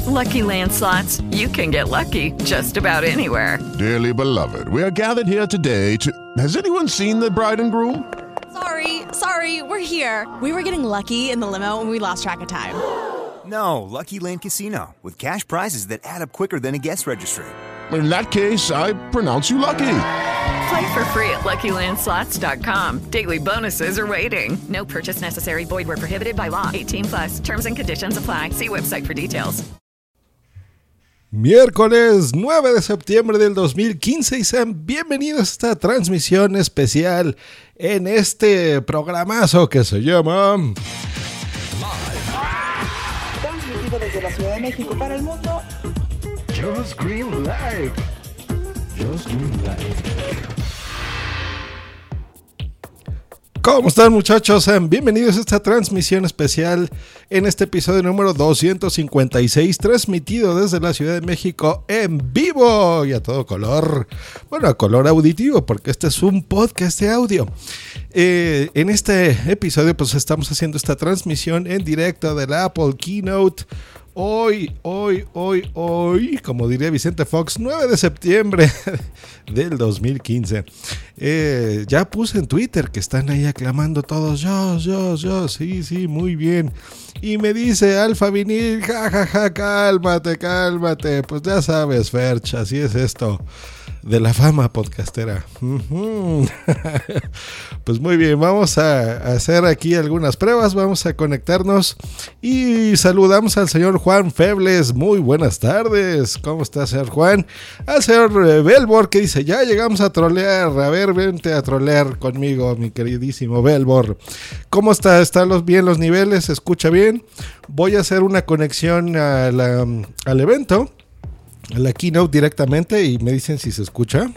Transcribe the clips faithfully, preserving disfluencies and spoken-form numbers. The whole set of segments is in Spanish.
Lucky Land Slots, you can get lucky just about anywhere. Dearly beloved, we are gathered here today to... Has anyone seen the bride and groom? Sorry, sorry, we're here. We were getting lucky in the limo and we lost track of time. No, Lucky Land Casino, with cash prizes that add up quicker than a guest registry. In that case, I pronounce you lucky. Play for free at Lucky Land Slots dot com. Daily bonuses are waiting. No purchase necessary. Void where prohibited by law. eighteen plus. Terms and conditions apply. See website for details. Miércoles nueve de septiembre del dos mil quince y sean bienvenidos a esta transmisión especial en este programazo que se llama... Transmitido desde la Ciudad de México para el mundo. Just Green Live. Just Green Live. ¿Cómo están, muchachos? Sean bienvenidos a esta transmisión especial en este episodio número doscientos cincuenta y seis, transmitido desde la Ciudad de México en vivo y a todo color. Bueno, a color auditivo, porque este es un podcast de audio. Eh, en este episodio pues estamos haciendo esta transmisión en directo de la Apple Keynote. Hoy, hoy, hoy, hoy, como diría Vicente Fox, nueve de septiembre del dos mil quince. Eh, ya puse en Twitter que están ahí aclamando todos, yo, yo, yo, sí, sí, muy bien. Y me dice Alfa Vinil, ja, ja, ja, cálmate, cálmate. Pues ya sabes, Ferch, así es esto de la fama podcastera. Uh-huh. Pues muy bien, vamos a hacer aquí algunas pruebas, vamos a conectarnos y saludamos al señor Juan Febles. Muy buenas tardes, ¿cómo está, señor Juan? Al señor Belbor, que dice, ya llegamos a trolear. A ver, vente a trolear conmigo, mi queridísimo Belbor. ¿Cómo está? ¿Están los, bien los niveles? ¿Se escucha bien? Voy a hacer una conexión a la, al evento, a la keynote directamente, y me dicen si se escucha.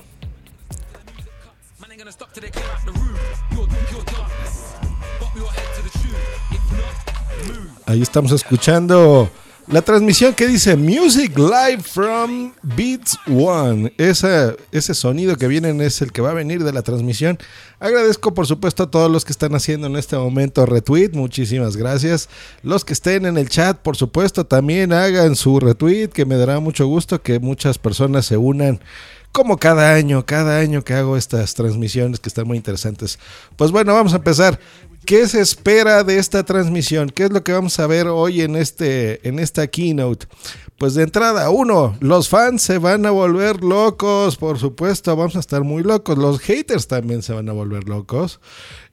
Ahí estamos escuchando la transmisión que dice Music Live from Beats One. Esa, ese sonido que viene es el que va a venir de la transmisión. Agradezco por supuesto a todos los que están haciendo en este momento retweet. Muchísimas gracias. Los que estén en el chat, por supuesto, también hagan su retweet, que me dará mucho gusto que muchas personas se unan. Como cada año, cada año que hago estas transmisiones que están muy interesantes. Pues bueno, vamos a empezar. ¿Qué se espera de esta transmisión? ¿Qué es lo que vamos a ver hoy en, este, en esta keynote? Pues de entrada, uno, los fans se van a volver locos, por supuesto, vamos a estar muy locos. Los haters también se van a volver locos.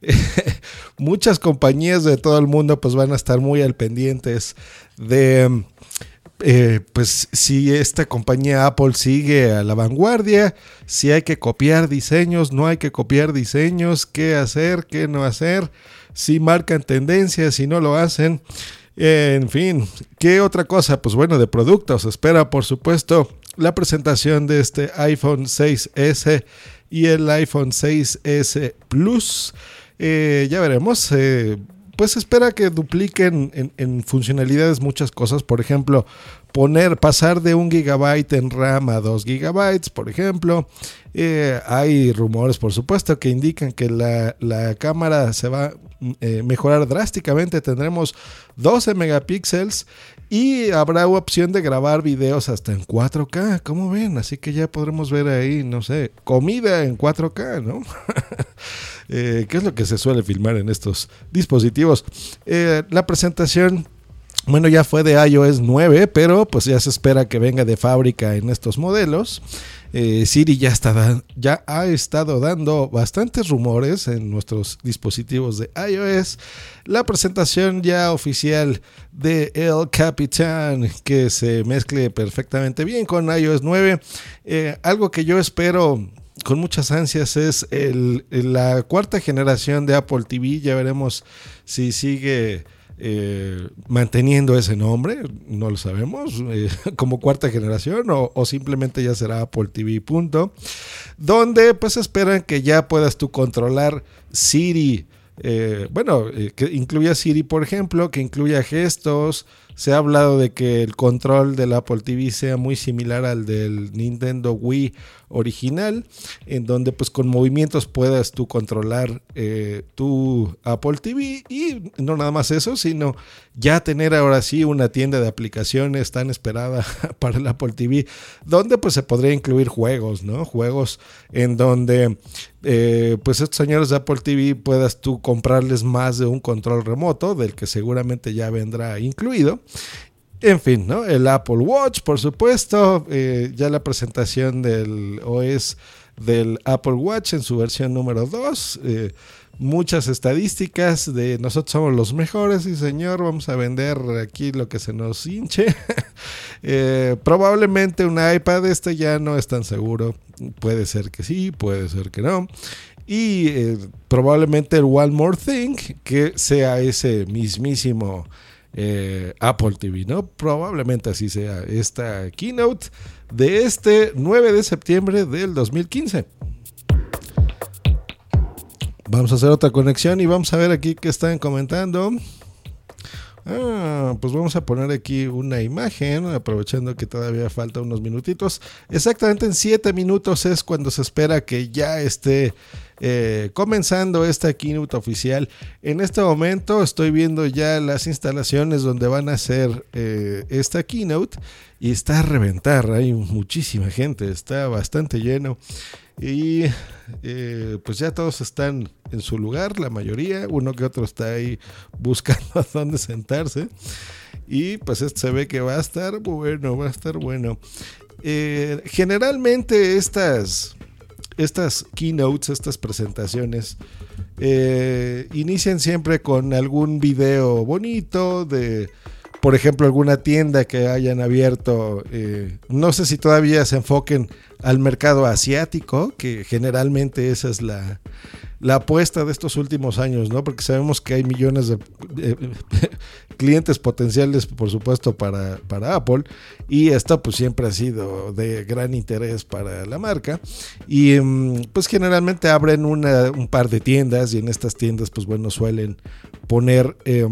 Muchas compañías de todo el mundo pues van a estar muy al pendientes de... Eh, pues si esta compañía Apple sigue a la vanguardia, si hay que copiar diseños, no hay que copiar diseños, qué hacer, qué no hacer, si marcan tendencias, si no lo hacen, eh, en fin, ¿qué otra cosa? Pues bueno, de productos, espera por supuesto la presentación de este iPhone seis ese y el iPhone seis ese Plus, eh, ya veremos, eh, pues espera que dupliquen en, en funcionalidades muchas cosas, por ejemplo, poner, pasar de un gigabyte en RAM a dos gigabytes, por ejemplo. Eh, hay rumores, por supuesto, que indican que la, la cámara se va a eh, mejorar drásticamente. Tendremos doce megapíxeles y habrá opción de grabar videos hasta en cuatro K, ¿cómo ven? Así que ya podremos ver ahí, no sé, comida en cuatro K, ¿no? eh, ¿Qué es lo que se suele filmar en estos dispositivos? Eh, la presentación, bueno, ya fue de iOS nueve, pero pues ya se espera que venga de fábrica en estos modelos. Eh, Siri ya, está, ya ha estado dando bastantes rumores en nuestros dispositivos de iOS. La presentación ya oficial de El Capitán, que se mezcle perfectamente bien con iOS nueve. Eh, algo que yo espero con muchas ansias es el, la cuarta generación de Apple T V. Ya veremos si sigue... Eh, manteniendo ese nombre, no lo sabemos, eh, como cuarta generación o, o simplemente ya será Apple T V punto, donde pues esperan que ya puedas tú controlar Siri, eh, bueno, eh, que incluya Siri, por ejemplo, que incluya gestos, Se ha hablado de que el control del Apple T V sea muy similar al del Nintendo Wii original, en donde pues con movimientos puedas tú controlar eh, tu Apple T V, y no nada más eso, sino ya tener ahora sí una tienda de aplicaciones tan esperada para el Apple T V, donde pues se podría incluir juegos, ¿no? Juegos en donde eh, pues estos señores de Apple T V puedas tú comprarles más de un control remoto, del que seguramente ya vendrá incluido. En fin, ¿no? El Apple Watch, por supuesto, eh, ya la presentación del O S del Apple Watch en su versión número dos, eh, muchas estadísticas de nosotros somos los mejores y señor, vamos a vender aquí lo que se nos hinche. eh, probablemente un iPad, este ya no es tan seguro, puede ser que sí, puede ser que no. Y eh, probablemente el One More Thing, que sea ese mismísimo Eh, Apple T V, ¿no? Probablemente así sea esta keynote de este nueve de septiembre del dos mil quince. Vamos a hacer otra conexión y vamos a ver aquí qué están comentando. Ah, pues vamos a poner aquí una imagen, aprovechando que todavía falta unos minutitos. Exactamente en siete minutos es cuando se espera que ya esté eh, comenzando esta keynote oficial. En este momento estoy viendo ya las instalaciones donde van a hacer eh, esta keynote y está a reventar, hay muchísima gente, está bastante lleno. Y eh, pues ya todos están en su lugar, la mayoría, uno que otro está ahí buscando a dónde sentarse. Y pues esto se ve que va a estar bueno, va a estar bueno. Eh, generalmente estas, estas keynotes, estas presentaciones, eh, inician siempre con algún video bonito de, por ejemplo, alguna tienda que hayan abierto. Eh, no sé si todavía se enfoquen al mercado asiático, que generalmente esa es la, la apuesta de estos últimos años, ¿no? Porque sabemos que hay millones de eh, clientes potenciales, por supuesto, para, para Apple, y esto pues siempre ha sido de gran interés para la marca, y pues generalmente abren una, un par de tiendas, y en estas tiendas pues bueno suelen poner eh,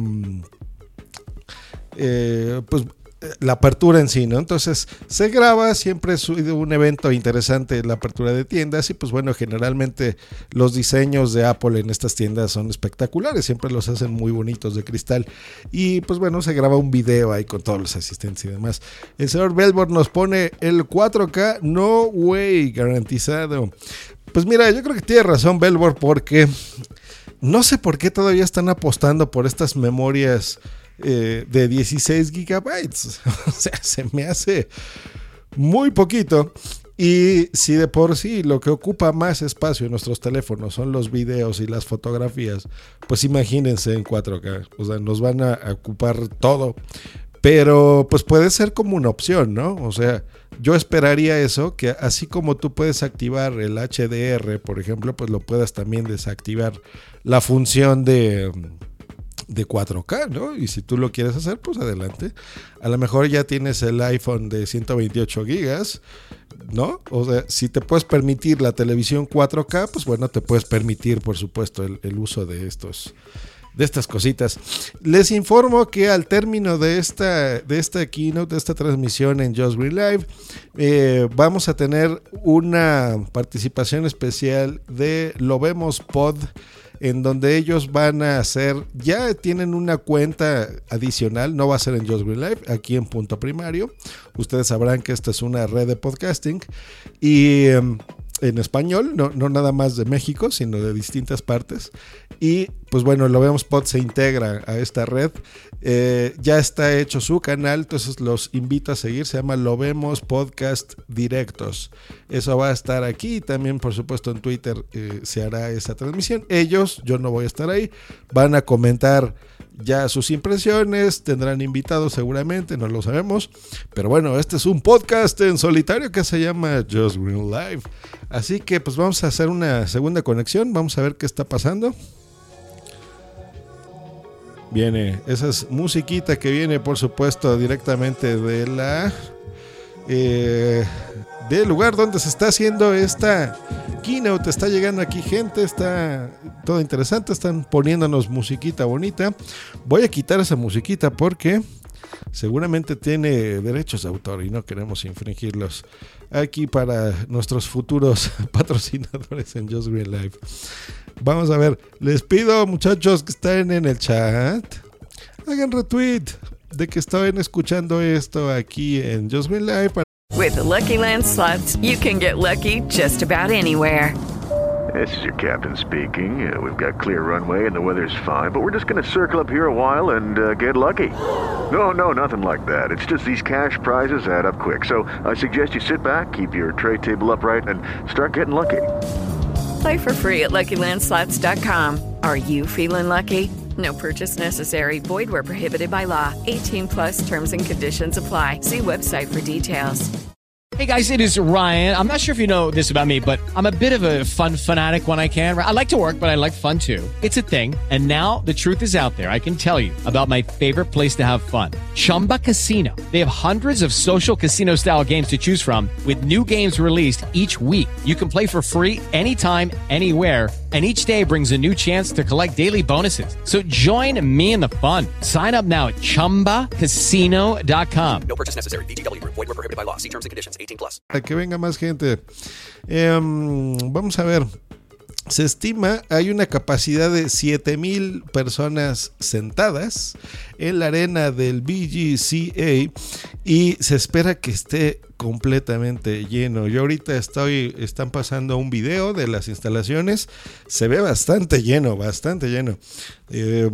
eh, pues la apertura en sí, ¿no? Entonces se graba, siempre es un evento interesante la apertura de tiendas, y pues bueno, generalmente los diseños de Apple en estas tiendas son espectaculares, siempre los hacen muy bonitos de cristal, y pues bueno, se graba un video ahí con todos los asistentes y demás. El señor Belbor nos pone el cuatro K, no way, garantizado. Pues mira, yo creo que tiene razón Belbor, porque no sé por qué todavía están apostando por estas memorias Eh, de dieciséis gigabytes. O sea, se me hace muy poquito. Y si de por sí lo que ocupa más espacio en nuestros teléfonos son los videos y las fotografías, pues imagínense en cuatro K. O sea, nos van a, a ocupar todo. Pero pues puede ser como una opción, ¿no? O sea, yo esperaría eso, que así como tú puedes activar el H D R, por ejemplo, pues lo puedas también desactivar la función de de cuatro K, ¿no? Y si tú lo quieres hacer, pues adelante. A lo mejor ya tienes el iPhone de ciento veintiocho gigas, ¿no? O sea, si te puedes permitir la televisión cuatro K, pues bueno, te puedes permitir, por supuesto, el, el uso de estos, de estas cositas. Les informo que al término de esta, de esta keynote, de esta transmisión en Just Green Live, eh, vamos a tener una participación especial de Lo Vemos Pod, en donde ellos van a hacer, ya tienen una cuenta adicional, no va a ser en Just Green Live, aquí en Punto Primario. Ustedes sabrán que esta es una red de podcasting y um, en español, no, no nada más de México, sino de distintas partes. Y pues bueno, Lo Vemos Pod se integra a esta red. Eh, ya está hecho su canal, entonces los invito a seguir. Se llama Lo Vemos Podcast Directos. Eso va a estar aquí. También, por supuesto, en Twitter eh, se hará esa transmisión. Ellos, yo no voy a estar ahí, van a comentar ya sus impresiones. Tendrán invitados seguramente, no lo sabemos. Pero bueno, este es un podcast en solitario que se llama Just Green Live. Así que pues vamos a hacer una segunda conexión. Vamos a ver qué está pasando. Viene, esa es musiquita que viene, por supuesto, directamente de la eh, del lugar donde se está haciendo esta keynote. Está llegando aquí gente, está todo interesante, están poniéndonos musiquita bonita. Voy a quitar esa musiquita porque seguramente tiene derechos de autor y no queremos infringirlos aquí para nuestros futuros patrocinadores en Just Green Live. Vamos a ver, les pido, muchachos, que estén en el chat, hagan retweet de que están escuchando esto aquí en Just Green Live. With the Lucky Land Slots, you can get lucky just about anywhere. This is your captain speaking. Uh, we've got clear runway and the weather's fine, but we're just going to circle up here a while and uh, get lucky. No, no, nothing like that. It's just these cash prizes add up quick. So I suggest you sit back, keep your tray table upright, and start getting lucky. Play for free at Lucky Land Slots dot com. Are you feeling lucky? No purchase necessary. Void where prohibited by law. eighteen plus terms and conditions apply. See website for details. Hey guys, it is Ryan. I'm not sure if you know this about me, but I'm a bit of a fun fanatic when I can. I like to work, but I like fun too. It's a thing. And now the truth is out there. I can tell you about my favorite place to have fun. Chumba Casino. They have hundreds of social casino style games to choose from with new games released each week. You can play for free anytime, anywhere. And each day brings a new chance to collect daily bonuses. So join me in the fun. Sign up now at chumba casino dot com. No purchase necessary. V G W Group. Void where prohibited by law. See terms and conditions. eighteen plus. Para que venga más gente. Eh, vamos a ver. Se estima hay una capacidad de siete mil personas sentadas en la arena del B G C A y se espera que esté completamente lleno. Yo ahorita estoy, están pasando un video de las instalaciones, se ve bastante lleno, bastante lleno. Eh,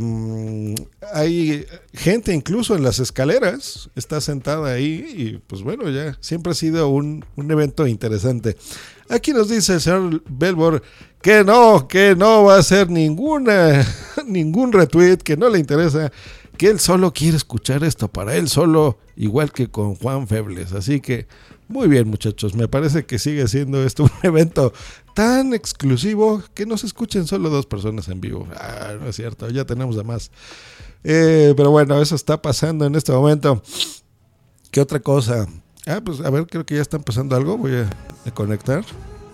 hay gente incluso en las escaleras, está sentada ahí y pues bueno, ya siempre ha sido un, un evento interesante. Aquí nos dice el señor Belbor que no, que no va a hacer ninguna, ningún retweet, que no le interesa, que él solo quiere escuchar esto para él solo, igual que con Juan Febles. Así que, muy bien muchachos, me parece que sigue siendo esto un evento tan exclusivo que nos escuchen solo dos personas en vivo. Ah, no es cierto, ya tenemos a más. Eh, pero bueno, eso está pasando en este momento. ¿Qué otra cosa? Ah, pues a ver, creo que ya está empezando algo. Voy a, a conectar.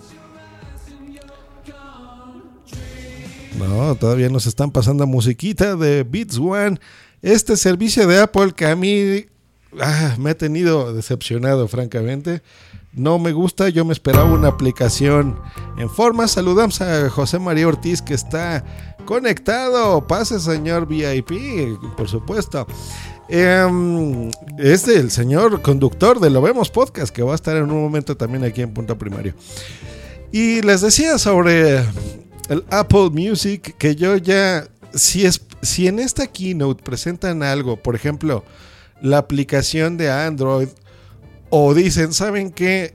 No, todavía nos están pasando musiquita de Beats One. Este servicio de Apple que a mí ah, me ha tenido decepcionado, francamente. No me gusta, yo me esperaba una aplicación en forma. Saludamos a José María Ortiz que está conectado. Pase, señor V I P, por supuesto. Eh, es el señor conductor de Lo Vemos Podcast, que va a estar en un momento también aquí en Punto Primario. Y les decía sobre el Apple Music, que yo ya, si, es, si en esta keynote presentan algo, por ejemplo, la aplicación de Android, o dicen, ¿saben qué?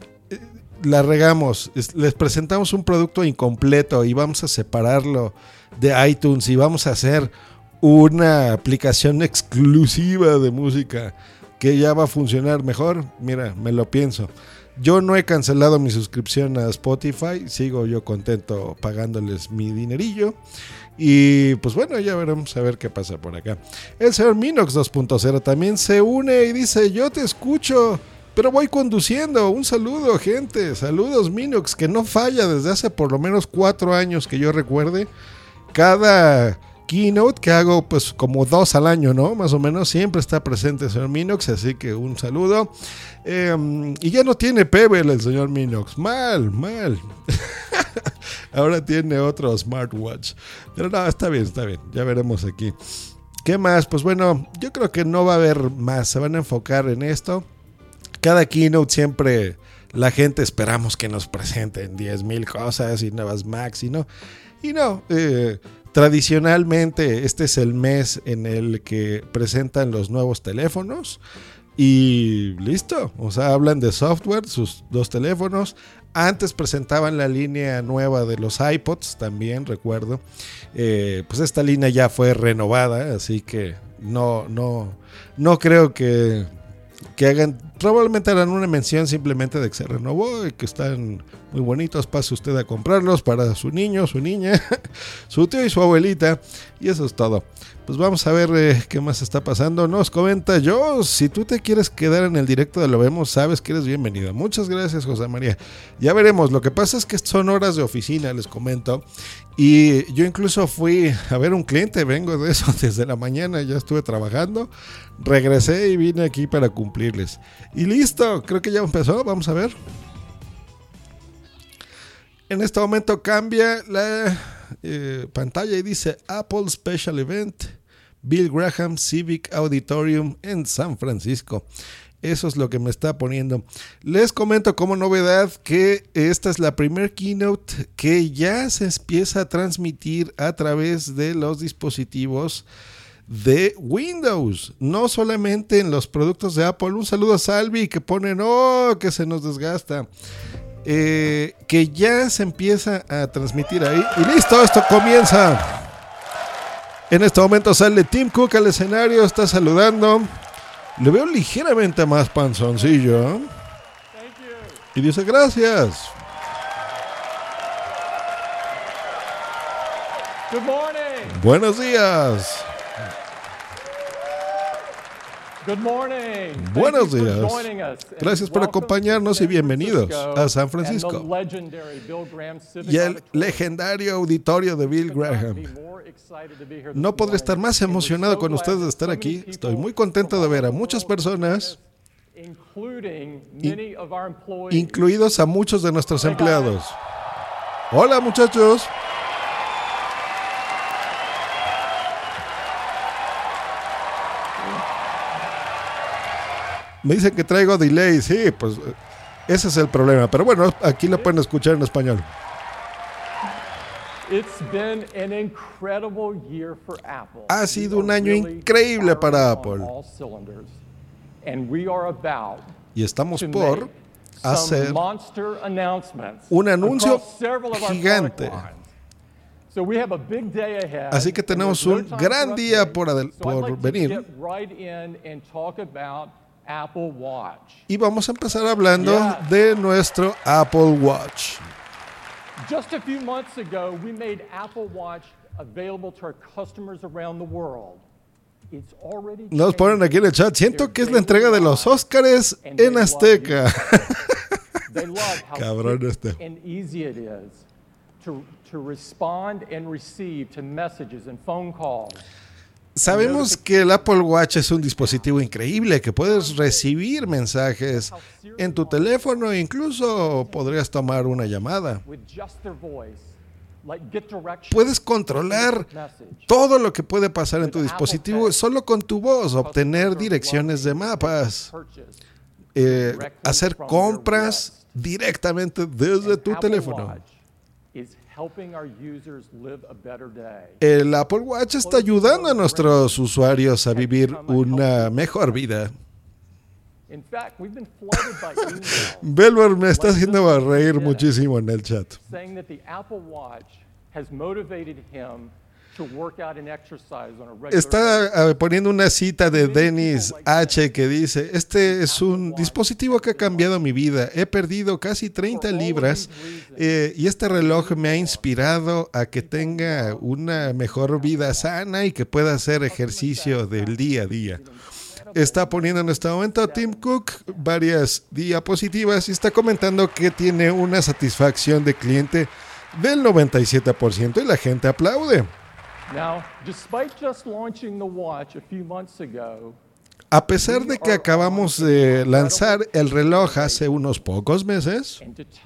La regamos, les presentamos un producto incompleto y vamos a separarlo de iTunes y vamos a hacer una aplicación exclusiva de música que ya va a funcionar mejor, mira, me lo pienso. Yo no he cancelado mi suscripción a Spotify, sigo yo contento pagándoles mi dinerillo. Y pues bueno, ya veremos a ver qué pasa por acá. El señor Minox dos punto cero también se une y dice, yo te escucho, pero voy conduciendo. Un saludo, gente. Saludos, Minox, que no falla desde hace por lo menos cuatro años que yo recuerde. Cada keynote que hago, pues como dos al año, ¿no? Más o menos, siempre está presente el señor Minox, así que un saludo. Eh, y ya no tiene Pebble el señor Minox. Mal, mal. Ahora tiene otro smartwatch. Pero no, está bien, está bien. Ya veremos aquí. ¿Qué más? Pues bueno, yo creo que no va a haber más. Se van a enfocar en esto. Cada keynote siempre la gente esperamos que nos presenten diez mil cosas y nuevas Macs y no. Y no, eh... tradicionalmente este es el mes en el que presentan los nuevos teléfonos y listo, o sea, hablan de software, sus dos teléfonos. Antes presentaban la línea nueva de los iPods también, recuerdo. Eh, pues esta línea ya fue renovada, así que no, no, no creo que, que hagan, probablemente harán una mención simplemente de que se renovó y que están muy bonitos. Pase usted a comprarlos para su niño, su niña, su tío y su abuelita. Y eso es todo. Pues vamos a ver eh, qué más está pasando. Nos comenta yo, si tú te quieres quedar en el directo de Lo Vemos, sabes que eres bienvenido. Muchas gracias, José María. Ya veremos. Lo que pasa es que son horas de oficina, les comento. Y yo incluso fui a ver un cliente, vengo de eso desde la mañana, ya estuve trabajando, regresé y vine aquí para cumplirles. Y listo, creo que ya empezó, vamos a ver. En este momento cambia la eh, pantalla y dice Apple Special Event, Bill Graham Civic Auditorium en San Francisco. Eso es lo que me está poniendo. Les comento como novedad que esta es la primer keynote que ya se empieza a transmitir a través de los dispositivos de Windows, no solamente en los productos de Apple. Un saludo a Salvi que pone, no, que se nos desgasta. Eh, que ya se empieza a transmitir ahí. Y listo, esto comienza. En este momento sale Tim Cook al escenario, está saludando. Le veo ligeramente más panzoncillo. Y dice gracias. Good morning. Buenos días. Good morning. Buenos días. Gracias por acompañarnos y bienvenidos a San Francisco y al legendario auditorio de Bill Graham. No podré estar más emocionado con ustedes de estar aquí. Estoy muy contento de ver a muchas personas, in- incluidos a muchos de nuestros empleados. Hola, muchachos. Me dicen que traigo delay, sí, pues ese es el problema. Pero bueno, aquí lo pueden escuchar en español. Ha sido un año increíble para Apple. Y estamos por hacer un anuncio gigante. Así que tenemos un gran día por, adel- por venir. Apple Watch. Y vamos a empezar hablando yeah. de nuestro Apple Watch. Just a few months ago, we made Apple Watch available to our customers around the world. It's already Nos ponen aquí en el chat, siento que es la entrega de los Óscares en Azteca. Cabrón este. And easy it is to, to respond and receive to messages and phone calls. Sabemos que el Apple Watch es un dispositivo increíble, que puedes recibir mensajes en tu teléfono e incluso podrías tomar una llamada. Puedes controlar todo lo que puede pasar en tu dispositivo solo con tu voz, obtener direcciones de mapas, eh, hacer compras directamente desde tu teléfono. El Apple Watch está ayudando a nuestros usuarios a vivir una mejor vida. Belvar me está haciendo reír muchísimo en el chat. Está poniendo una cita de Dennis H. que dice: este es un dispositivo que ha cambiado mi vida. He perdido casi treinta libras eh, y este reloj me ha inspirado a que tenga una mejor vida sana y que pueda hacer ejercicio del día a día. Está poniendo en este momento a Tim Cook varias diapositivas y está comentando que tiene una satisfacción de cliente del noventa y siete por ciento y la gente aplaude. Now, despite just launching the watch a few months ago, a pesar de que acabamos de lanzar el reloj hace unos pocos meses,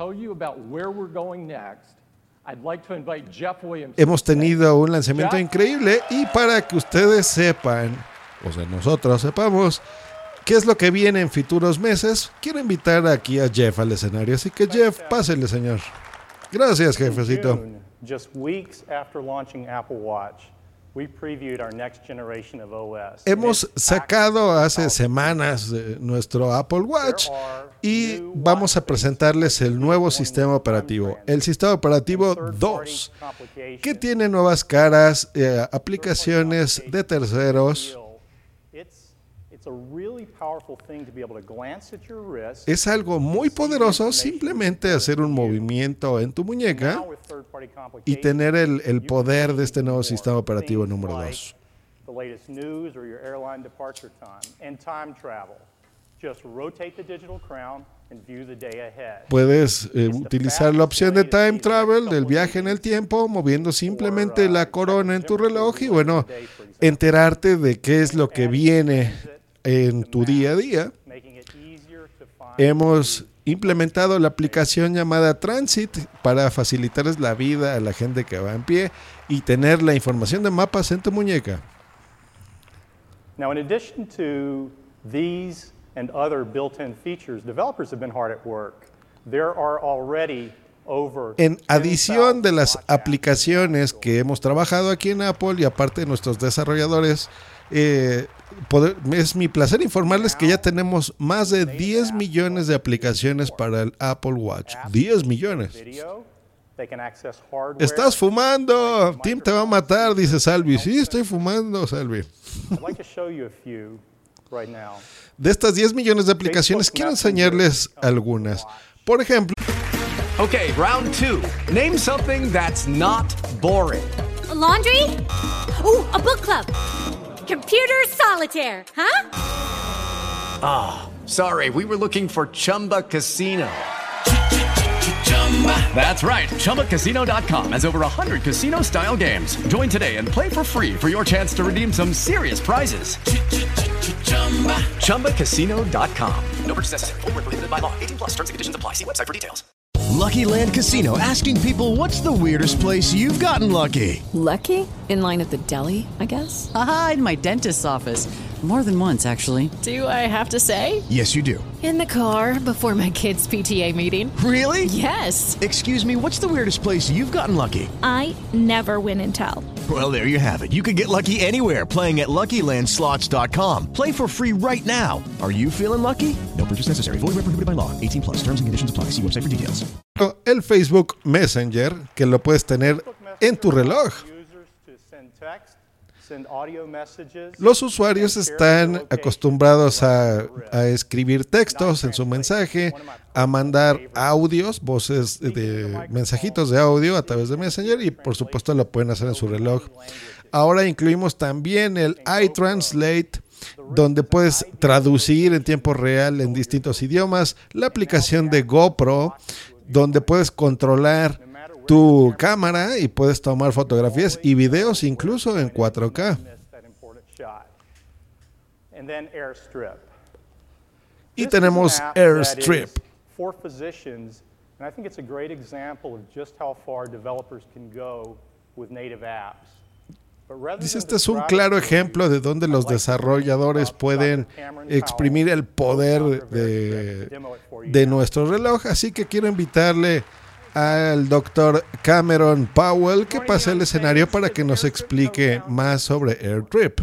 hemos tenido un lanzamiento increíble y para que ustedes sepan, o sea, nosotros sepamos qué es lo que viene en futuros meses, quiero invitar aquí a Jeff al escenario. Así que Jeff, pásele, señor. Gracias, jefecito. Just weeks after launching Apple Watch, we previewed our next generation of O S. Hemos sacado hace semanas eh, nuestro Apple Watch y vamos a presentarles el nuevo sistema operativo, el sistema operativo dos, que tiene nuevas caras, eh, aplicaciones de terceros Es algo muy poderoso simplemente hacer un movimiento en tu muñeca y tener el, el poder de este nuevo sistema operativo número dos. Puedes eh, utilizar la opción de Time Travel, del viaje en el tiempo, moviendo simplemente la corona en tu reloj y bueno, enterarte de qué es lo que viene en tu día a día. Hemos implementado la aplicación llamada Transit para facilitarles la vida a la gente que va en pie y tener la información de mapas en tu muñeca. Now, in addition to these and other built-in features, developers have been hard at work. There are already over En adición de las aplicaciones que hemos trabajado aquí en Apple y aparte de nuestros desarrolladores, eh, poder, es mi placer informarles que ya tenemos más de diez millones de aplicaciones para el Apple Watch. diez millones. Estás fumando. Tim te va a matar, dice Salvi. Sí, estoy fumando, Salvi. De estas diez millones de aplicaciones, quiero enseñarles algunas. Por ejemplo. Okay, round two. Name something that's not boring. A laundry? Ooh, a book club. Computer solitaire, huh? Ah, oh, sorry. We were looking for Chumba Casino. That's right. Chumba Casino dot com has over one hundred casino-style games. Join today and play for free for your chance to redeem some serious prizes. Chumba Casino dot com. No purchase necessary. Void where prohibited by law. eighteen plus terms and conditions apply. See website for details. Lucky Land Casino, asking people, what's the weirdest place you've gotten lucky? Lucky? In line at the deli, I guess? Aha, in my dentist's office. More than once, actually. Do I have to say? Yes, you do. In the car before my kids' P T A meeting. Really? Yes. Excuse me, what's the weirdest place you've gotten lucky? I never win and tell. Well, there you have it. You can get lucky anywhere, playing at Lucky Land Slots dot com. Play for free right now. Are you feeling lucky? No purchase necessary. Void where prohibited by law. eighteen plus. Terms and conditions apply. See website for details. El Facebook Messenger, que lo puedes tener en tu reloj. Los usuarios están acostumbrados a, a escribir textos en su mensaje, a mandar audios, voces de mensajitos de audio a través de Messenger y por supuesto lo pueden hacer en su reloj. Ahora incluimos también el iTranslate, donde puedes traducir en tiempo real en distintos idiomas, la aplicación de GoPro, donde puedes controlar tu cámara y puedes tomar fotografías y videos incluso en cuatro K. Y tenemos Airstrip. Dice, este es un claro ejemplo de donde los desarrolladores pueden exprimir el poder de, de nuestro reloj, así que quiero invitarle al doctor Cameron Powell que pase el escenario para que nos explique más sobre Airstrip.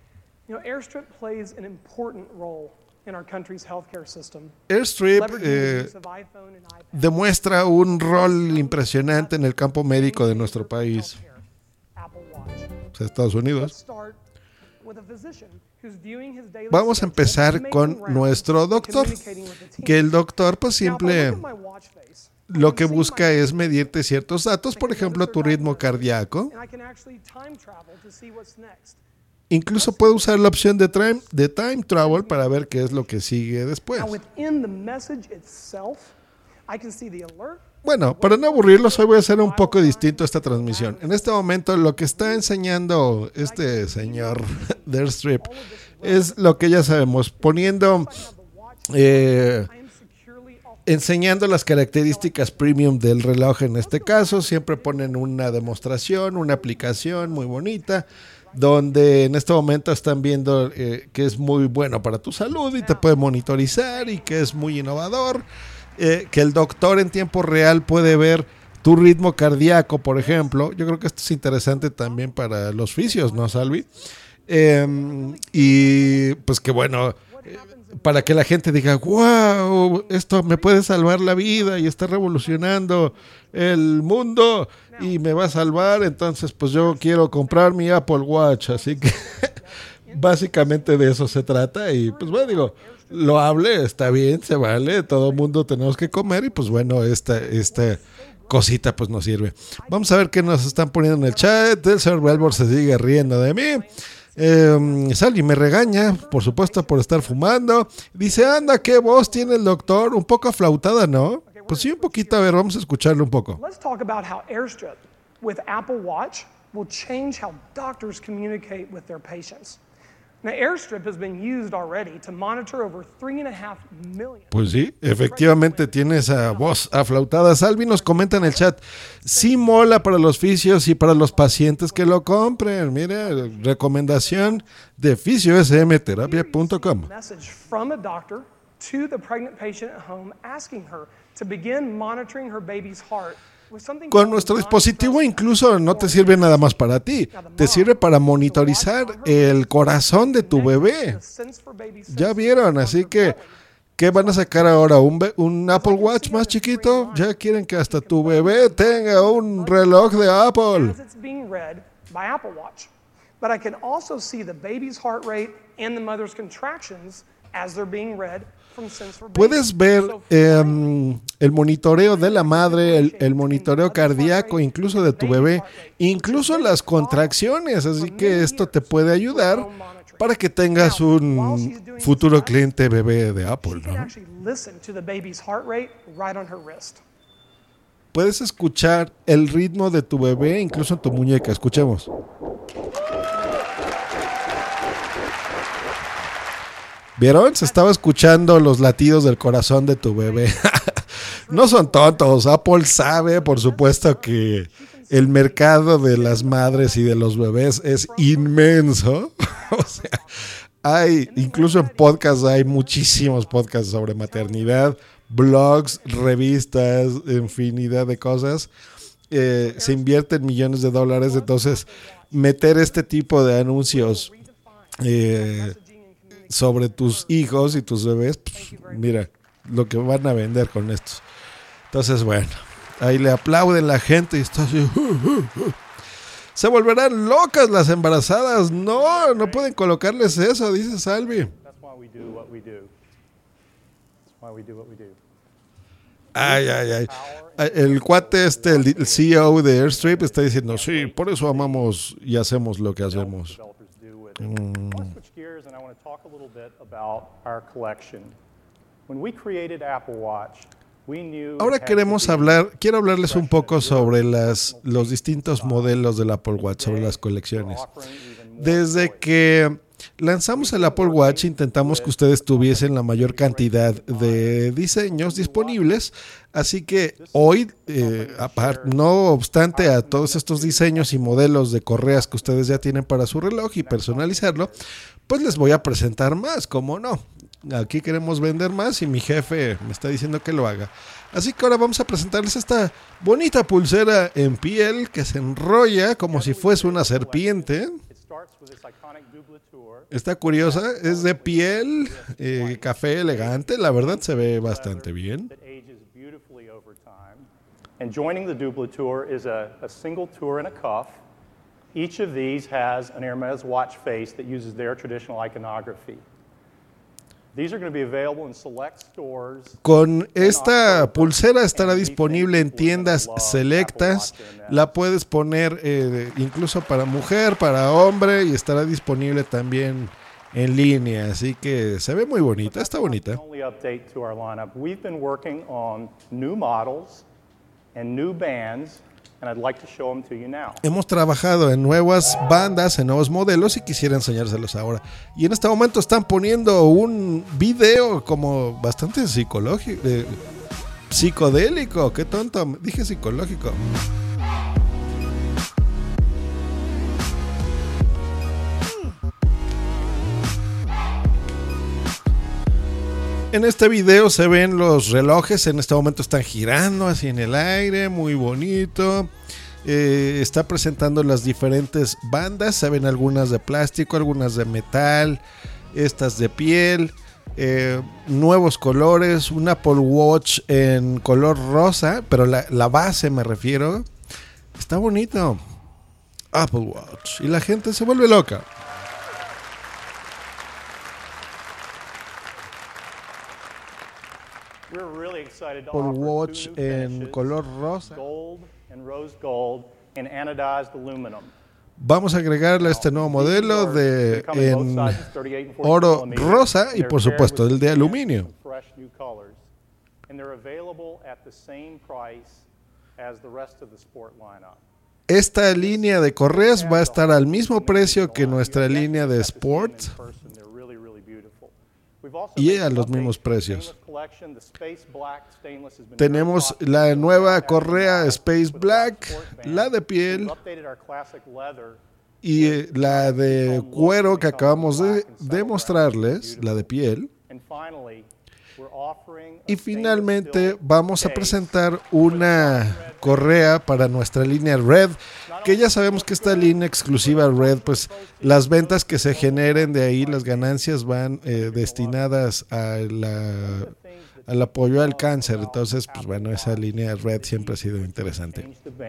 Airstrip eh, demuestra un rol impresionante en el campo médico de nuestro país, o sea, Estados Unidos. Vamos a empezar con nuestro doctor, que el doctor pues siempre lo que busca es medirte ciertos datos, por ejemplo, tu ritmo cardíaco. Incluso puede usar la opción de time, de time travel para ver qué es lo que sigue después. Bueno, para no aburrirlos, hoy voy a hacer un poco distinto esta transmisión. En este momento lo que está enseñando este señor de Airstrip es lo que ya sabemos, poniendo... Eh, enseñando las características premium del reloj. En este caso siempre ponen una demostración, una aplicación muy bonita, donde en este momento están viendo eh, que es muy bueno para tu salud y te puede monitorizar y que es muy innovador, eh, que el doctor en tiempo real puede ver tu ritmo cardíaco, por ejemplo. Yo creo que esto es interesante también para los fisios, ¿no, Salvi? Eh, y pues que bueno, eh, para que la gente diga, wow, esto me puede salvar la vida y está revolucionando el mundo y me va a salvar, entonces pues yo quiero comprar mi Apple Watch. Así que básicamente de eso se trata. Y pues bueno, digo, lo hable, está bien, se vale, todo el mundo tenemos que comer y pues bueno, esta, esta cosita pues nos sirve. Vamos a ver qué nos están poniendo en el chat. El señor Belbor se sigue riendo de mí. Eh, Sally me regaña, por supuesto, por estar fumando. Dice, anda, qué voz tiene el doctor, un poco aflautada, ¿no? Pues sí, un poquito, a ver, vamos a escucharlo un poco. Let's talk about how AirStrip with Apple Watch will change how doctors communicate with their patients. Now, AirStrip has been used already to monitor over three and a half million. Pues sí, efectivamente tiene esa voz aflautada. Salvi nos comenta en el chat, sí mola para los fisios y para los pacientes que lo compren. Mire, recomendación de fisio s m terapia punto com. Message from a doctor to the pregnant patient at home asking her to begin monitoring her baby's heart. Con nuestro dispositivo incluso no te sirve nada más para ti, te sirve para monitorizar el corazón de tu bebé. Ya vieron, así que ¿qué van a sacar ahora? ¿Un, be- un Apple Watch más chiquito? Ya quieren que hasta tu bebé tenga un reloj de Apple. But I can also see the baby's heart rate and the mother's contractions as they're being read. Puedes ver eh, el monitoreo de la madre, el, el monitoreo cardíaco, incluso de tu bebé, incluso las contracciones, así que esto te puede ayudar para que tengas un futuro cliente bebé de Apple, ¿no? Puedes escuchar el ritmo de tu bebé incluso en tu muñeca. Escuchemos. ¿Vieron? Se estaba escuchando los latidos del corazón de tu bebé. No son tontos. Apple sabe, por supuesto, que el mercado de las madres y de los bebés es inmenso. O sea, hay, incluso en podcasts, hay muchísimos podcasts sobre maternidad, blogs, revistas, infinidad de cosas. Eh, se invierten millones de dólares. Entonces, meter este tipo de anuncios eh, sobre tus hijos y tus bebés, pues, mira lo que van a vender con estos. Entonces, bueno, ahí le aplauden la gente y está así. Uh, uh, uh. Se volverán locas las embarazadas. No, no pueden colocarles eso, dice Salvi. Ay, ay, ay. El cuate este, el C E O de AirStrip está diciendo, sí, por eso amamos y hacemos lo que hacemos. Mm. Ahora queremos hablar, quiero hablarles un poco sobre las, los distintos modelos del Apple Watch, sobre las colecciones. Desde que lanzamos el Apple Watch, intentamos que ustedes tuviesen la mayor cantidad de diseños disponibles, así que hoy, eh, aparte, no obstante a todos estos diseños y modelos de correas que ustedes ya tienen para su reloj y personalizarlo, pues les voy a presentar más, ¿cómo no? Aquí queremos vender más y mi jefe me está diciendo que lo haga. Así que ahora vamos a presentarles esta bonita pulsera en piel que se enrolla como si fuese una serpiente. Está curiosa, es de piel, eh, café elegante, la verdad se ve bastante bien. And joining the Dublatour is a, a single tour and a cuff. Each of these has an Hermes watch face that uses their traditional iconography. These are going to be available in select stores. Con esta pulsera estará disponible en tiendas selectas. La puedes poner eh, incluso para mujer, para hombre, y estará disponible también en línea. Así que se ve muy bonita, está bonita. We've been working on new models and new bands. And I'd like to show them to you now. Hemos trabajado en nuevas bandas, en nuevos modelos y quisiera enseñárselos ahora. Y en este momento están poniendo un video como bastante psicológico, eh, psicodélico. Qué tonto, dije psicológico. En este video se ven los relojes, en este momento están girando así en el aire, muy bonito. Eh, está presentando las diferentes bandas, se ven algunas de plástico, algunas de metal, estas de piel, eh, nuevos colores, un Apple Watch en color rosa, pero la, la base me refiero, está bonito. Apple Watch, y la gente se vuelve loca. We're really excited to Apple offer Watch two new en finishes, color rosa. gold and rose gold and anodized aluminum. Vamos a agregarle a este nuevo modelo de en oro rosa y por supuesto el de aluminio. Fresh new colors, and they're available at the same price as the rest of the sport lineup. Esta línea de correas va a estar al mismo precio que nuestra línea de Sport y a los mismos precios. Tenemos la nueva correa Space Black, la de piel y la de cuero que acabamos de demostrarles, la de piel. Y finalmente vamos a presentar una correa para nuestra línea Red, que ya sabemos que esta línea exclusiva Red, pues las ventas que se generen de ahí, las ganancias van eh, destinadas a la, al apoyo al cáncer. Entonces, pues bueno, esa línea Red siempre ha sido interesante.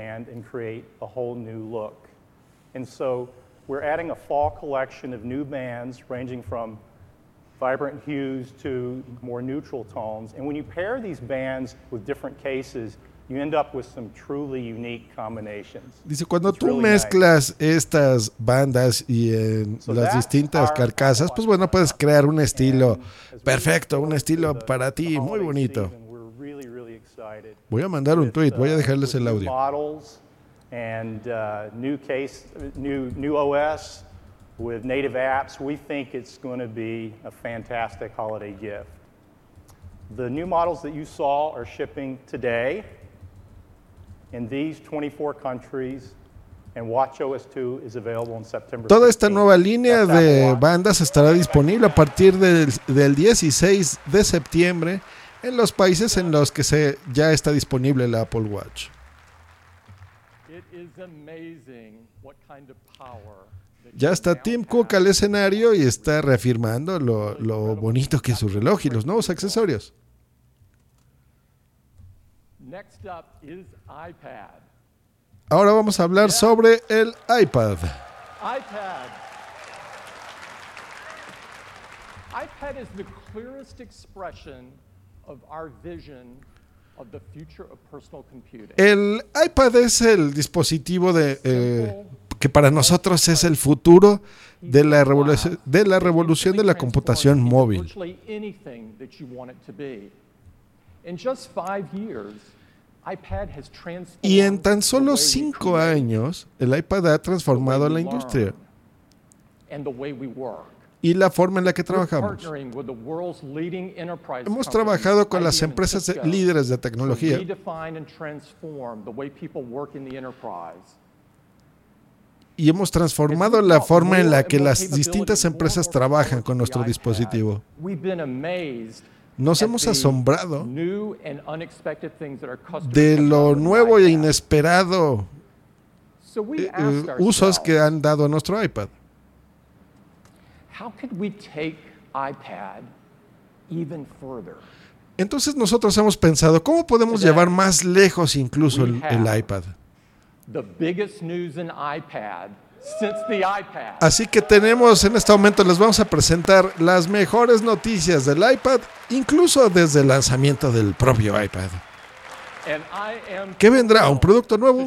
And so we're adding a fall collection of new bands ranging from vibrant hues to more neutral tones. And when you pair these bands with different cases, you end up with some truly unique combinations. Dice, cuando tú mezclas estas bandas y en las distintas carcasas, pues bueno, puedes crear un estilo perfecto, un estilo para ti muy bonito. Voy a mandar un tweet, voy a dejarles el audio. And uh, new case, new new O S with native apps, we think it's going to be a fantastic holiday gift. The new models that you saw are shipping today in these twenty-four countries, and WatchOS two is available in September. Toda esta nueva línea de bandas estará disponible a partir del, del dieciséis de septiembre en los países en los que se, ya está disponible la Apple Watch. Ya está Tim Cook al escenario y está reafirmando lo, lo bonito que es su reloj y los nuevos accesorios. Ahora vamos a hablar sobre el iPad. iPad. iPad is the clearest expression of our vision of the future of personal computing. El iPad es el dispositivo de, eh, que para nosotros es el futuro de la revolución de la revolución de la computación móvil. Y en tan solo cinco años, el iPad ha transformado la industria y la forma en la que trabajamos. Hemos trabajado con las empresas de, líderes de tecnología y hemos transformado la forma en la que las distintas empresas trabajan con nuestro dispositivo. Nos hemos asombrado de lo nuevo e inesperado eh, eh, usos que han dado a nuestro iPad. Entonces nosotros hemos pensado, ¿cómo podemos llevar más lejos incluso el, el iPad? Así que tenemos en este momento, les vamos a presentar las mejores noticias del iPad, incluso desde el lanzamiento del propio iPad. ¿Qué vendrá? ¿Un producto nuevo?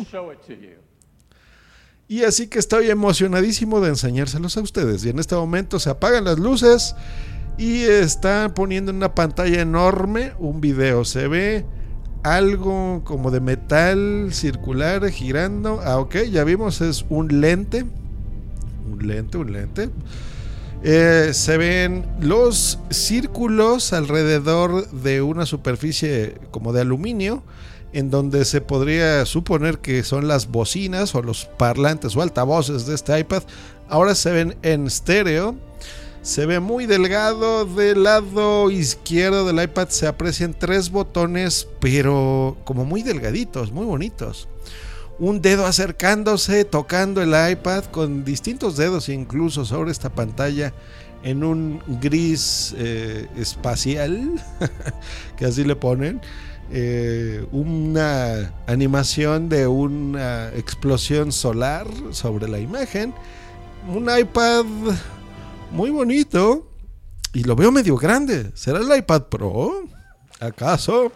Y así que estoy emocionadísimo de enseñárselos a ustedes. Y en este momento se apagan las luces y están poniendo en una pantalla enorme un video. Se ve algo como de metal circular girando. Ah, ok, ya vimos, es un lente. Un lente, un lente. Eh, se ven los círculos alrededor de una superficie como de aluminio, en donde se podría suponer que son las bocinas o los parlantes o altavoces de este iPad. Ahora se ven en estéreo. Se ve muy delgado. Del lado izquierdo del iPad se aprecian tres botones, pero como muy delgaditos, muy bonitos. Un dedo acercándose, tocando el iPad, con distintos dedos incluso sobre esta pantalla, en un gris eh, espacial, que así le ponen. Eh, una animación de una explosión solar sobre la imagen. Un iPad muy bonito y lo veo medio grande. ¿Será el iPad Pro? ¿Acaso?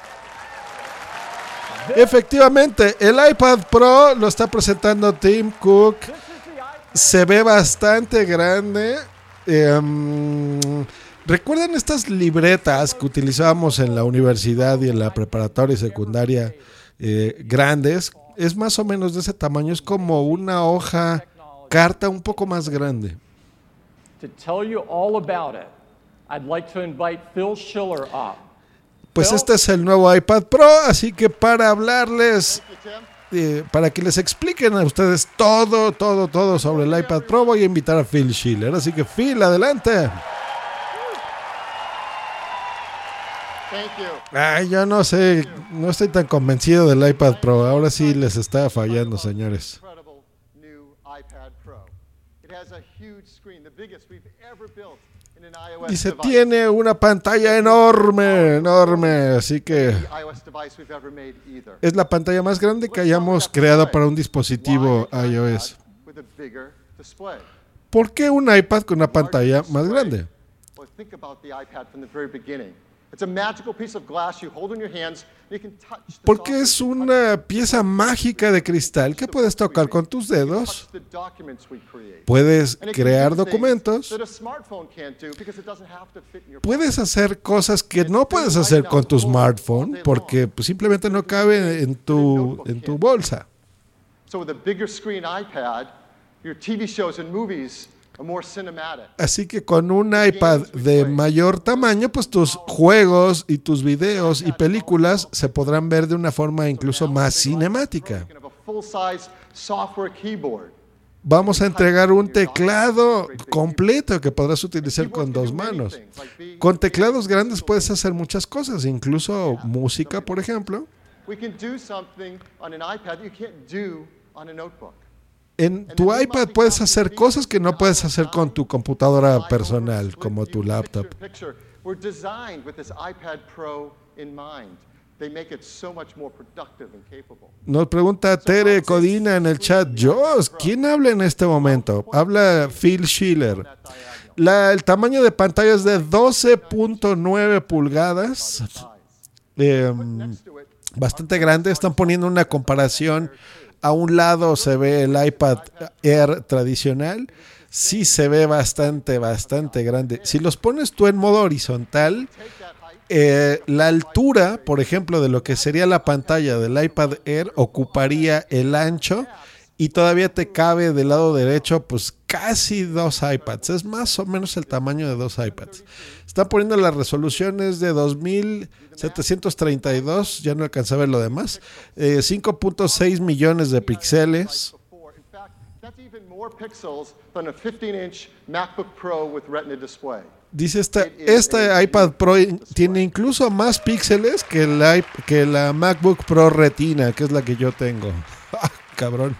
Efectivamente, el iPad Pro lo está presentando Tim Cook. Se ve bastante grande. Eh, um, ¿Recuerdan estas libretas que utilizábamos en la universidad y en la preparatoria y secundaria eh, grandes? Es más o menos de ese tamaño. Es como una hoja carta un poco más grande. To tell you all about it, I'd like to invite Phil Schiller up. Pues este es el nuevo iPad Pro, así que para hablarles, eh, para que les expliquen a ustedes todo, todo, todo sobre el iPad Pro, voy a invitar a Phil Schiller. Así que Phil, adelante. Ay, yo no sé, no estoy tan convencido del iPad Pro. Ahora sí les está fallando, señores. Dice, tiene una pantalla enorme, enorme, así que es la pantalla más grande que hayamos creado para un dispositivo iOS. ¿Por qué un iPad con una pantalla más grande? Porque es una pieza mágica de cristal que puedes tocar con tus dedos. Puedes crear documentos. Puedes hacer cosas que no puedes hacer con tu smartphone porque pues, simplemente no cabe en tu, en tu bolsa. Así que con un iPad de mayor tamaño, pues tus juegos y tus videos y películas se podrán ver de una forma incluso más cinemática. Vamos a entregar un teclado completo que podrás utilizar con dos manos. Con teclados grandes puedes hacer muchas cosas, incluso música, por ejemplo. En tu iPad puedes hacer cosas que no puedes hacer con tu computadora personal, como tu laptop. Nos pregunta Tere Codina en el chat, Joss, ¿quién habla en este momento? Habla Phil Schiller. La, el tamaño de pantalla es de doce punto nueve pulgadas. Eh, bastante grande. Están poniendo una comparación. A un lado se ve el iPad Air tradicional. Sí se ve bastante, bastante grande. Si los pones tú en modo horizontal, eh, la altura, por ejemplo, de lo que sería la pantalla del iPad Air ocuparía el ancho y todavía te cabe del lado derecho pues casi dos iPads. Es más o menos el tamaño de dos iPads. Están poniendo las resoluciones de dos mil setecientos treinta y dos, ya no alcanza a ver lo demás, eh, cinco punto seis millones de píxeles. Dice esta, este iPad Pro tiene incluso más píxeles que, el, que la MacBook Pro Retina, que es la que yo tengo. Cabrón.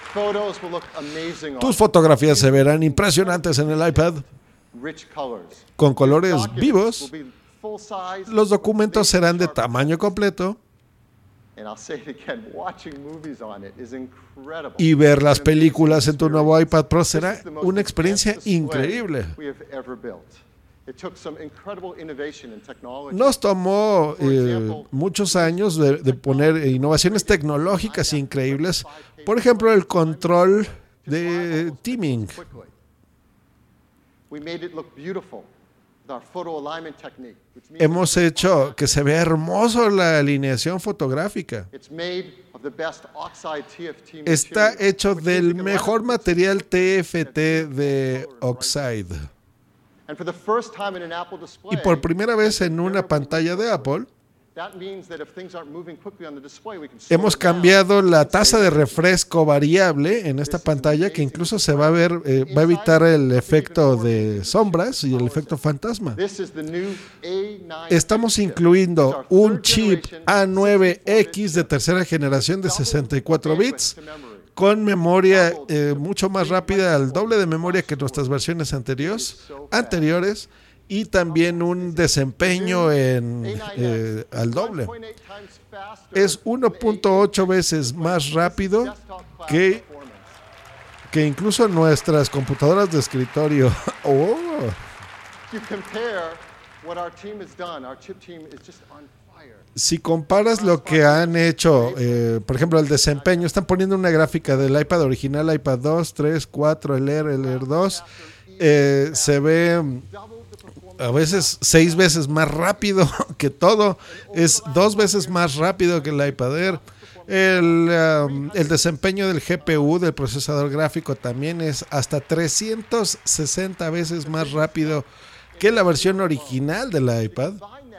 Tus fotografías se verán impresionantes en el iPad. Con colores vivos. Los documentos serán de tamaño completo. Y ver las películas en tu nuevo iPad Pro será una experiencia increíble. Nos tomó eh, muchos años de, de poner innovaciones tecnológicas increíbles. Por ejemplo, el control de teaming. Hemos hecho que se vea hermoso la alineación fotográfica. Está hecho del mejor material T F T de Oxide. Y por primera vez en una pantalla de Apple, hemos cambiado la tasa de refresco variable en esta pantalla, que incluso se va a ver, eh, va a evitar el efecto de sombras y el efecto fantasma. Estamos incluyendo un chip A nueve X de tercera generación de sesenta y cuatro bits con memoria eh, mucho más rápida, al doble de memoria que nuestras versiones anteriores, anteriores y también un desempeño en, eh, al doble. Es uno punto ocho veces más rápido que, que incluso nuestras computadoras de escritorio. Oh. Si comparas lo que han hecho, eh, por ejemplo, el desempeño, están poniendo una gráfica del iPad original, iPad dos, tres, cuatro, el Air, el Air dos, eh, se ve a veces seis veces más rápido que todo, es dos veces más rápido que el iPad Air. El, um, el desempeño del G P U, del procesador gráfico, también es hasta trescientas sesenta veces más rápido que la versión original del iPad.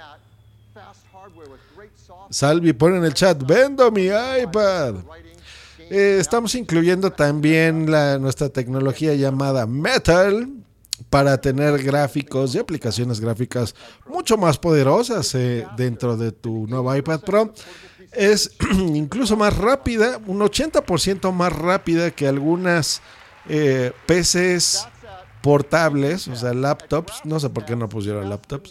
Salvi pone en el chat, vendo mi iPad. Eh, estamos incluyendo también la, nuestra tecnología llamada Metal para tener gráficos y aplicaciones gráficas mucho más poderosas eh, dentro de tu nuevo iPad Pro. Es incluso más rápida, un ochenta por ciento más rápida que algunas eh, P Cs portables, o sea, laptops. No sé por qué no pusieron laptops.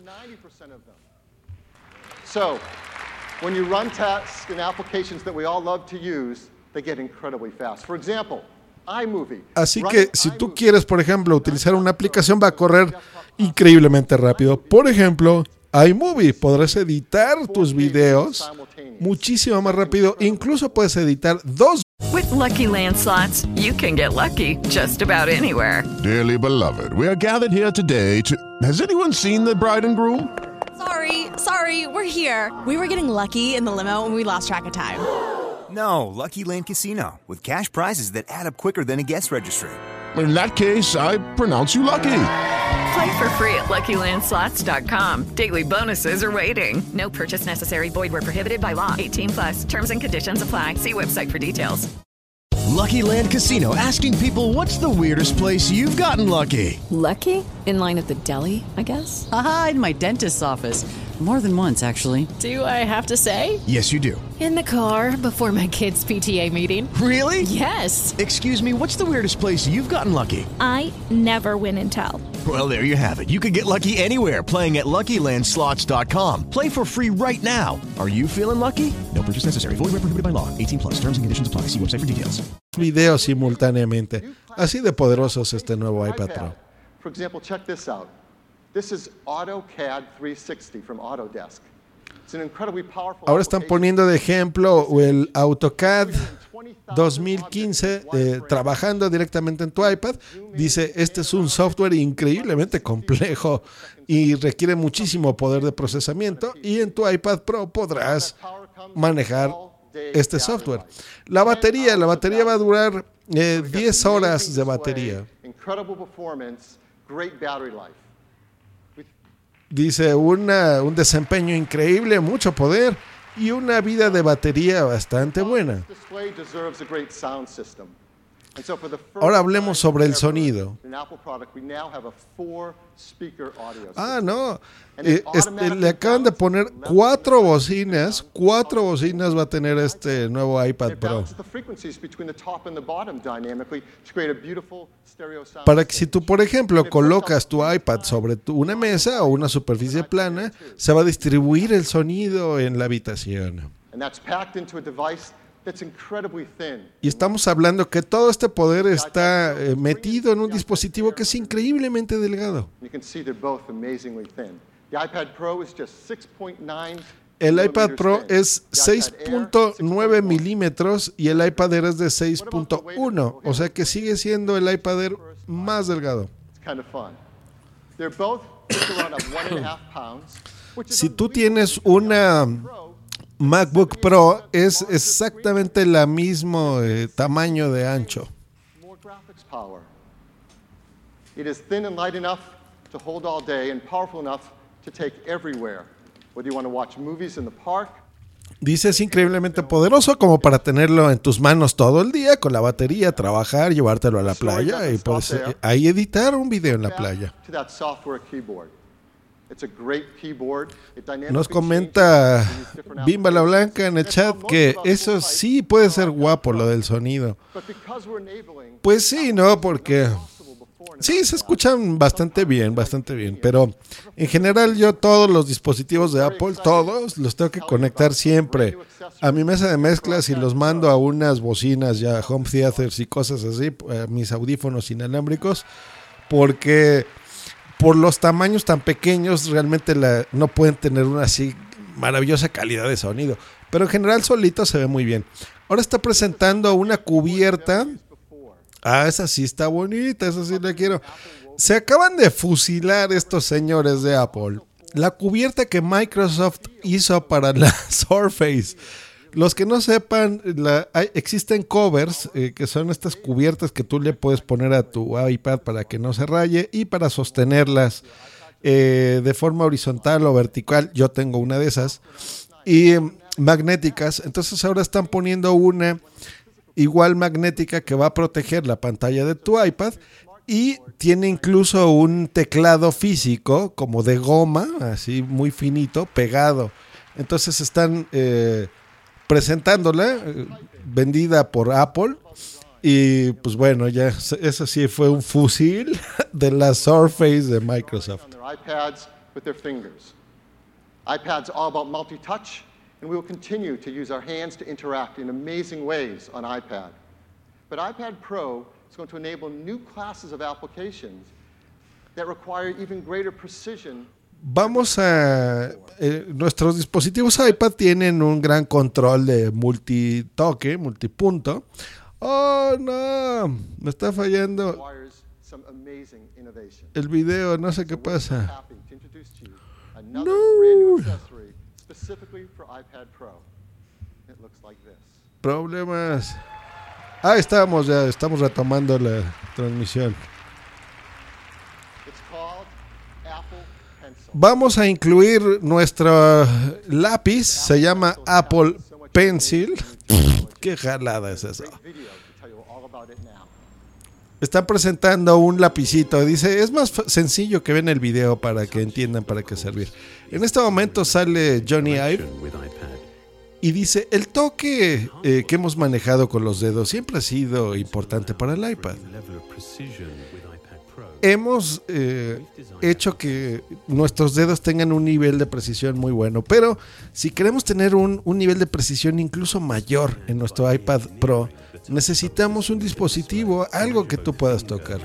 So, when you run tasks and applications that we all love to use, they get incredibly fast. For example, iMovie. Así que si tú quieres, por ejemplo, utilizar una aplicación, va a correr increíblemente rápido. Por ejemplo, iMovie, podrás editar tus videos muchísimo más rápido. Incluso puedes editar dos. With Lucky Land Slots, you can get lucky just about anywhere. Dearly beloved, we are gathered here today to... Has anyone seen the bride and groom? Sorry, sorry, we're here. We were getting lucky in the limo and we lost track of time. No, Lucky Land Casino, with cash prizes that add up quicker than a guest registry. In that case, I pronounce you lucky. Play for free at Lucky Land Slots dot com. Daily bonuses are waiting. No purchase necessary. Void where prohibited by law. eighteen plus. Terms and conditions apply. See website for details. Lucky Land Casino, asking people, what's the weirdest place you've gotten lucky? Lucky? In line at the deli, I guess? Aha, in my dentist's office. More than once, actually. Do I have to say? Yes, you do. In the car before my kids' P T A meeting. Really? Yes. Excuse me, what's the weirdest place you've gotten lucky? I never win and tell. Well, there you have it. You can get lucky anywhere, playing at Lucky Land Slots dot com. Play for free right now. Are you feeling lucky? No purchase necessary. Void where prohibited by law. eighteen plus. Terms and conditions apply. See website for details. Videos simultáneamente. Así de poderoso es este nuevo iPad Pro. For example, check this out. This is AutoCAD three sixty from Autodesk. It's an incredibly powerful. Ahora están poniendo de ejemplo el AutoCAD dos mil quince eh, trabajando directamente en tu iPad. Dice, este es un software increíblemente complejo y requiere muchísimo poder de procesamiento, y en tu iPad Pro podrás manejar este software. La batería, la batería va a durar eh, diez horas de batería. Incredible performance, great battery life. Dice, una, un desempeño increíble, mucho poder y una vida de batería bastante buena. Ahora hablemos sobre el sonido. Ah, no. Eh, este, le acaban de poner cuatro bocinas. Cuatro bocinas va a tener este nuevo iPad Pro. Para que si tú, por ejemplo, colocas tu iPad sobre tu, una mesa o una superficie plana, se va a distribuir el sonido en la habitación. Y estamos hablando que todo este poder está eh, metido en un dispositivo que es increíblemente delgado. El iPad Pro es seis punto nueve milímetros y el iPad Air es de seis punto uno, o sea que sigue siendo el iPad Air más delgado. Si tú tienes una MacBook Pro, es exactamente el mismo eh, tamaño de ancho. It is thin and light enough to hold all day and powerful enough to take everywhere. Whether you want to watch movies in the park. Dice, es increíblemente poderoso como para tenerlo en tus manos todo el día con la batería, trabajar, llevártelo a la playa y puedes eh, ahí editar un video en la playa. Nos comenta Bimba la Blanca en el chat que eso sí puede ser guapo, lo del sonido. Pues sí, ¿no? Porque sí, se escuchan bastante bien, bastante bien, pero en general yo todos los dispositivos de Apple, todos los tengo que conectar siempre a mi mesa de mezclas y los mando a unas bocinas ya, home theaters y cosas así, a mis audífonos inalámbricos, porque por los tamaños tan pequeños, realmente la, no pueden tener una así maravillosa calidad de sonido. Pero en general solito se ve muy bien. Ahora está presentando una cubierta. Ah, esa sí está bonita, esa sí la quiero. Se acaban de fusilar estos señores de Apple la cubierta que Microsoft hizo para la Surface. Los que no sepan, la, hay, existen covers, eh, que son estas cubiertas que tú le puedes poner a tu iPad para que no se raye y para sostenerlas eh, de forma horizontal o vertical. Yo tengo una de esas. Y eh, magnéticas. Entonces ahora están poniendo una igual magnética que va a proteger la pantalla de tu iPad. Y tiene incluso un teclado físico como de goma, así muy finito, pegado. Entonces están eh, presentándola, eh, vendida por Apple. Y pues bueno, ya eso sí fue un fusil de la Surface de Microsoft. iPads with their fingers. iPad's all about multi-touch, and we will continue to use our hands to interact in amazing ways on iPad. But iPad Pro is going to enable new classes of applications that require even greater precision. Vamos a... Eh, nuestros dispositivos iPad tienen un gran control de multitoque, multipunto. ¡Oh, no! Me está fallando el video, no sé qué pasa. ¡No! Problemas. Ah, estamos ya, estamos retomando la transmisión. Vamos a incluir nuestro lápiz, se llama Apple Pencil. Qué jalada es eso. Están presentando un lapicito. Dice, es más sencillo que ven el video para que entiendan para qué servir. En este momento sale Johnny Ive y dice, el toque eh, que hemos manejado con los dedos siempre ha sido importante para el iPad. Hemos eh, hecho que nuestros dedos tengan un nivel de precisión muy bueno, pero si queremos tener un, un nivel de precisión incluso mayor en nuestro iPad Pro, necesitamos un dispositivo, algo que tú puedas tocar.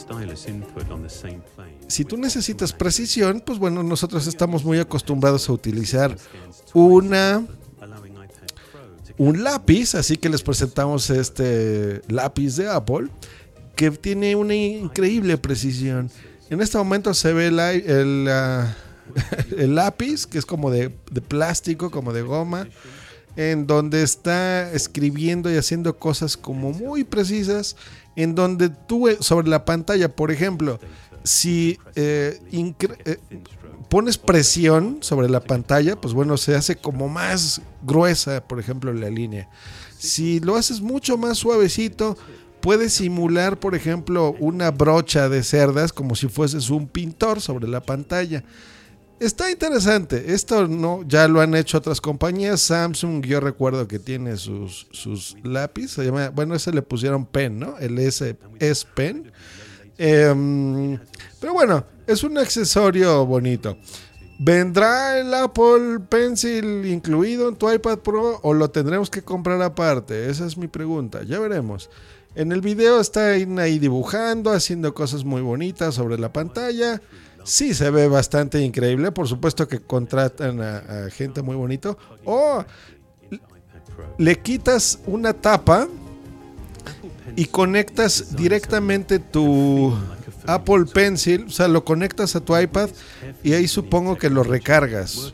Si tú necesitas precisión, pues bueno, nosotros estamos muy acostumbrados a utilizar una... un lápiz, así que les presentamos este lápiz de Apple que tiene una increíble precisión. En este momento se ve el, el, uh, el lápiz, que es como de, de plástico, como de goma, en donde está escribiendo y haciendo cosas como muy precisas, en donde tú sobre la pantalla, por ejemplo, si eh, incre- eh, pones presión sobre la pantalla, pues bueno, se hace como más gruesa, por ejemplo, la línea. Si lo haces mucho más suavecito, puedes simular, por ejemplo, una brocha de cerdas como si fueses un pintor sobre la pantalla. Está interesante. Esto no, ya lo han hecho otras compañías. Samsung, yo recuerdo que tiene sus, sus lápiz. Se llama, bueno, ese le pusieron Pen, ¿no? El S, S Pen. Eh, pero bueno, es un accesorio bonito. ¿Vendrá el Apple Pencil incluido en tu iPad Pro o lo tendremos que comprar aparte? Esa es mi pregunta. Ya veremos. En el video está ahí dibujando, haciendo cosas muy bonitas sobre la pantalla. Sí, se ve bastante increíble. Por supuesto que contratan a, a gente muy bonito. O le quitas una tapa y conectas directamente tu Apple Pencil. O sea, lo conectas a tu iPad y ahí supongo que lo recargas.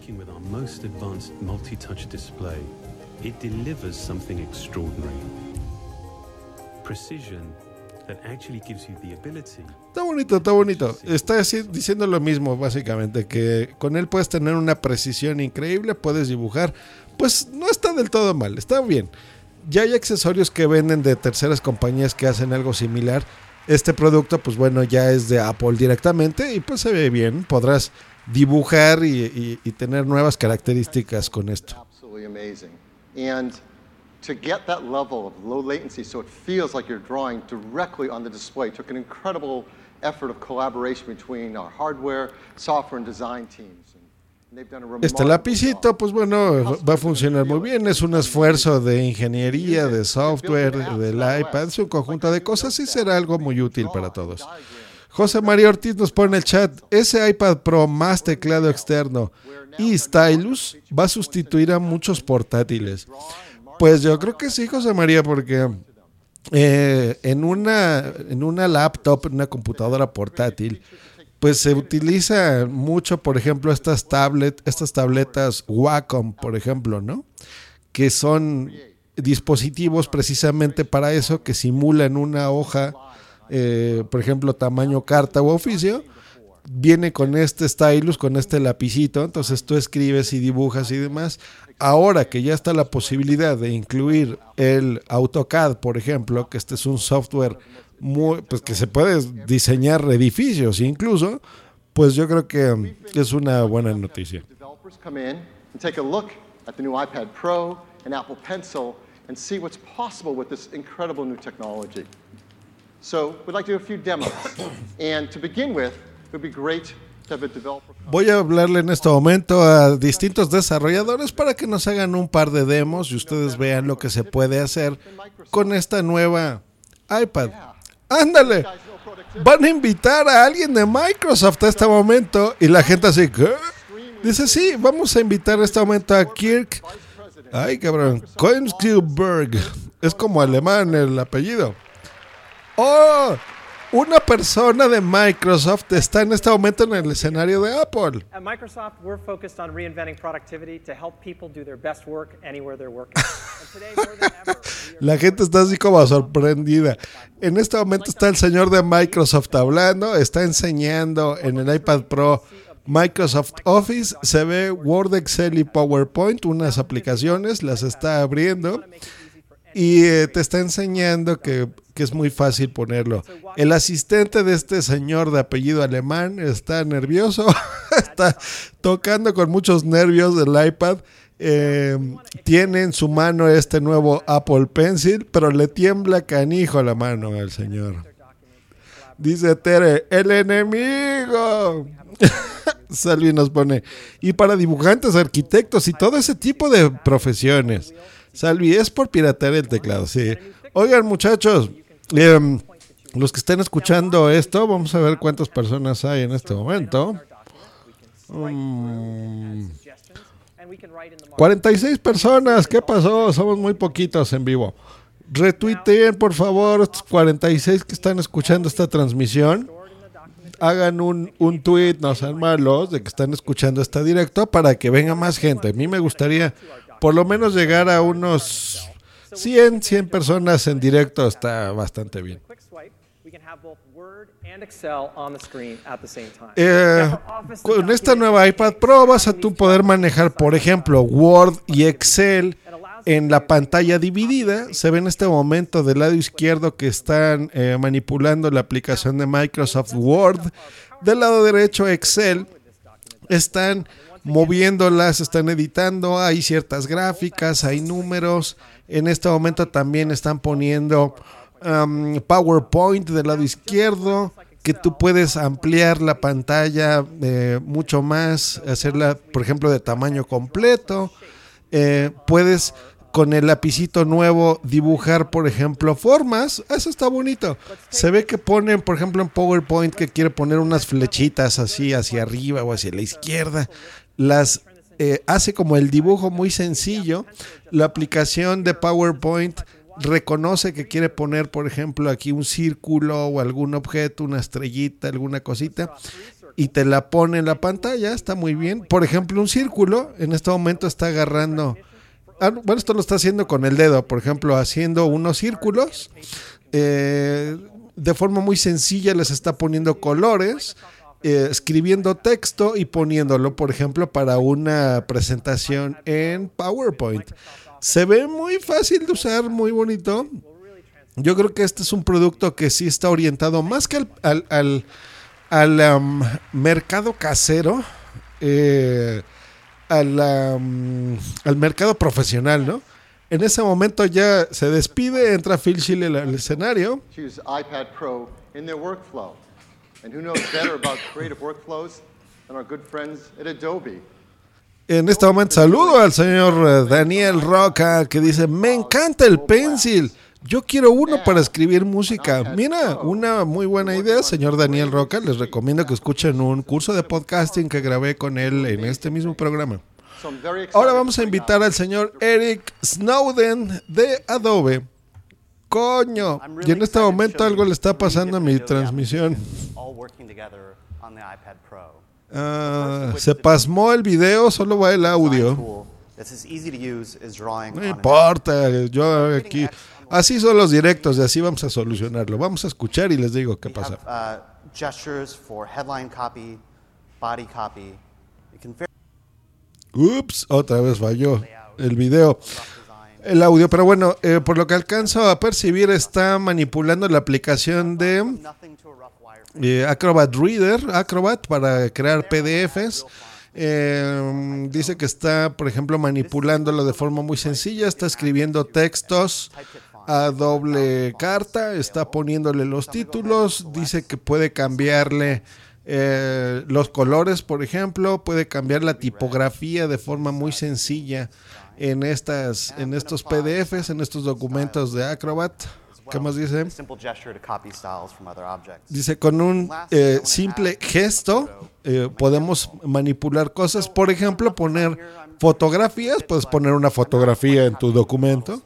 Está bonito, está bonito. Está diciendo lo mismo, básicamente, que con él puedes tener una precisión increíble, puedes dibujar. Pues no está del todo mal, está bien. Ya hay accesorios que venden de terceras compañías que hacen algo similar. Este producto, pues bueno, ya es de Apple directamente y pues se ve bien. Podrás dibujar y, y, y tener nuevas características con esto. Absolutely amazing. And to get that level of low latency so it feels like you're drawing directly on the display took an incredible effort of collaboration between our hardware, software and design teams. And they've done a remarkable Este lapicito, pues bueno, va a funcionar muy bien. Es un esfuerzo de ingeniería, de software, del iPad, es un conjunto de cosas y será algo muy útil para todos. José María Ortiz nos pone en el chat, ese iPad Pro más teclado externo y stylus va a sustituir a muchos portátiles. Pues yo creo que sí, José María, porque eh, en, una, en una laptop, en una computadora portátil, pues se utiliza mucho, por ejemplo, estas tablet, estas tabletas Wacom, por ejemplo, ¿no? Que son dispositivos precisamente para eso, que simulan una hoja, eh, por ejemplo, tamaño carta u oficio. Viene con este stylus, con este lapicito, entonces tú escribes y dibujas y demás. Ahora que ya está la posibilidad de incluir el AutoCAD, por ejemplo, que este es un software muy, pues que se puede diseñar edificios incluso, pues yo creo que es una buena noticia. At the new iPad Pro and Apple Pencil and see what's possible with this incredible new technology. So we'd like to do a few demos. And to begin with, it would be great to have a developer. Voy a hablarle en este momento a distintos desarrolladores para que nos hagan un par de demos y ustedes vean lo que se puede hacer con esta nueva iPad. ¡Ándale! Van a invitar a alguien de Microsoft a este momento y la gente así, ¿qué? Dice, sí, vamos a invitar en este momento a Kirk. Ay, cabrón. Koenigsberg. Es como alemán el apellido. ¡Oh! Una persona de Microsoft está en este momento en el escenario de Apple. At Microsoft, we're focused on reinventing productivity to help people do their best work anywhere they're working. And today, more than ever, La gente está así como sorprendida. En este momento está el señor de Microsoft hablando, está enseñando en el iPad Pro Microsoft Office, se ve Word, Excel y PowerPoint, unas aplicaciones, las está abriendo y eh, te está enseñando que, que es muy fácil ponerlo. El asistente de este señor de apellido alemán está nervioso, está tocando con muchos nervios el iPad, eh, tiene en su mano este nuevo Apple Pencil, pero le tiembla canijo la mano al señor. Dice Tere, el enemigo. Salvi nos pone, y para dibujantes, arquitectos y todo ese tipo de profesiones. Salvi, es por piratear el teclado, sí. Oigan, muchachos, eh, los que estén escuchando esto, vamos a ver cuántas personas hay en este momento. Um, cuarenta y seis personas, ¿qué pasó? Somos muy poquitos en vivo. Retuiteen, por favor, estos cuarenta y seis que están escuchando esta transmisión. Hagan un, un tweet, no sean malos, de que están escuchando esta directo para que venga más gente. A mí me gustaría por lo menos llegar a unos cien, cien personas en directo, está bastante bien. Eh, con esta nueva iPad Pro vas a tú poder manejar, por ejemplo, Word y Excel en la pantalla dividida. Se ve en este momento del lado izquierdo que están eh, manipulando la aplicación de Microsoft Word. Del lado derecho Excel. Están moviéndolas, están editando, hay ciertas gráficas, hay números. En este momento también están poniendo um, PowerPoint del lado izquierdo, que tú puedes ampliar la pantalla eh, mucho más, hacerla, por ejemplo, de tamaño completo. Eh, puedes con el lapicito nuevo dibujar, por ejemplo, formas. Eso está bonito. Se ve que ponen, por ejemplo, en PowerPoint que quiere poner unas flechitas así hacia arriba o hacia la izquierda. Las eh, hace como el dibujo muy sencillo. La aplicación de PowerPoint reconoce que quiere poner, por ejemplo, aquí un círculo o algún objeto, una estrellita, alguna cosita, y te la pone en la pantalla. Está muy bien. Por ejemplo, un círculo en este momento está agarrando, ah, bueno, esto lo está haciendo con el dedo, por ejemplo, haciendo unos círculos, eh, de forma muy sencilla les está poniendo colores, eh, escribiendo texto y poniéndolo, por ejemplo, para una presentación en PowerPoint. Se ve muy fácil de usar, muy bonito. Yo creo que este es un producto que sí está orientado más que al, al, al, al um, mercado casero, eh, al, um, al mercado profesional, ¿no? En ese momento ya se despide, entra Phil Schiller al, al escenario. Choose iPad Pro in their workflow. And who knows better about creative workflows than our good friends at Adobe. En este momento saludo al señor Daniel Roca, que dice, me encanta el Pencil, Yo quiero uno para escribir música. Mira, una muy buena idea, señor Daniel Roca. Les recomiendo que escuchen un curso de podcasting que grabé con él en este mismo programa. Ahora vamos a invitar al señor Eric Snowden de Adobe. Coño, y en este momento algo le está pasando a mi transmisión. Uh, se pasmó el video, solo va el audio. No importa, yo aquí... Así son los directos y así vamos a solucionarlo. Vamos a escuchar y les digo qué pasa. Ups, otra vez falló el video. El audio, pero bueno, eh, por lo que alcanzo a percibir, está manipulando la aplicación de eh, Acrobat Reader, Acrobat, para crear P D Fs. Eh, dice que está, por ejemplo, manipulándolo de forma muy sencilla. Está escribiendo textos a doble carta, está poniéndole los títulos. Dice que puede cambiarle eh, los colores, por ejemplo, puede cambiar la tipografía de forma muy sencilla en estas, en estos P D Fs, en estos documentos de Acrobat. ¿Qué más dice? Dice, con un eh, simple gesto eh, podemos manipular cosas. Por ejemplo, poner fotografías. Puedes poner una fotografía en tu documento.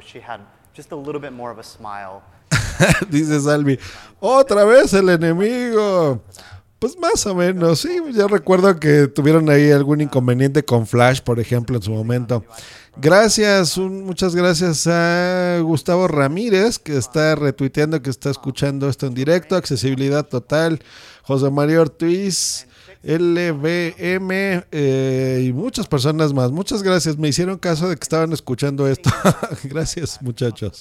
Dice Salvi, otra vez el enemigo. Pues más o menos, sí. Yo recuerdo que tuvieron ahí algún inconveniente con Flash, por ejemplo, en su momento. Gracias, un, muchas gracias a Gustavo Ramírez, que está retuiteando, que está escuchando esto en directo. Accesibilidad Total, José María Ortiz, L B M eh, y muchas personas más. Muchas gracias, me hicieron caso de que estaban escuchando esto. Gracias, muchachos.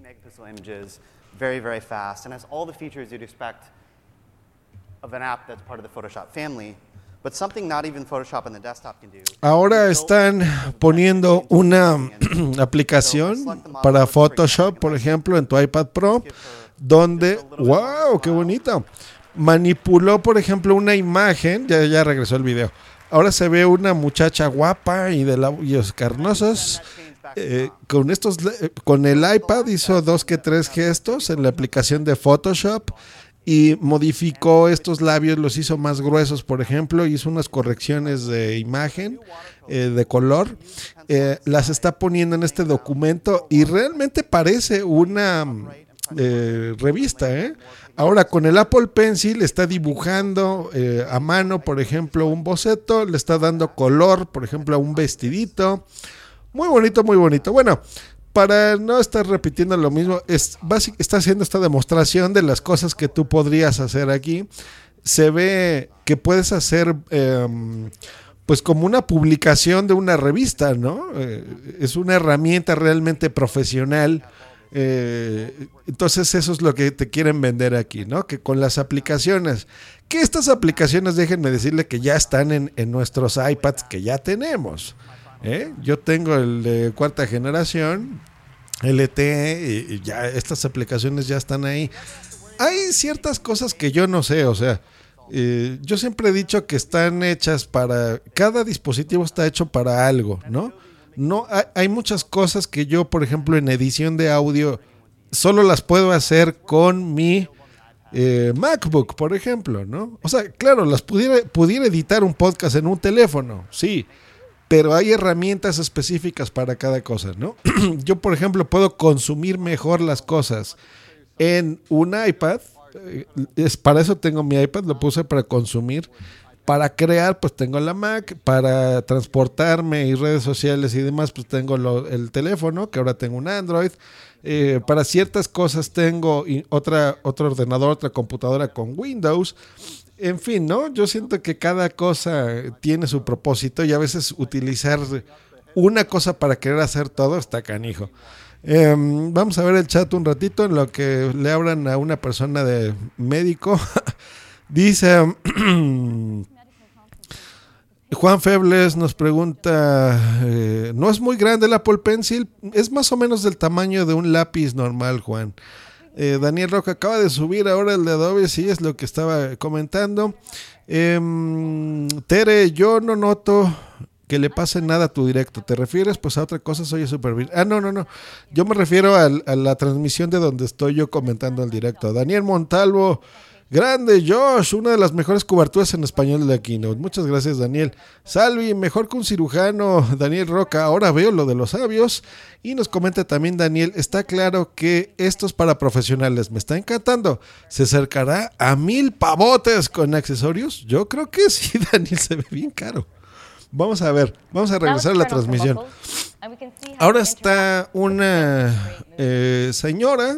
Ahora están poniendo una aplicación para Photoshop, por ejemplo, en tu iPad Pro, donde, wow, qué bonito, manipuló, por ejemplo, una imagen. Ya, ya regresó el video. Ahora se ve una muchacha guapa y de labios carnosos. Eh, con estos, con el iPad hizo dos que tres gestos en la aplicación de Photoshop y modificó estos labios, los hizo más gruesos, por ejemplo, hizo unas correcciones de imagen, eh, de color, eh, las está poniendo en este documento y realmente parece una eh, revista, ¿eh? Ahora con el Apple Pencil está dibujando eh, a mano, por ejemplo, un boceto, le está dando color, por ejemplo, a un vestidito. Muy bonito, muy bonito. Bueno, para no estar repitiendo lo mismo, es, basic, está haciendo esta demostración de las cosas que tú podrías hacer aquí. Se ve que puedes hacer eh, pues como una publicación de una revista, ¿no? Eh, es una herramienta realmente profesional. Eh, entonces eso es lo que te quieren vender aquí, ¿no? Que con las aplicaciones, que estas aplicaciones, déjenme decirle que ya están en, en nuestros iPads que ya tenemos. ¿Eh? Yo tengo el de cuarta generación, L T E, y ya estas aplicaciones ya están ahí. Hay ciertas cosas que yo no sé, o sea, eh, yo siempre he dicho que están hechas para, cada dispositivo está hecho para algo, ¿no? No hay, hay muchas cosas que yo, por ejemplo, en edición de audio, solo las puedo hacer con mi eh, MacBook, por ejemplo, ¿no? O sea, claro, las pudiera, pudiera editar un podcast en un teléfono, sí, pero hay herramientas específicas para cada cosa, ¿no? Yo, por ejemplo, puedo consumir mejor las cosas en un iPad. Es, para eso tengo mi iPad, lo puse para consumir. Para crear, pues tengo la Mac. Para transportarme y redes sociales y demás, pues tengo lo, el teléfono, que ahora tengo un Android. Eh, para ciertas cosas tengo otra, otro ordenador, otra computadora con Windows. En fin, ¿no? Yo siento que cada cosa tiene su propósito y a veces utilizar una cosa para querer hacer todo está canijo. Eh, vamos a ver el chat un ratito en lo que le hablan a una persona de médico. Dice Juan Febles, nos pregunta, eh, ¿no es muy grande el Apple Pencil? Es más o menos del tamaño de un lápiz normal, Juan. Eh, Daniel Roca acaba de subir ahora el de Adobe, sí, es lo que estaba comentando. Eh, Tere, yo no noto que le pase nada a tu directo. ¿Te refieres pues a otra cosa? Soy súper bien. Ah, no, no, no. Yo me refiero a, a la transmisión de donde estoy yo comentando el directo. Daniel Montalvo, grande Josh, una de las mejores coberturas en español de la Keynote. Muchas gracias, Daniel. Salvi, mejor que un cirujano. Daniel Roca, ahora veo lo de los sabios. Y nos comenta también Daniel, está claro que esto es para profesionales. Me está encantando. ¿Se acercará a mil pavotes con accesorios? Yo creo que sí, Daniel, se ve bien caro. Vamos a ver, vamos a regresar a la transmisión. Ahora está una eh, señora...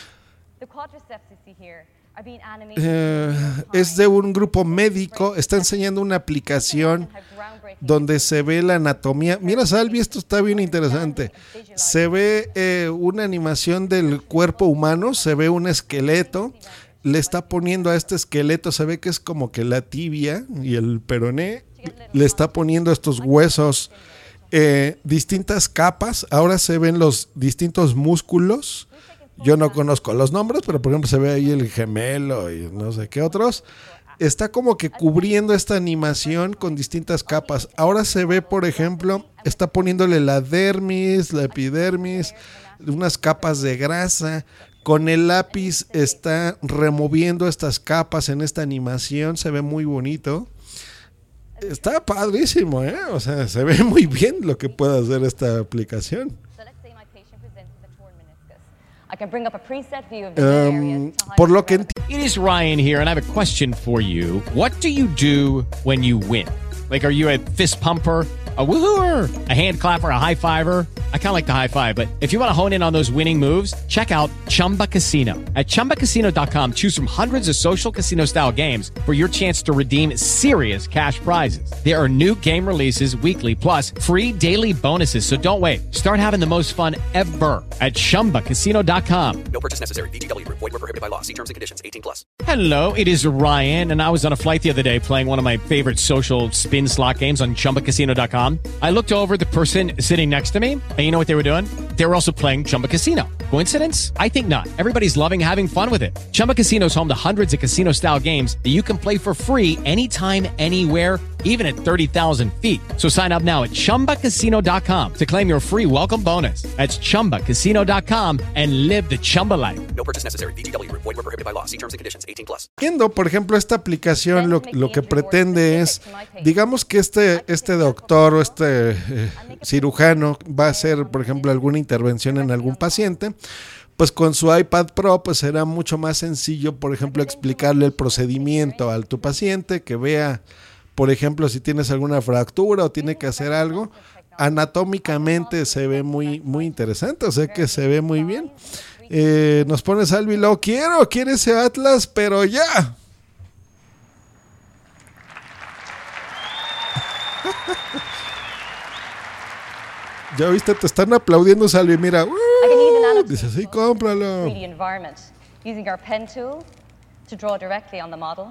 Eh, es de un grupo médico, está enseñando una aplicación donde se ve la anatomía. Mira, Salvi, esto está bien interesante. Se ve eh, una animación del cuerpo humano, se ve un esqueleto, le está poniendo a este esqueleto, se ve que es como que la tibia y el peroné, le está poniendo estos huesos, eh, distintas capas. Ahora se ven los distintos músculos. Yo no conozco los nombres, pero por ejemplo se ve ahí el gemelo y no sé qué otros. Está como que cubriendo esta animación con distintas capas. Ahora se ve, por ejemplo, está poniéndole la dermis, la epidermis, unas capas de grasa. Con el lápiz está removiendo estas capas en esta animación. Se ve muy bonito. Está padrísimo, ¿eh? O sea, se ve muy bien lo que puede hacer esta aplicación. I can bring up a preset view of the um, por lo que enti- It is Ryan here, and I have a question for you. What do you do when you win? Like, are you a fist pumper, a woohooer, a hand clapper, a high fiver? I kind of like the high five, but if you want to hone in on those winning moves, check out Chumba Casino. At chumba casino dot com, choose from hundreds of social casino style games for your chance to redeem serious cash prizes. There are new game releases weekly, plus free daily bonuses. So don't wait. Start having the most fun ever at chumba casino dot com. No purchase necessary. V G W Group. Void where prohibited by law. See terms and conditions. eighteen plus. Hello, it is Ryan, and I was on a flight the other day playing one of my favorite social spin slot games on chumba casino dot com. I looked over at the person sitting next to me, and you know what they were doing? They were also playing Chumba Casino. Coincidence? I think not. Everybody's loving having fun with it. Chumba Casino is home to hundreds of casino-style games that you can play for free anytime, anywhere, even at thirty thousand feet. So sign up now at chumba casino dot com to claim your free welcome bonus. That's chumba casino dot com and live the Chumba life. No purchase necessary. V G W Group. Void where prohibited by law. See terms and conditions. eighteen plus. Viendo, por ejemplo, esta aplicación lo, lo que pretende es, digamos que este, este doctor o este eh, cirujano va a hacer, por ejemplo, alguna intervención en algún paciente. Pues con su iPad Pro pues será mucho más sencillo, por ejemplo, explicarle el procedimiento a tu paciente, que vea, por ejemplo, si tienes alguna fractura o tiene que hacer algo. Anatómicamente se ve muy, muy interesante, o sea que se ve muy bien. Eh, nos pone Salvi, lo quiero, quiere ese Atlas, pero ya. Ya viste, te están aplaudiendo, Salvi, mira. Uh, dice, sí, cómpralo. Using our pen tool to draw directly on the model,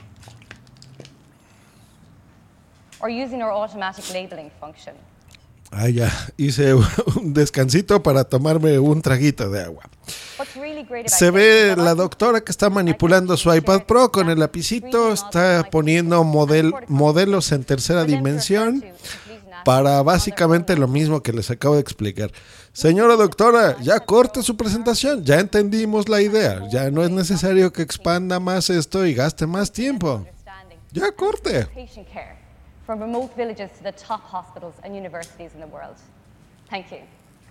or using our automatic labeling function. Ah, ya, hice un descansito para tomarme un traguito de agua. Se ve la doctora que está manipulando su iPad Pro con el lapicito, está poniendo model, modelos en tercera dimensión para básicamente lo mismo que les acabo de explicar. Señora doctora, ya corte su presentación, ya entendimos la idea, ya no es necesario que expanda más esto y gaste más tiempo. Ya corte. From remote villages to the top hospitals and universities in the world. Thank you.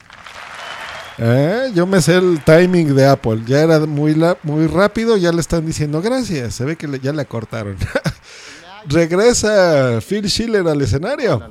Eh, yo me sé el timing de Apple. Ya era muy, la, muy rápido, ya le están diciendo gracias. Se ve que le, ya la cortaron. Regresa Phil Schiller al escenario.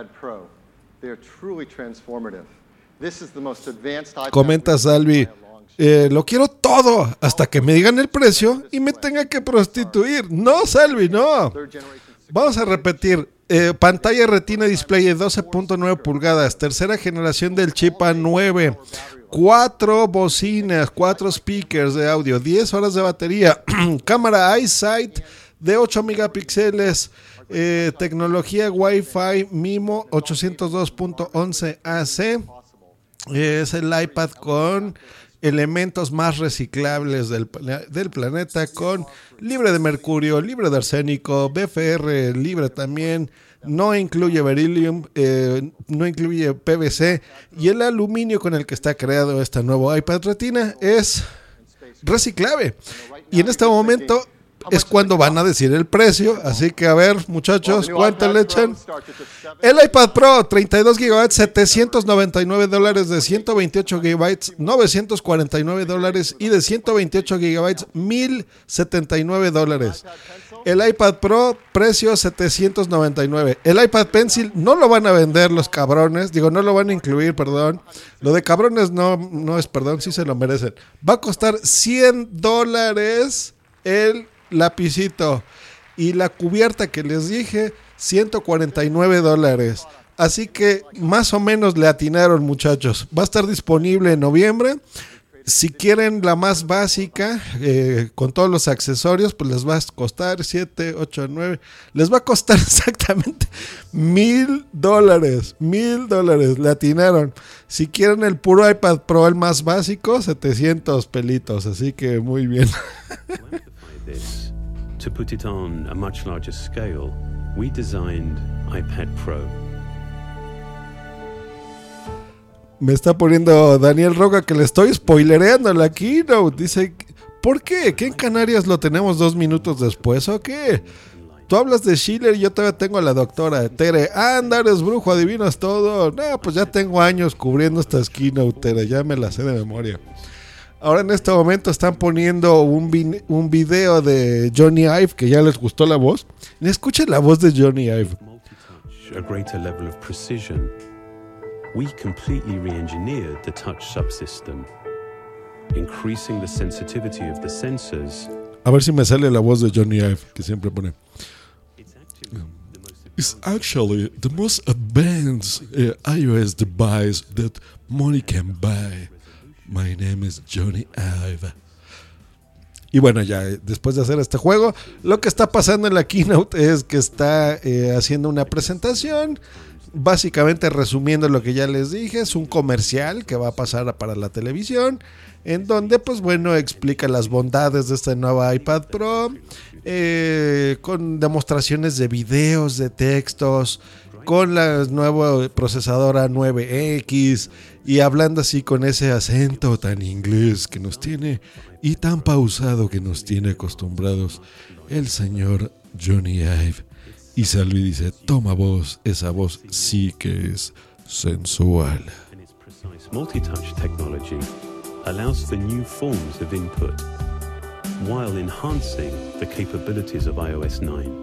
Comenta Salvi, eh, lo quiero todo hasta que me digan el precio y me tenga que prostituir. No, Salvi, no. Vamos a repetir. Eh, pantalla Retina Display de doce punto nueve pulgadas, tercera generación del chip A nueve, cuatro bocinas, cuatro speakers de audio, diez horas de batería, cámara iSight de ocho megapíxeles, eh, tecnología Wi-Fi MIMO ochocientos dos punto once A C, eh, es el iPad con elementos más reciclables del, del planeta, con libre de mercurio, libre de arsénico, B F R libre también, no incluye beryllium, eh, no incluye P V C, y el aluminio con el que está creado este nuevo iPad Retina es reciclable. Y en este momento es cuando van a decir el precio, así que a ver, muchachos, ¿cuánto le echan? El iPad Pro, treinta y dos gigabytes, setecientos noventa y nueve dólares, de ciento veintiocho gigabytes, novecientos cuarenta y nueve dólares, y de ciento veintiocho gigabytes, mil setenta y nueve dólares. El iPad Pro, precio setecientos noventa y nueve. El iPad Pencil no lo van a vender los cabrones, digo, no lo van a incluir, perdón. Lo de cabrones no, no es perdón, sí se lo merecen. Va a costar cien dólares el lapicito, y la cubierta que les dije, ciento cuarenta y nueve dólares. Así que más o menos le atinaron, muchachos. Va a estar disponible en noviembre. Si quieren la más básica, eh, con todos los accesorios, pues les va a costar siete, ocho, nueve. Les va a costar exactamente mil dólares. Mil dólares, le atinaron. Si quieren el puro iPad Pro, el más básico, setecientos pelitos. Así que muy bien. This. To put it on a much larger scale, we designed iPad Pro. Me está poniendo Daniel Roca que le estoy spoilereando la keynote. Dice, ¿por qué? ¿Que en Canarias lo tenemos dos minutos después o qué? Tú hablas de Schiller y yo todavía tengo a la doctora Tere. Anda, eres brujo, adivinas todo. No, pues ya tengo años cubriendo estas keynote, Tere, ya me las sé de memoria. Ahora en este momento están poniendo un, vi- un video de Johnny Ive, que ya les gustó la voz. Escuchen la voz de Johnny Ive. A greater level of precision. We completely re-engineered the touch subsystem, increasing the sensitivity of the sensors. A ver si me sale la voz de Johnny Ive, que siempre pone. It's actually the most advanced uh, iOS device that money can buy. My name is Johnny Ive. Y bueno, ya después de hacer este juego, lo que está pasando en la keynote es que está eh, haciendo una presentación, básicamente resumiendo lo que ya les dije. Es un comercial que va a pasar para la televisión, en donde pues bueno, explica las bondades de este nuevo iPad Pro, eh, con demostraciones de videos, de textos, con la nueva procesadora nueve X, y hablando así con ese acento tan inglés que nos tiene y tan pausado que nos tiene acostumbrados el señor Johnny Ive. Y Salvi dice, toma voz, esa voz sí que es sensual. Multi-touch technology allows for new forms of input while enhancing the capabilities of iOS nine.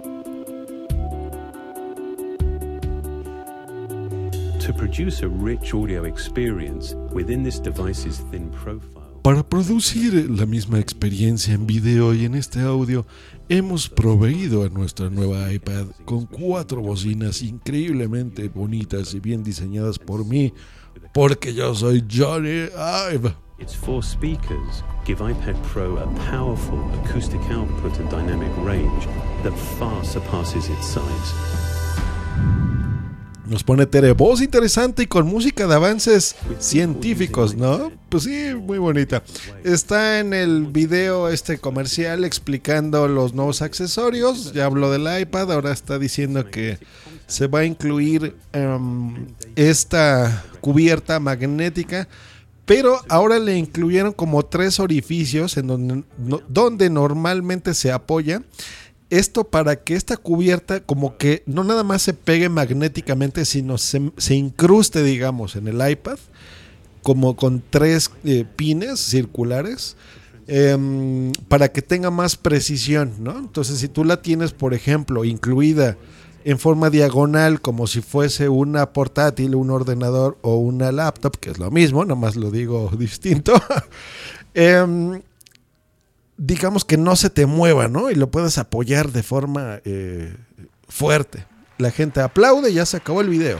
To produce a rich audio experience within this device's thin profile. Para producir la misma experiencia en video y en este audio, hemos proveído a nuestra nueva iPad con cuatro bocinas increíblemente bonitas y bien diseñadas por mí, porque yo soy Johnny Ive. Its four speakers give iPad Pro a powerful acoustic output and dynamic range that far surpasses its size. Nos pone Tere, voz interesante y con música de avances científicos, ¿no? Pues sí, muy bonita. Está en el video este comercial explicando los nuevos accesorios. Ya habló del iPad, ahora está diciendo que se va a incluir um, esta cubierta magnética, pero ahora le incluyeron como tres orificios en donde, no, donde normalmente se apoya. Esto para que esta cubierta como que no nada más se pegue magnéticamente, sino se, se incruste, digamos, en el iPad, como con tres eh, pines circulares, eh, para que tenga más precisión, ¿no? Entonces, si tú la tienes, por ejemplo, incluida en forma diagonal, como si fuese una portátil, un ordenador o una laptop, que es lo mismo, nomás lo digo distinto, eh, digamos que no se te mueva, ¿no? Y lo puedes apoyar de forma eh, fuerte. La gente aplaude y ya se acabó el video.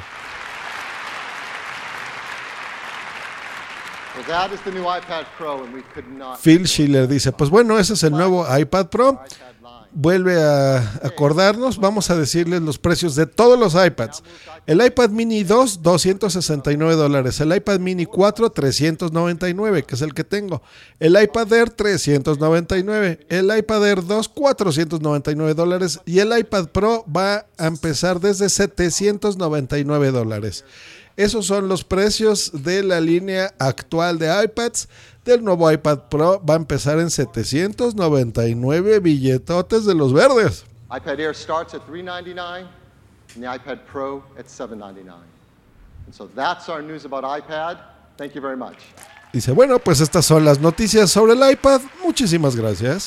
Well, that is the new iPad Pro, and we could not... Phil Schiller dice, pues bueno, ese es el nuevo iPad Pro. vuelve a acordarnos. Vamos a decirles los precios de todos los iPads. El iPad Mini dos, doscientos sesenta y nueve dólares. El iPad Mini cuatro, trescientos noventa y nueve, que es el que tengo. El iPad Air, trescientos noventa y nueve. El iPad Air dos, cuatrocientos noventa y nueve dólares. Y el iPad Pro va a empezar desde setecientos noventa y nueve dólares. Esos son los precios de la línea actual de iPads. Del nuevo iPad Pro va a empezar en setecientos noventa y nueve billetotes de los verdes. iPad Air starts at three ninety-nine and the iPad Pro at seven ninety-nine. And so that's our news about iPad. Thank you very much. Dice, bueno, pues estas son las noticias sobre el iPad. Muchísimas gracias.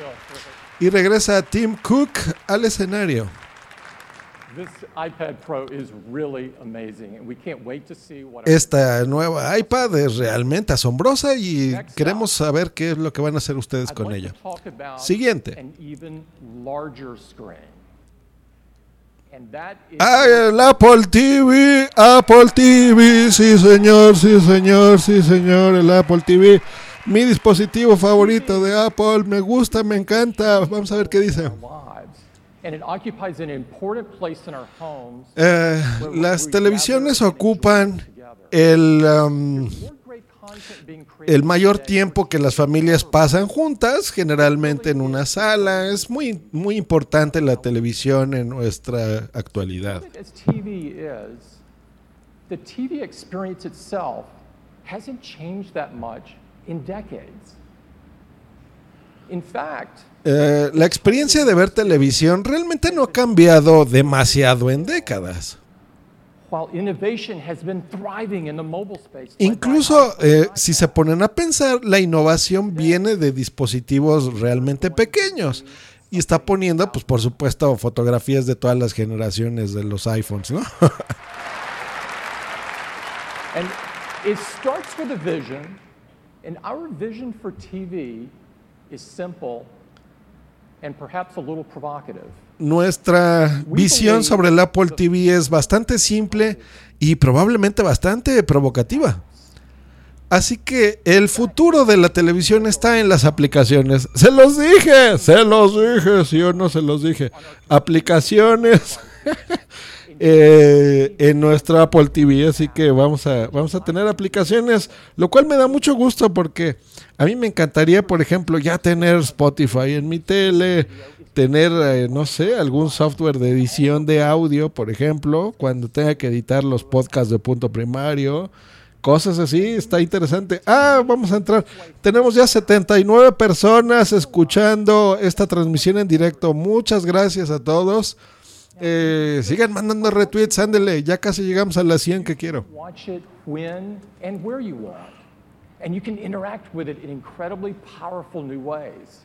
Y regresa Tim Cook al escenario. This iPad Pro is really amazing, and we can't wait to see what Esta nueva iPad es realmente asombrosa y queremos saber qué es lo que van a hacer ustedes con ella. Siguiente. An even larger screen. And that is Ah, el Apple T V, Apple T V, sí señor, sí señor, sí señor, el Apple T V. Mi dispositivo favorito de Apple, me gusta, me encanta. Vamos a ver qué dice. And it occupies an important place in our homes. Eh, las televisiones ocupan el, um, el mayor tiempo que las familias pasan juntas, generalmente en una sala. Es muy, muy importante la televisión en nuestra actualidad. As T V is, the T V experience itself hasn't changed that much in decades. In fact, Eh, la experiencia de ver televisión realmente no ha cambiado demasiado en décadas. while innovation has been thriving in the mobile space, Incluso eh, si se ponen a pensar, la innovación viene de dispositivos realmente pequeños y está poniendo, pues por supuesto, fotografías de todas las generaciones de los iPhones, ¿no? and it starts with a vision, and our vision for T V is simple and perhaps a little provocative. Nuestra visión sobre el Apple T V es bastante simple y probablemente bastante provocativa. Así que el futuro de la televisión está en las aplicaciones. ¡Se los dije! ¡Se los dije! ¿Sí o no se los dije? Aplicaciones eh, en nuestra Apple T V. Así que vamos a, vamos a tener aplicaciones, lo cual me da mucho gusto porque a mí me encantaría, por ejemplo, ya tener Spotify en mi tele, tener, eh, no sé, algún software de edición de audio, por ejemplo, cuando tenga que editar los podcasts de Punto Primario, cosas así. Está interesante. Ah, vamos a entrar. Tenemos ya setenta y nueve personas escuchando esta transmisión en directo. Muchas gracias a todos. Eh, sigan mandando retweets, ándele, ya casi llegamos a las cien que quiero. Watch it when and where you want. And you can interact with it in incredibly powerful new ways.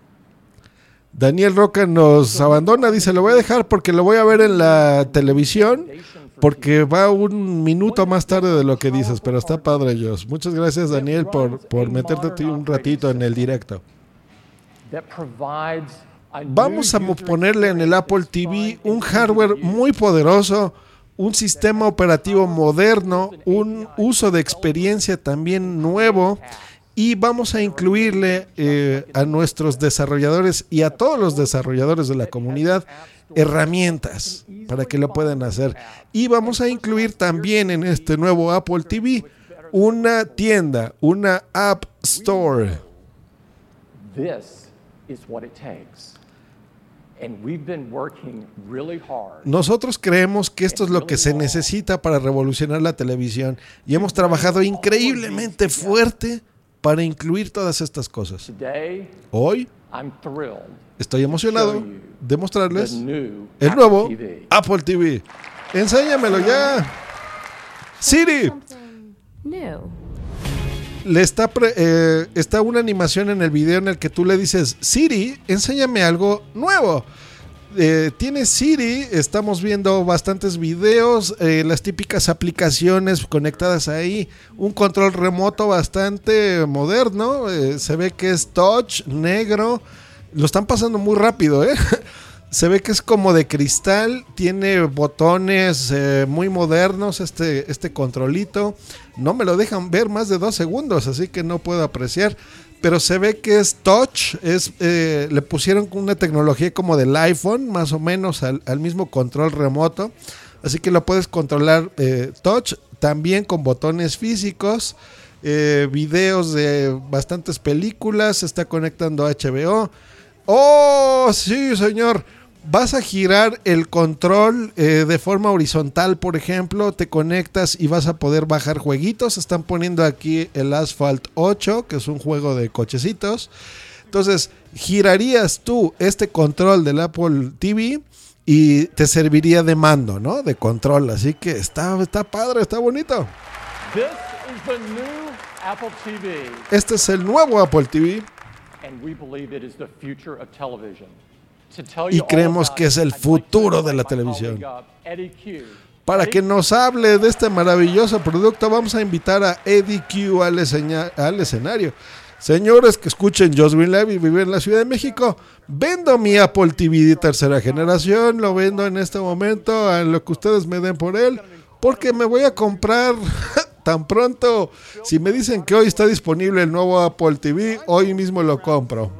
Daniel Roca nos abandona, dice, lo voy a dejar porque lo voy a ver en la televisión, porque va un minuto más tarde de lo que dices, pero está padre, Josh. Muchas gracias, Daniel, por, por meterte un ratito en el directo. That provides a Vamos a new ponerle en el Apple T V un hardware muy poderoso, un sistema operativo moderno, un uso de experiencia también nuevo, y vamos a incluirle eh, a nuestros desarrolladores y a todos los desarrolladores de la comunidad herramientas para que lo puedan hacer. Y vamos a incluir también en este nuevo Apple T V una tienda, una App Store. This is what it takes. And we've been working really hard. Nosotros creemos que esto es lo que se necesita para revolucionar la televisión y hemos trabajado increíblemente fuerte para incluir todas estas cosas. Today, Hoy I'm thrilled estoy emocionado de mostrarles the new el nuevo Apple T V. Apple T V. Enséñamelo ya. Siri. New. Le está, pre- eh, está una animación en el video en el que tú le dices, Siri, enséñame algo nuevo. Eh, tiene Siri, estamos viendo bastantes videos, eh, las típicas aplicaciones conectadas ahí, un control remoto bastante moderno, eh, se ve que es touch, negro, lo están pasando muy rápido, ¿eh? Se ve que es como de cristal, tiene botones eh, muy modernos este, este controlito. No me lo dejan ver más de dos segundos, así que no puedo apreciar. pero se ve que es touch, es eh, le pusieron una tecnología como del iPhone, más o menos al, al mismo control remoto, así que lo puedes controlar eh, touch, también con botones físicos, eh, videos de bastantes películas, se está conectando a H B O. ¡Oh, sí, señor! Vas a girar el control eh, de forma horizontal, por ejemplo, te conectas y vas a poder bajar jueguitos. Están poniendo aquí el Asphalt ocho, que es un juego de cochecitos. Entonces, girarías tú este control del Apple T V y te serviría de mando, ¿no? De control, así que está, está padre, está bonito. This is the new Apple T V. Este es el nuevo Apple T V. And we believe it is the future of television. Y creemos que es el futuro de la televisión. Para que nos hable de este maravilloso producto, vamos a invitar a Eddie Q al, escena- al escenario. Señores que escuchen Just Green Live y viven en la Ciudad de México, vendo mi Apple T V de tercera generación, lo vendo en este momento a lo que ustedes me den por él, porque me voy a comprar tan pronto. Si me dicen que hoy está disponible el nuevo Apple T V, hoy mismo lo compro.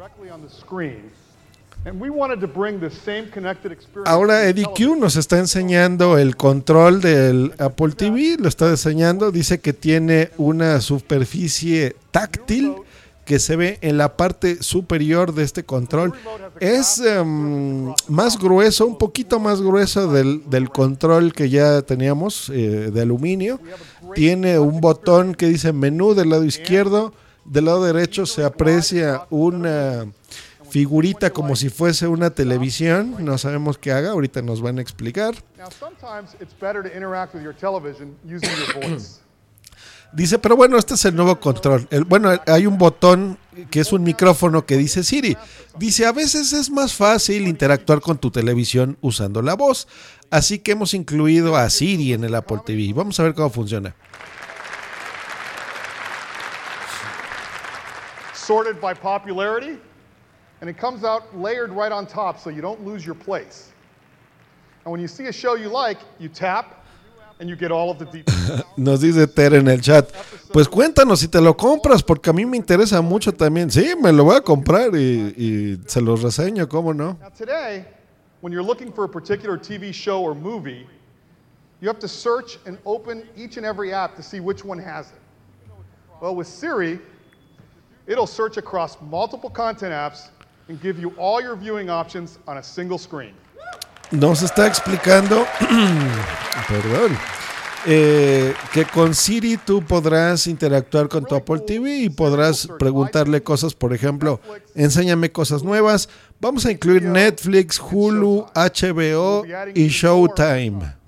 Ahora Eddie Q nos está enseñando el control del Apple T V, lo está diseñando, dice que tiene una superficie táctil que se ve en la parte superior de este control. Es um, más grueso, un poquito más grueso del, del control que ya teníamos eh, de aluminio. Tiene un botón que dice menú del lado izquierdo, del lado derecho se aprecia una figurita como si fuese una televisión, no sabemos qué haga, ahorita nos van a explicar. Dice, pero bueno, este es el nuevo control. El, bueno, hay un botón que es un micrófono que dice Siri. Dice, a veces es más fácil interactuar con tu televisión usando la voz, así que hemos incluido a Siri en el Apple T V. Vamos a ver cómo funciona. Sorted by popularity. And it comes out layered right on top so you don't lose your place. And when you see a show you like, you tap and you get all of the details. Nos dice Ter en el chat, pues cuéntanos si te lo compras, porque a mí me interesa mucho también. Sí, me lo voy a comprar y, y se los reseño, ¿cómo no? Now today, when you're looking for a particular T V show or movie, you have to search and open each and every app to see which one has it. Well, with Siri, it'll search across multiple content apps and give you all your viewing options on a single screen. Nos está explicando, perdón, eh, que con Siri tú podrás interactuar con tu Apple T V y podrás preguntarle cosas, por ejemplo, enséñame cosas nuevas. Vamos a incluir Netflix, Hulu, H B O y Showtime.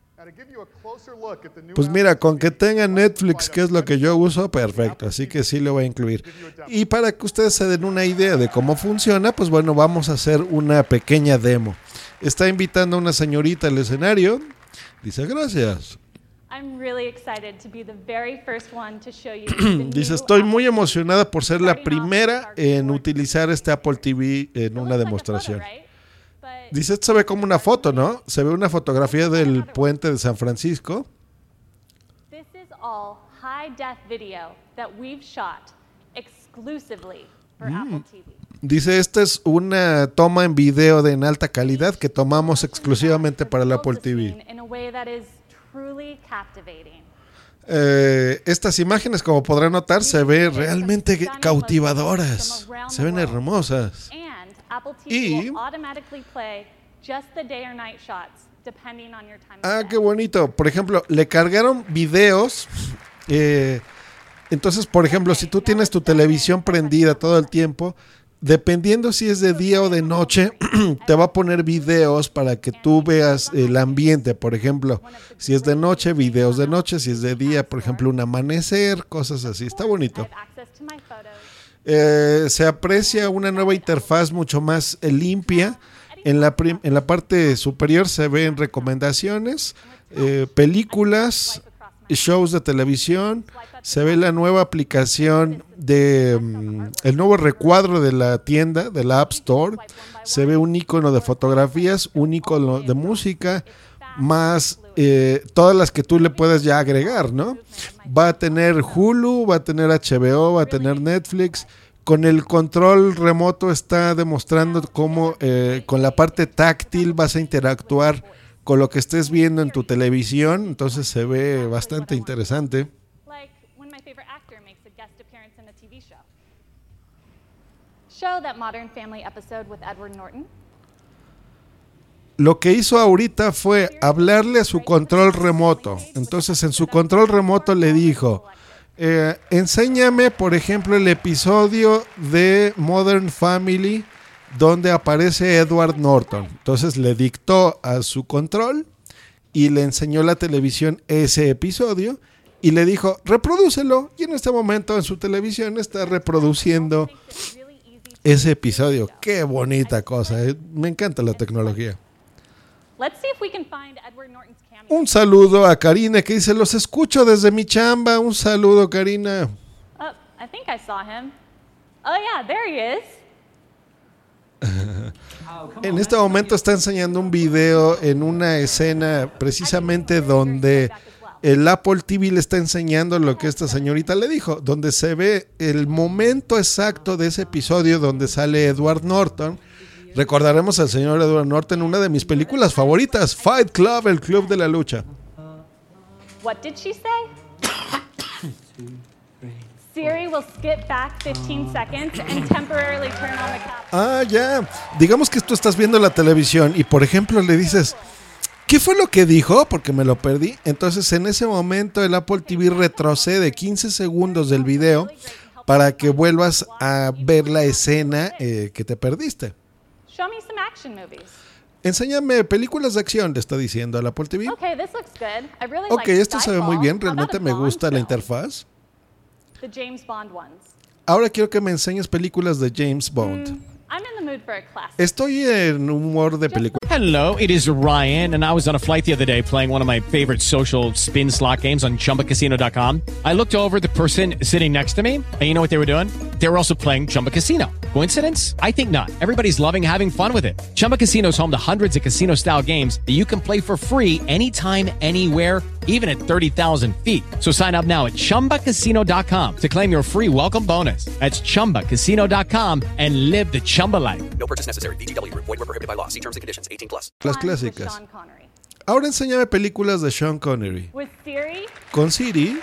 Pues mira, con que tenga Netflix, que es lo que yo uso, perfecto, así que sí lo voy a incluir. Y para que ustedes se den una idea de cómo funciona, pues bueno, vamos a hacer una pequeña demo. Está invitando a una señorita al escenario. Dice, gracias. Dice, estoy muy emocionada por ser la primera en utilizar este Apple T V en una demostración. Dice, esto se ve como una foto, ¿no? Se ve una fotografía del puente de San Francisco. This is all high def video that we've shot exclusively for Mm. Apple T V. Dice, esta es una toma en video de en alta calidad que tomamos exclusivamente para el Apple T V. In a way that is truly captivating. Eh, estas imágenes, como podrán notar, se ven realmente cautivadoras. Se ven hermosas. And Apple T V Y- will automatically play just the day or night shots depending on your time. Ah, qué bonito. Por ejemplo, le cargaron videos. Eh, entonces, por ejemplo, si tú tienes tu televisión prendida todo el tiempo, dependiendo si es de día o de noche, te va a poner videos para que tú veas el ambiente. Por ejemplo, si es de noche, videos de noche. Si es de día, por ejemplo, un amanecer, cosas así. Está bonito. Eh, se aprecia una nueva interfaz mucho más eh, limpia. En la, prim- en la parte superior se ven recomendaciones, eh, películas, shows de televisión. Se ve la nueva aplicación de mm, el nuevo recuadro de la tienda, de la App Store. Se ve un icono de fotografías, un icono de música, más eh, todas las que tú le puedes ya agregar, ¿no? Va a tener Hulu, va a tener H B O, va a tener Netflix, con el control remoto está demostrando cómo eh, con la parte táctil vas a interactuar con lo que estés viendo en tu televisión, entonces se ve bastante interesante. Like when my favorite actor makes a guest appearance in a T V show. Show that Modern Family episode with Edward Norton. Lo que hizo ahorita fue hablarle a su control remoto. Entonces en su control remoto le dijo, eh, enséñame por ejemplo el episodio de Modern Family donde aparece Edward Norton. Entonces le dictó a su control y le enseñó la televisión ese episodio y le dijo, reprodúcelo. Y en este momento en su televisión está reproduciendo ese episodio. Qué bonita cosa, eh. Me encanta la tecnología. Let's see if we can find Edward Norton's cameo. Un saludo a Karina que dice, los escucho desde mi chamba. Un saludo, Karina. Oh, I think I saw him. Oh yeah, there he is. En este momento está enseñando un video en una escena precisamente donde el Apple T V le está enseñando lo que esta señorita le dijo, donde se ve el momento exacto de ese episodio donde sale Edward Norton. Recordaremos al señor Edward Norton en una de mis películas favoritas, Fight Club, el club de la lucha. What did she say? Siri will skip back fifteen seconds and temporarily turn on the cap. Ah, ya. Digamos que tú estás viendo la televisión y, por ejemplo, le dices, ¿qué fue lo que dijo? Porque me lo perdí. Entonces, en ese momento, el Apple T V retrocede quince segundos del video para que vuelvas a ver la escena eh, que te perdiste. Show me some action movies. Enséñame películas de acción, le está diciendo al Apple T V. Okay, this looks good. I really Ok, like esto se ve muy bien. Skyfall. How about Realmente a me Bond gusta la film? interfaz. The James Bond ones. Ahora quiero que me enseñes películas de James Bond. Mm, I'm in the mood for a classic. Estoy en humor de película. Hello, it is Ryan, and I was on a flight the other day playing one of my favorite social spin slot games on Chumba Casino dot com. I looked over at the person sitting next to me, and you know what they were doing? They were also playing Chumba Casino. Coincidence? I think not. Everybody's loving having fun with it. Chumba Casino is home to hundreds of casino-style games that you can play for free anytime, anywhere, even at thirty thousand feet. So sign up now at Chumba Casino dot com to claim your free welcome bonus. That's Chumba Casino dot com and live the Chumba life. No purchase necessary. V G W. Void where prohibited by law. See terms and conditions. eighteen plus. Las clásicas. Ahora enséñame películas de Sean Connery. With Siri? Con Siri.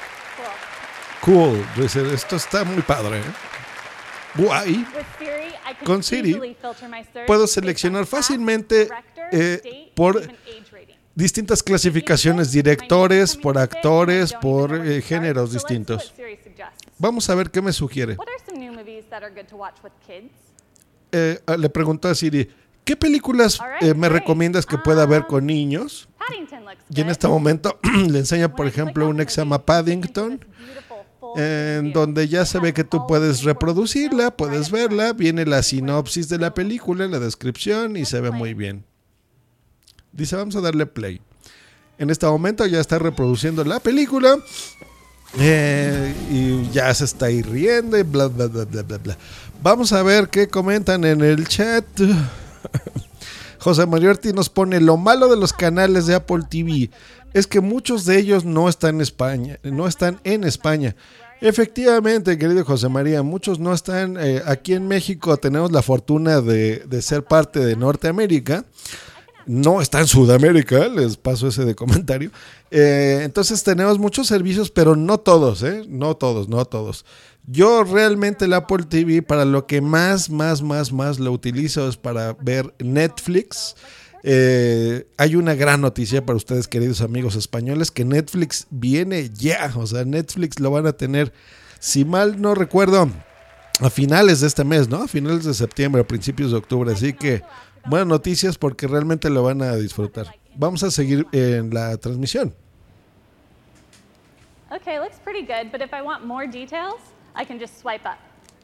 Cool. Dice, esto está muy padre. ¿eh? Guay. With Siri, I can Con Siri easily filter my search puedo based on seleccionar cast, fácilmente director, eh, date, por even age rating. distintas clasificaciones, directores, por actores, por eh, géneros distintos. Siri suggests. Vamos a ver qué me sugiere. What are some new movies that are good to watch with kids? Eh, le preguntó a Siri, ¿qué películas eh, me recomiendas que pueda ver con niños? Paddington looks Y en este momento le enseña, por ejemplo, una que se llama Paddington, en donde ya se ve que tú puedes reproducirla, puedes verla, viene la sinopsis de la película, la descripción y se ve muy bien. Dice, vamos a darle play. En este momento ya está reproduciendo la película eh, y ya se está ahí riendo y bla, bla, bla, bla, bla, bla. Vamos a ver qué comentan en el chat. José Mario Ortiz nos pone, lo malo de los canales de Apple T V es que muchos de ellos no están en España, no están en España. Efectivamente, querido José María, muchos no están eh, aquí en México. Tenemos la fortuna de, de ser parte de Norteamérica. No está en Sudamérica, les paso ese de comentario. Eh, entonces tenemos muchos servicios, pero no todos, ¿eh? No todos, no todos. Yo realmente el Apple T V para lo que más, más, más, más lo utilizo es para ver Netflix. Eh, hay una gran noticia para ustedes, queridos amigos españoles, que Netflix viene ya. O sea, Netflix lo van a tener, si mal no recuerdo, a finales de este mes, ¿no? A finales de septiembre, a principios de octubre. Así que buenas noticias porque realmente lo van a disfrutar. Vamos a seguir en la transmisión. Okay, looks pretty good, but if I want more details, I can just swipe up.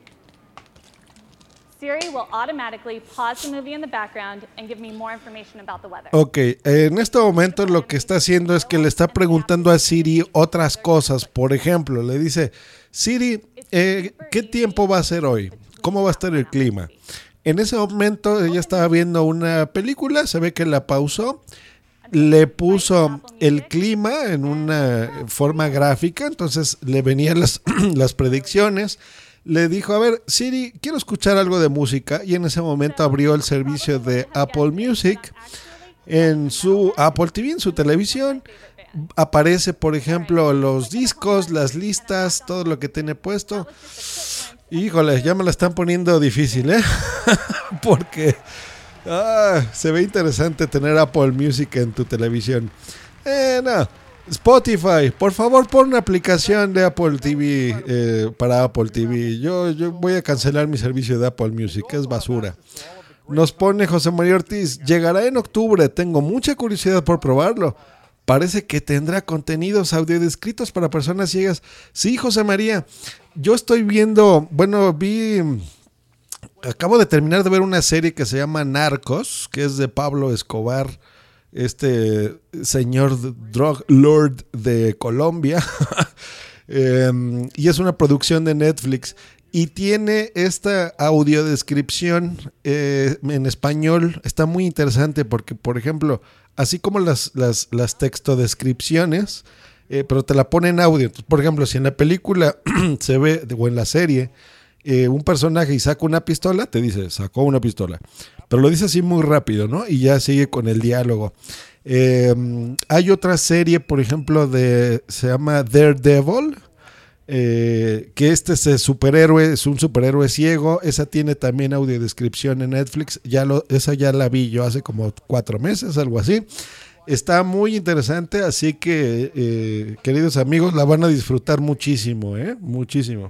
Siri will automatically pause the movie in the background and give me more information about the weather. Ok, en este momento lo que está haciendo es que le está preguntando a Siri otras cosas. Por ejemplo, le dice, Siri, eh, ¿qué tiempo va a ser hoy? ¿Cómo va a estar el clima? En ese momento ella estaba viendo una película, se ve que la pausó, le puso el clima en una forma gráfica, entonces le venían las, las predicciones, le dijo, a ver, Siri, quiero escuchar algo de música, y en ese momento abrió el servicio de Apple Music en su Apple T V, en su televisión. Aparece, por ejemplo, los discos, las listas, todo lo que tiene puesto. Híjole, ya me la están poniendo difícil, ¿eh? Porque ah, se ve interesante tener Apple Music en tu televisión. Eh, no. Spotify, por favor, pon una aplicación de Apple T V eh, para Apple T V. Yo, yo voy a cancelar mi servicio de Apple Music, es basura. Nos pone José María Ortiz, llegará en octubre, tengo mucha curiosidad por probarlo. Parece que tendrá contenidos audiodescritos para personas ciegas. Sí, José María, yo estoy viendo, bueno, vi, acabo de terminar de ver una serie que se llama Narcos, que es de Pablo Escobar, este señor drug lord de Colombia, eh, y es una producción de Netflix, y tiene esta audiodescripción eh, en español. Está muy interesante porque, por ejemplo, así como las, las, las textodescripciones, eh, pero te la pone en audio. Entonces, por ejemplo, si en la película se ve, o en la serie, eh, un personaje y saca una pistola, te dice, sacó una pistola. Pero lo dice así muy rápido, ¿no? Y ya sigue con el diálogo. Eh, hay otra serie, por ejemplo, de se llama Daredevil, eh, que este es el superhéroe, es un superhéroe ciego. Esa tiene también audiodescripción en Netflix. Ya lo, esa ya la vi yo hace como cuatro meses, algo así. Está muy interesante, así que, eh, queridos amigos, la van a disfrutar muchísimo, ¿eh? Muchísimo.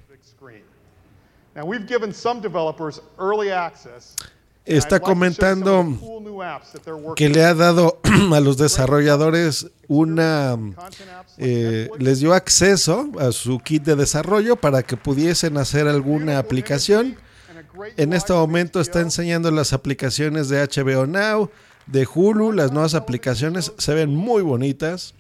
Now we've given some developers early access. Está comentando que le ha dado a los desarrolladores una, eh, les dio acceso a su kit de desarrollo para que pudiesen hacer alguna aplicación. En este momento está enseñando las aplicaciones de H B O Now, de Hulu. Las nuevas aplicaciones se ven muy bonitas.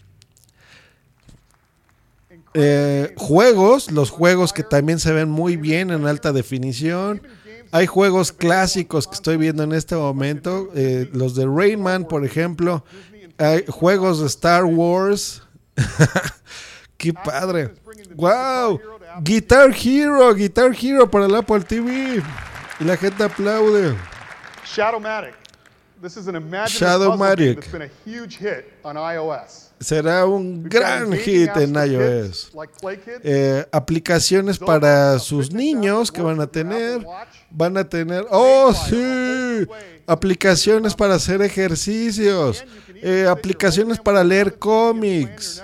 Eh, juegos, los juegos que también se ven muy bien en alta definición. Hay juegos clásicos que estoy viendo en este momento, eh, los de Rayman, por ejemplo. Hay juegos de Star Wars. ¡Qué padre! ¡Wow! Guitar Hero, Guitar Hero para el Apple T V. Y la gente aplaude. Shadowmatic. This is an imaginative Shadowmatic. puzzle game that's been a huge hit on iOS. Será un gran hit en iOS. Eh, aplicaciones para sus niños que van a tener. Van a tener, oh sí, aplicaciones para hacer ejercicios, eh, aplicaciones para leer cómics.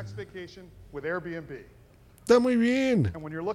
Está muy bien.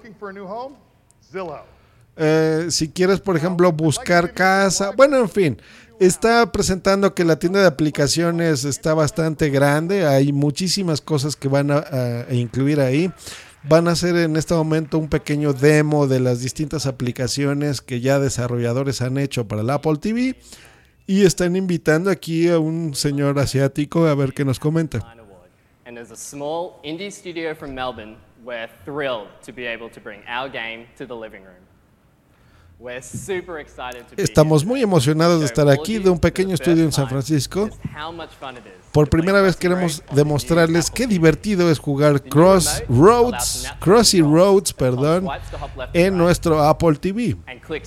Eh, si quieres, por ejemplo, buscar casa, bueno, en fin, está presentando que la tienda de aplicaciones está bastante grande. Hay muchísimas cosas que van a, a incluir ahí. Van a hacer en este momento un pequeño demo de las distintas aplicaciones que ya desarrolladores han hecho para el Apple T V, y están invitando aquí a un señor asiático a ver qué nos comenta. And as a small indie studio from Melbourne, we're thrilled to be able to bring our game to the living room. We're super excited to be Estamos muy emocionados de estar aquí, de un pequeño estudio en San Francisco. Por primera vez queremos demostrarles qué divertido es jugar Crossroads, Crossy Roads, perdón, en nuestro Apple T V.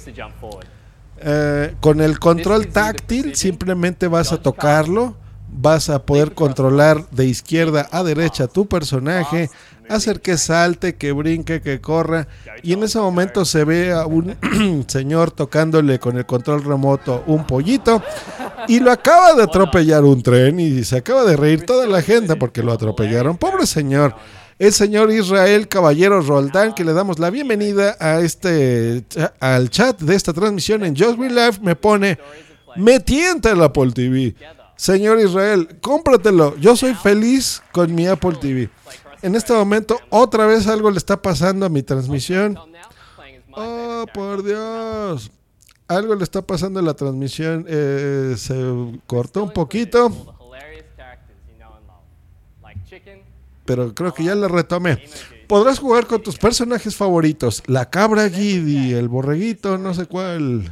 Eh, con el control táctil simplemente vas a tocarlo, vas a poder controlar de izquierda a derecha tu personaje, hacer que salte, que brinque, que corra, y en ese momento se ve a un señor tocándole con el control remoto un pollito, y lo acaba de atropellar un tren, y se acaba de reír toda la gente porque lo atropellaron. Pobre señor. El señor Israel Caballero Roldán, que le damos la bienvenida a este al chat de esta transmisión en Just Green Live, me pone, me tienta el Apple T V. Señor Israel, cómpratelo. Yo soy feliz con mi Apple T V. En este momento, otra vez algo le está pasando a mi transmisión. Oh, por Dios. Algo le está pasando a la transmisión. Eh, se cortó un poquito. Pero creo que ya la retomé. Podrás jugar con tus personajes favoritos. La cabra Giddy, el borreguito, no sé cuál.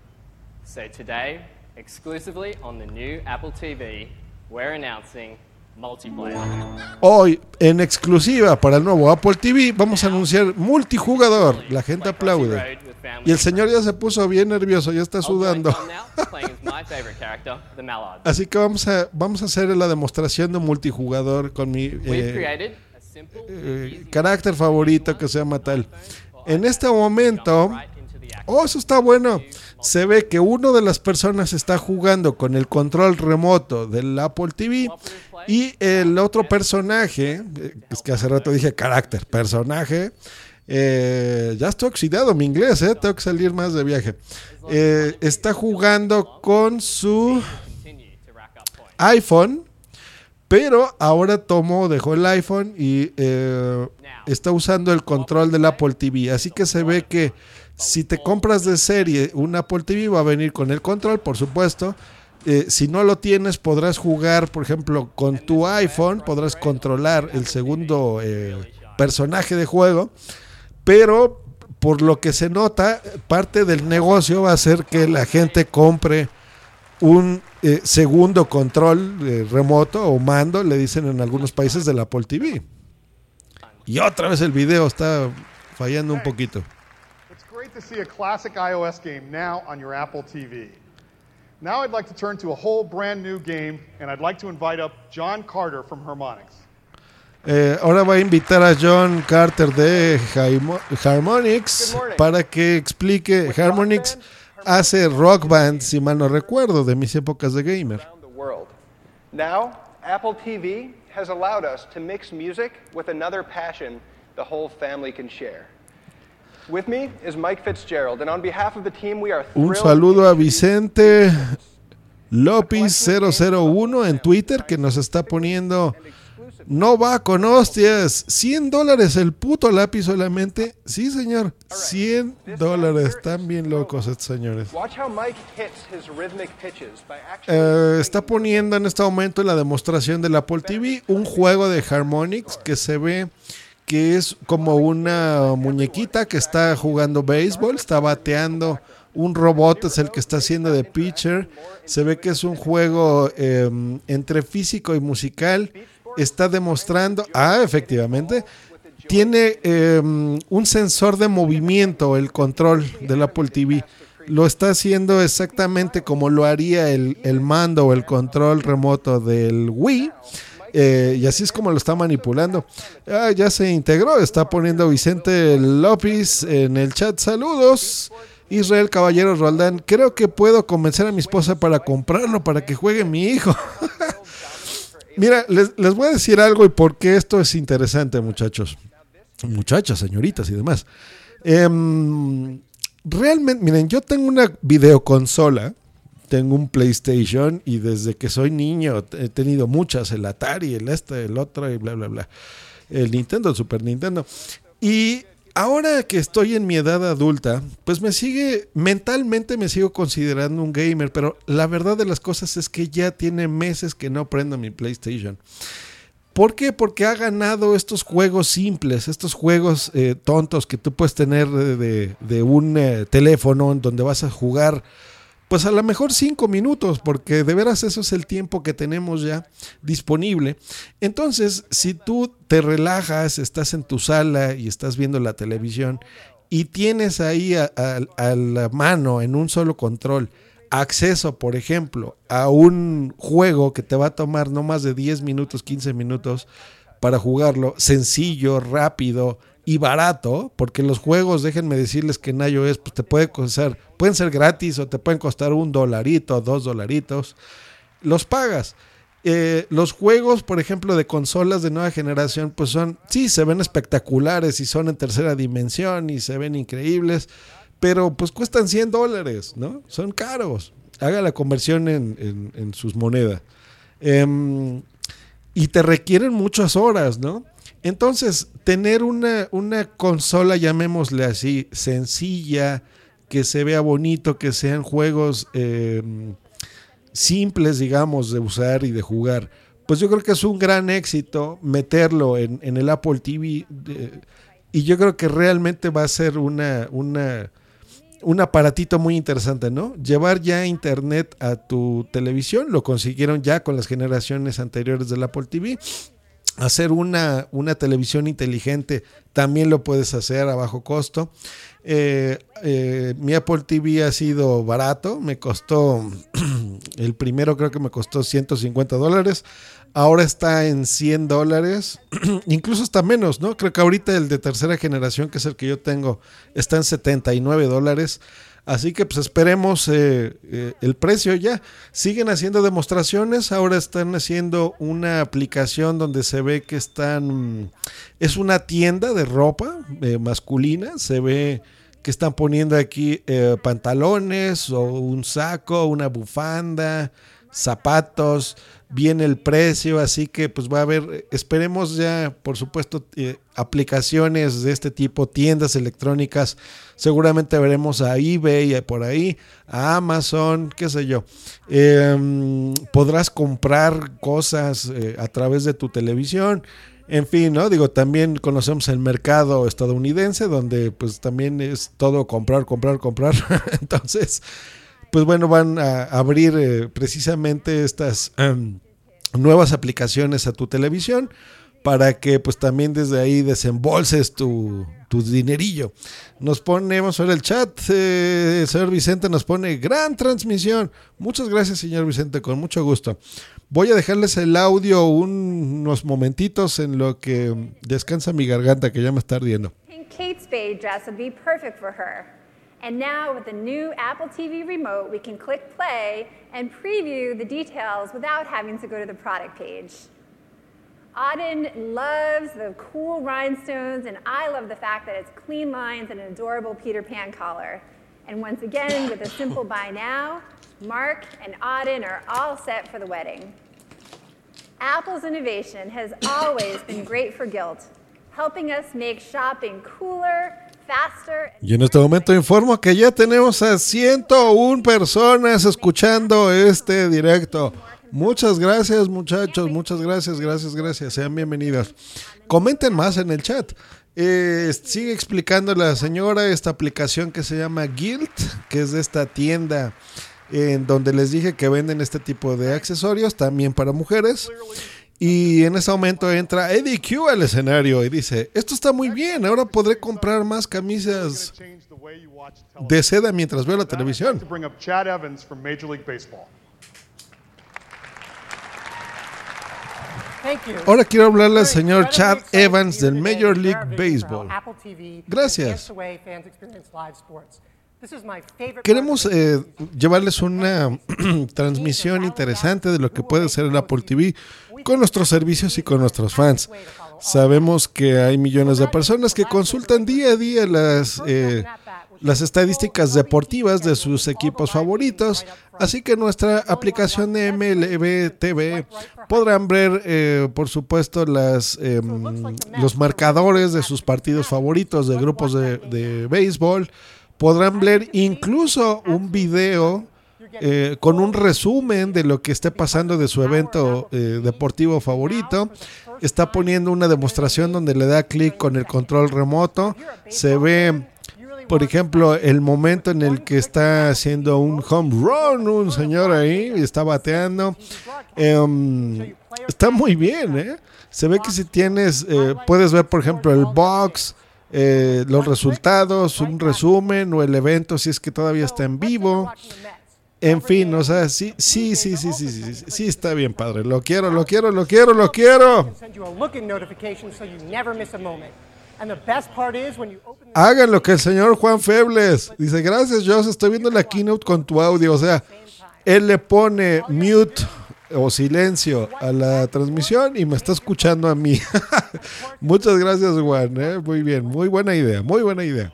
So today, exclusively on the new Apple T V, we're announcing multiplayer. Hoy, en exclusiva para el nuevo Apple T V, vamos a anunciar multijugador. La gente aplaude. Y el señor ya se puso bien nervioso, ya está sudando. Así que vamos a, vamos a hacer la demostración de multijugador con mi eh, eh, carácter favorito que se llama tal. En este momento, oh, eso está bueno. Se ve que uno de las personas está jugando con el control remoto del Apple T V y el otro personaje, es que hace rato dije carácter, personaje, eh, ya estoy oxidado mi inglés, eh, tengo que salir más de viaje, eh, está jugando con su iPhone, pero ahora tomó, dejó el iPhone y eh, está usando el control del Apple T V, así que se ve que si te compras de serie un Apple T V va a venir con el control, por supuesto. Eh, si no lo tienes podrás jugar, por ejemplo, con tu iPhone, podrás controlar el segundo eh, personaje de juego, pero por lo que se nota, parte del negocio va a ser que la gente compre un eh, segundo control eh, remoto o mando, le dicen en algunos países, del Apple T V. Y otra vez el video está fallando un poquito. Great to see a classic iOS game now on your Apple T V. Now I'd like to turn to a whole brand new game, and I'd like to invite up John Carter from Harmonix. Eh, ahora voy a invitar a John Carter de Harmonix para que explique. Harmonix hace Rock Band, si mal no recuerdo, de mis épocas de gamer. Now, Apple T V has allowed us to mix music with another passion the whole family can share. With me is Mike Fitzgerald, and on behalf of the team, we are Un saludo a Vicente López cero cero uno en Twitter, que nos está poniendo, no va con hostias, cien dólares el puto lápiz solamente. Sí, señor, cien dólares, están bien locos estos señores. Eh, está poniendo en este momento la demostración del Apple T V, un juego de Harmonix que se ve que es como una muñequita que está jugando béisbol, está bateando, un robot es el que está haciendo de pitcher, se ve que es un juego eh, entre físico y musical, está demostrando, ah, efectivamente, tiene eh, un sensor de movimiento, el control del Apple T V, lo está haciendo exactamente como lo haría el, el mando o el control remoto del Wii. Eh, y así es como lo está manipulando. Ah, ya se integró, está poniendo Vicente López en el chat. Saludos, Israel Caballero Roldán. Creo que puedo convencer a mi esposa para comprarlo, para que juegue mi hijo. Mira, les, les voy a decir algo y por qué esto es interesante, muchachos, muchachas, señoritas y demás. Eh, realmente, miren, yo tengo una videoconsola. Tengo un PlayStation y desde que soy niño he tenido muchas, el Atari, el este, el otro y bla, bla, bla. El Nintendo, el Super Nintendo. Y ahora que estoy en mi edad adulta, pues me sigue, mentalmente me sigo considerando un gamer, pero la verdad de las cosas es que ya tiene meses que no prendo mi PlayStation. ¿Por qué? Porque ha ganado estos juegos simples, estos juegos eh, tontos que tú puedes tener de, de, de un eh, teléfono en donde vas a jugar pues a lo mejor cinco minutos, porque de veras eso es el tiempo que tenemos ya disponible. Entonces, si tú te relajas, estás en tu sala y estás viendo la televisión y tienes ahí a, a, a la mano en un solo control acceso, por ejemplo, a un juego que te va a tomar no más de diez minutos, quince minutos para jugarlo, sencillo, rápido y barato, porque los juegos, déjenme decirles que en iOS pues te puede costar, pueden ser gratis o te pueden costar un dolarito, dos dolaritos, los pagas. Eh, los juegos, por ejemplo, de consolas de nueva generación, pues son, sí, se ven espectaculares y son en tercera dimensión y se ven increíbles, pero pues cuestan cien dólares, ¿no? Son caros. Haga la conversión en, en, en sus monedas. Eh, y te requieren muchas horas, ¿no? Entonces, tener una, una consola, llamémosle así, sencilla, que se vea bonito, que sean juegos eh, simples, digamos, de usar y de jugar, pues yo creo que es un gran éxito meterlo en, en el Apple T V, eh, y yo creo que realmente va a ser una, una un aparatito muy interesante, ¿no? Llevar ya internet a tu televisión, lo consiguieron ya con las generaciones anteriores del Apple T V. Hacer una, una televisión inteligente también lo puedes hacer a bajo costo. Eh, eh, mi Apple T V ha sido barato, me costó, el primero creo que me costó ciento cincuenta dólares, ahora está en cien dólares, incluso está menos, ¿no? Creo que ahorita el de tercera generación, que es el que yo tengo, está en setenta y nueve dólares. Así que pues esperemos eh, eh, el precio ya. Siguen haciendo demostraciones, ahora están haciendo una aplicación donde se ve que están, es una tienda de ropa eh, masculina, se ve que están poniendo aquí eh, pantalones o un saco, una bufanda, zapatos, viene el precio, así que pues va a haber, esperemos ya por supuesto eh, aplicaciones de este tipo, tiendas electrónicas, seguramente veremos a eBay por ahí, a Amazon, qué sé yo, eh, podrás comprar cosas eh, a través de tu televisión, en fin, ¿no? Digo, también conocemos el mercado estadounidense donde pues también es todo comprar, comprar, comprar, entonces pues bueno, van a abrir eh, precisamente estas um, nuevas aplicaciones a tu televisión para que pues también desde ahí desembolses tu, tu dinerillo. Nos ponemos en el chat, eh, el señor Vicente nos pone gran transmisión. Muchas gracias, señor Vicente, con mucho gusto. Voy a dejarles el audio un, unos momentitos en lo que descansa mi garganta, que ya me está ardiendo. Kate Spade dress would be perfect for her. And now with the new Apple T V remote, we can click play and preview the details without having to go to the product page. Auden loves the cool rhinestones, and I love the fact that it's clean lines and an adorable Peter Pan collar. And once again, with a simple buy now, Mark and Auden are all set for the wedding. Apple's innovation has always been great for Guilt, helping us make shopping cooler, faster. Y en este momento informo que ya tenemos a ciento una personas escuchando este directo. Muchas gracias, muchachos, muchas gracias, gracias, gracias. Sean bienvenidos. Comenten más en el chat. Eh, sigue explicando la señora esta aplicación que se llama Guilt, que es de esta tienda en donde les dije que venden este tipo de accesorios también para mujeres. Y en ese momento entra Eddie Q al escenario y dice: esto está muy bien, ahora podré comprar más camisas de seda mientras veo la televisión. Ahora quiero hablarle al señor Chad Evans del Major League Baseball. Gracias. Queremos eh, llevarles una transmisión interesante de lo que puede ser el Apple T V con nuestros servicios y con nuestros fans. Sabemos que hay millones de personas que consultan día a día las, eh, las estadísticas deportivas de sus equipos favoritos, así que nuestra aplicación de M L B T V podrán ver, eh, por supuesto, las, eh, los marcadores de sus partidos favoritos de grupos de, de béisbol. Podrán ver incluso un video eh, con un resumen de lo que esté pasando de su evento eh, deportivo favorito. Está poniendo una demostración donde le da clic con el control remoto. Se ve, por ejemplo, el momento en el que está haciendo un home run, un señor ahí, y está bateando. Eh, está muy bien, ¿eh? Se ve que si tienes, eh, puedes ver, por ejemplo, el box, Eh, los resultados, un resumen o el evento si es que todavía está en vivo. En fin, o sea, sí, sí, sí, sí, sí, sí, sí, sí está bien, padre. Lo quiero, lo quiero, lo quiero, lo quiero. Hagan lo que el señor Juan Febles dice. Gracias, Joss, estoy viendo la keynote con tu audio. O sea, él le pone mute o silencio a la transmisión y me está escuchando a mí. Muchas gracias, Juan, ¿eh? Muy bien, muy buena idea, muy buena idea.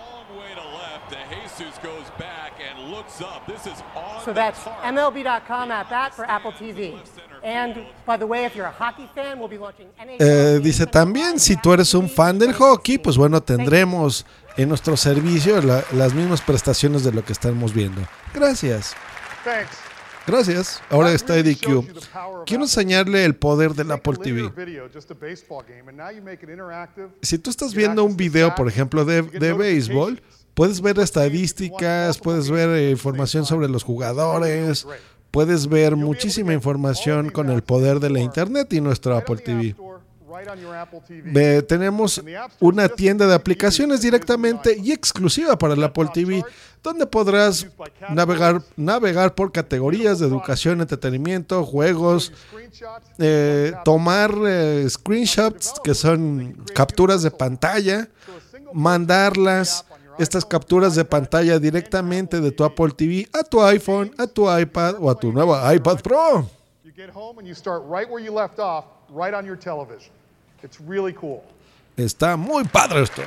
So that's M L B dot com at bat for Apple T V. And by the way, if you're a hockey fan, we'll be launching N H L. Eh, dice también, si tú eres un fan del hockey, pues bueno, tendremos en nuestro servicio la, las mismas prestaciones de lo que estamos viendo. Gracias. Thanks. Gracias. Ahora está Eddie Q. Quiero enseñarle el poder del Apple T V. Si tú estás viendo un video, por ejemplo, de, de béisbol, puedes ver estadísticas, puedes ver eh, información sobre los jugadores, puedes ver muchísima información con el poder de la internet y nuestro Apple T V. Ve, tenemos una tienda de aplicaciones directamente y exclusiva para el Apple T V, donde podrás navegar, navegar por categorías de educación, entretenimiento, juegos, eh, tomar eh, screenshots, que son capturas de pantalla, mandarlas, estas capturas de pantalla directamente de tu Apple T V a tu iPhone, a tu iPad o a tu nuevo iPad Pro. It's really cool. Está muy padre esto.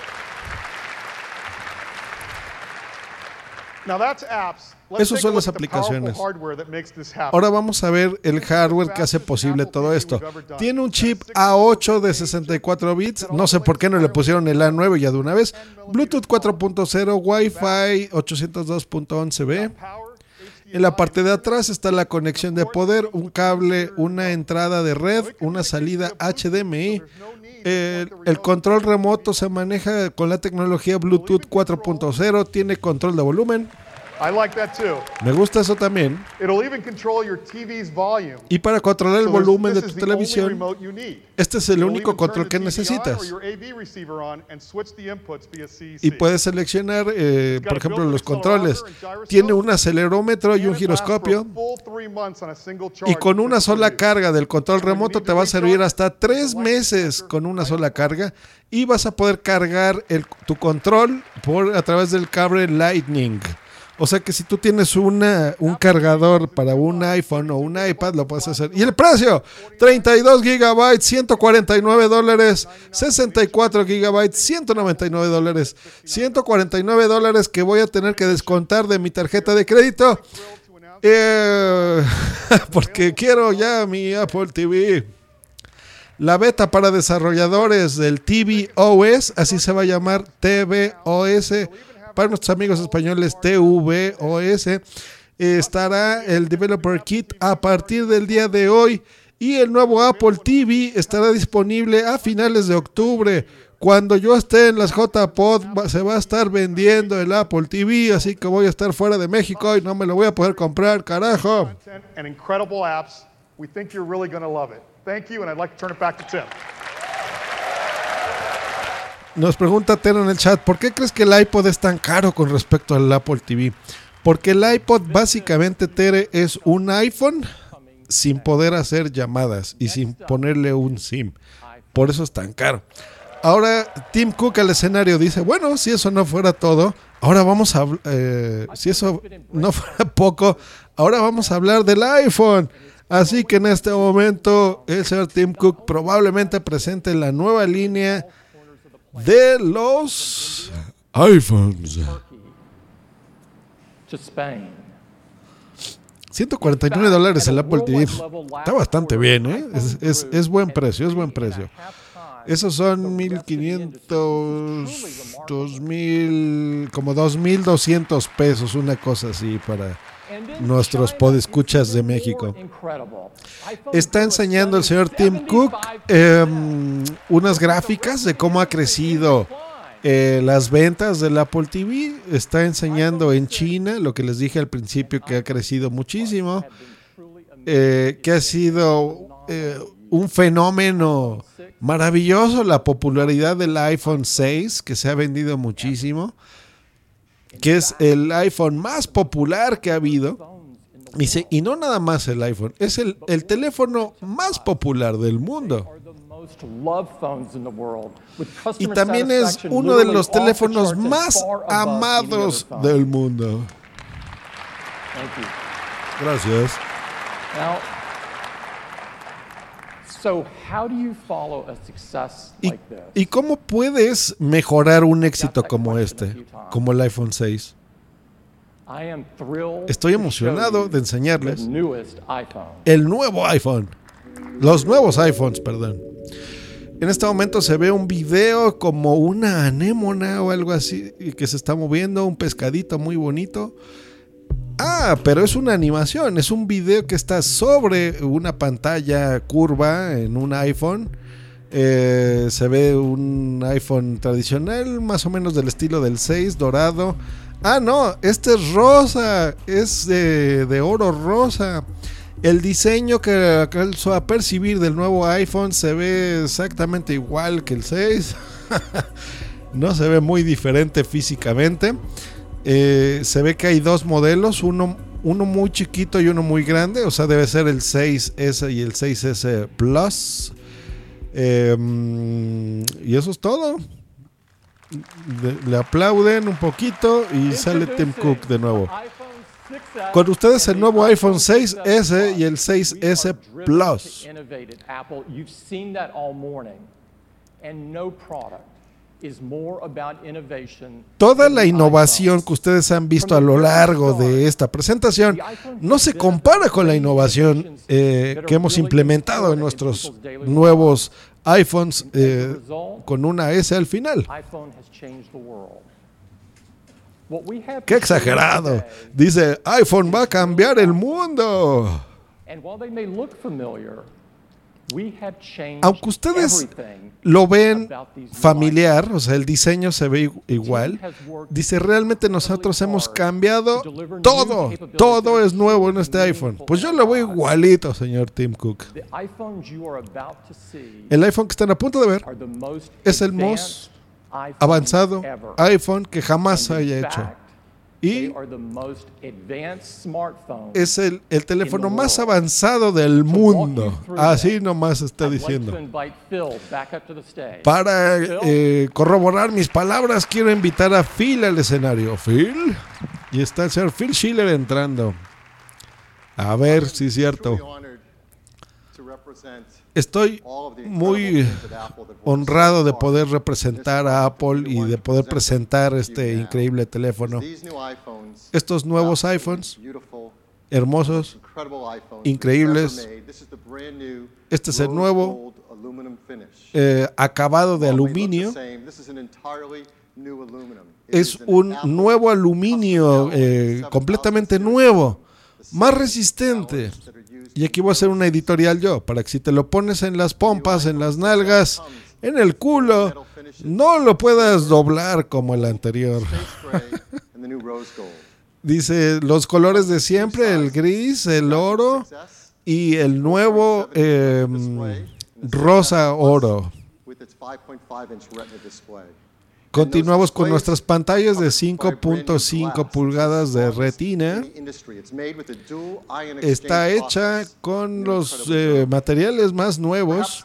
Now that's apps. Esas son las aplicaciones. Ahora vamos a ver el hardware que hace posible todo esto. Tiene un chip A ocho de sesenta y cuatro bits. No sé por qué no le pusieron el A nueve ya de una vez. Bluetooth cuatro punto cero, Wi-Fi ochocientos dos punto once b. En la parte de atrás está la conexión de poder, un cable, una entrada de red, una salida H D M I. El, el control remoto se maneja con la tecnología Bluetooth cuatro punto cero, tiene control de volumen. I like that too. Me gusta eso también. It'll even control your T V's volume. Y para controlar el So volumen this de is tu the only televisión, remote you need. este es el It'll único even turn control the que T V on necesitas. or your A V receiver on and switch the inputs via C C. Y puedes seleccionar, eh, por ejemplo, los controles. Tiene un acelerómetro y un giroscopio. Y con una sola carga del control remoto te va a servir hasta tres meses con una sola carga. Y vas a poder cargar el, tu control por, a través del cable Lightning. O sea que si tú tienes una, un cargador para un iPhone o un iPad, lo puedes hacer. Y el precio, treinta y dos gigabytes, ciento cuarenta y nueve dólares, sesenta y cuatro gigabytes, ciento noventa y nueve dólares, ciento cuarenta y nueve dólares que voy a tener que descontar de mi tarjeta de crédito. Eh, porque quiero ya mi Apple T V. La beta para desarrolladores del T V O S, así se va a llamar, T V O S. Para nuestros amigos españoles, T V O S, estará el Developer Kit a partir del día de hoy y el nuevo Apple T V estará disponible a finales de octubre. Cuando yo esté en las J-Pod se va a estar vendiendo el Apple T V, así que voy a estar fuera de México y no me lo voy a poder comprar, carajo. And incredible apps. We think you're really going to love it. Thank you, and I'd like to turn it back to Tim. Nos pregunta Tero en el chat, ¿por qué crees que el iPod es tan caro con respecto al Apple T V? Porque el iPod básicamente, Tere, es un iPhone sin poder hacer llamadas y sin ponerle un SIM. Por eso es tan caro. Ahora Tim Cook al escenario dice, bueno, si eso no fuera todo, ahora vamos a, eh, si eso no fuera poco, ahora vamos a hablar del iPhone. Así que en este momento el señor Tim Cook probablemente presente la nueva línea de los iPhones. ciento cuarenta y nueve dólares el Apple T V. Está bastante bien, ¿eh? Es, es, es buen precio, es buen precio. Esos son mil quinientos, dos mil, como dos mil doscientos pesos, una cosa así para nuestros podescuchas de México. Está enseñando el señor Tim Cook eh, unas gráficas de cómo ha crecido eh, las ventas del Apple T V. Está enseñando en China, lo que les dije al principio, que ha crecido muchísimo, eh, que ha sido eh, un fenómeno maravilloso la popularidad del iPhone seis, que se ha vendido muchísimo, que es el iPhone más popular que ha habido. Dice, y no nada más el iPhone, es el, el teléfono más popular del mundo. Y también es uno de los teléfonos más amados del mundo. Gracias. ¿Y, ¿Y cómo puedes mejorar un éxito como este, como el iPhone seis? Estoy emocionado de enseñarles el nuevo iPhone. Los nuevos iPhones, perdón. En este momento se ve un video como una anémona o algo así que se está moviendo, un pescadito muy bonito. Ah, pero es una animación, es un video que está sobre una pantalla curva en un iPhone. Eh, se ve un iPhone tradicional, más o menos del estilo del seis, dorado. Ah, no, este es rosa, es de, de oro rosa. El diseño que alcanzó a percibir del nuevo iPhone se ve exactamente igual que el seis. No se ve muy diferente físicamente. Eh, se ve que hay dos modelos, uno, uno muy chiquito y uno muy grande, o sea, debe ser el seis ese y el seis ese Plus. Eh, y eso es todo. Le, le aplauden un poquito y sale Tim Cook de nuevo. Con ustedes el nuevo iPhone seis ese y el seis ese Plus. Toda la innovación que ustedes han visto a lo largo de esta presentación no se compara con la innovación eh, que hemos implementado en nuestros nuevos iPhones eh, con una S al final. ¡Qué exagerado! Dice, iPhone va a cambiar el mundo. Aunque ustedes lo ven familiar, o sea, el diseño se ve igual, dice, realmente nosotros hemos cambiado todo, todo es nuevo en este iPhone. Pues yo lo veo igualito, señor Tim Cook. El iPhone que están a punto de ver es el más avanzado iPhone que jamás haya hecho. Y es el, el teléfono más avanzado del mundo. Así nomás está diciendo. Para eh, corroborar mis palabras, quiero invitar a Phil al escenario. Phil. Y está el señor Phil Schiller entrando. A ver si es cierto. Estoy muy honrado de poder representar a Apple y de poder presentar este increíble teléfono. Estos nuevos iPhones, hermosos, increíbles. Este es el nuevo eh, acabado de aluminio. Es un nuevo aluminio eh, completamente nuevo, más resistente. Y aquí voy a hacer una editorial yo, para que si te lo pones en las pompas, en las nalgas, en el culo, no lo puedas doblar como el anterior. Dice, los colores de siempre, el gris, el oro y el nuevo eh, rosa oro. Continuamos con nuestras pantallas de cinco punto cinco pulgadas de retina. Está hecha con los eh, materiales más nuevos.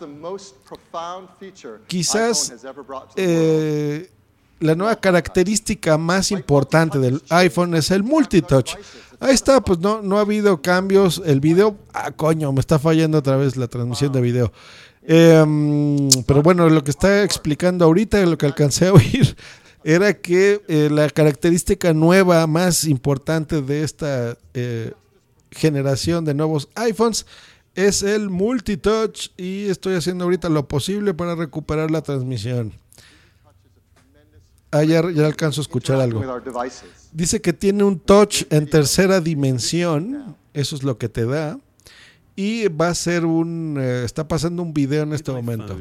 Quizás eh, la nueva característica más importante del iPhone es el multitouch. Ahí está, pues no, no ha habido cambios. El video, ah, coño, me está fallando otra vez la transmisión de video. Eh, pero bueno, lo que está explicando ahorita, lo que alcancé a oír, era que eh, la característica nueva más importante de esta eh, generación de nuevos iPhones es el multitouch, y estoy haciendo ahorita lo posible para recuperar la transmisión. Ah, ya, ya alcanzo a escuchar algo. Dice que tiene un touch en tercera dimensión, eso es lo que te da. Y va a ser un... Eh, está pasando un video en este momento.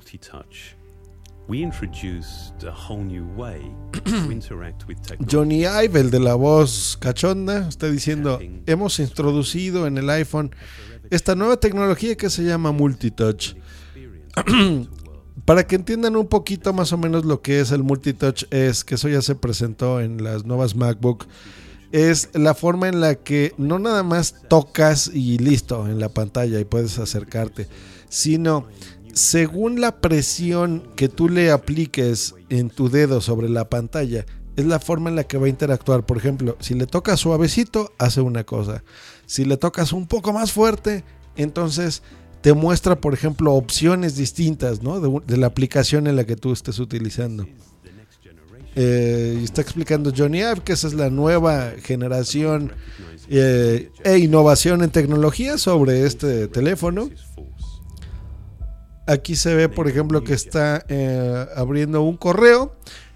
Johnny Ive, el de la voz cachonda, está diciendo, hemos introducido en el iPhone esta nueva tecnología que se llama multitouch. Para que entiendan un poquito más o menos lo que es el multitouch, es que eso ya se presentó en las nuevas MacBook. Es la forma en la que no nada más tocas y listo en la pantalla y puedes acercarte, sino según la presión que tú le apliques en tu dedo sobre la pantalla, es la forma en la que va a interactuar. Por ejemplo, si le tocas suavecito, hace una cosa. Si le tocas un poco más fuerte, entonces te muestra, por ejemplo, opciones distintas, ¿no? de, de la aplicación en la que tú estés utilizando. Eh, y está explicando Johnny Ive que esa es la nueva generación eh, e innovación en tecnología sobre este teléfono. Aquí se ve, por ejemplo, que está eh, abriendo un correo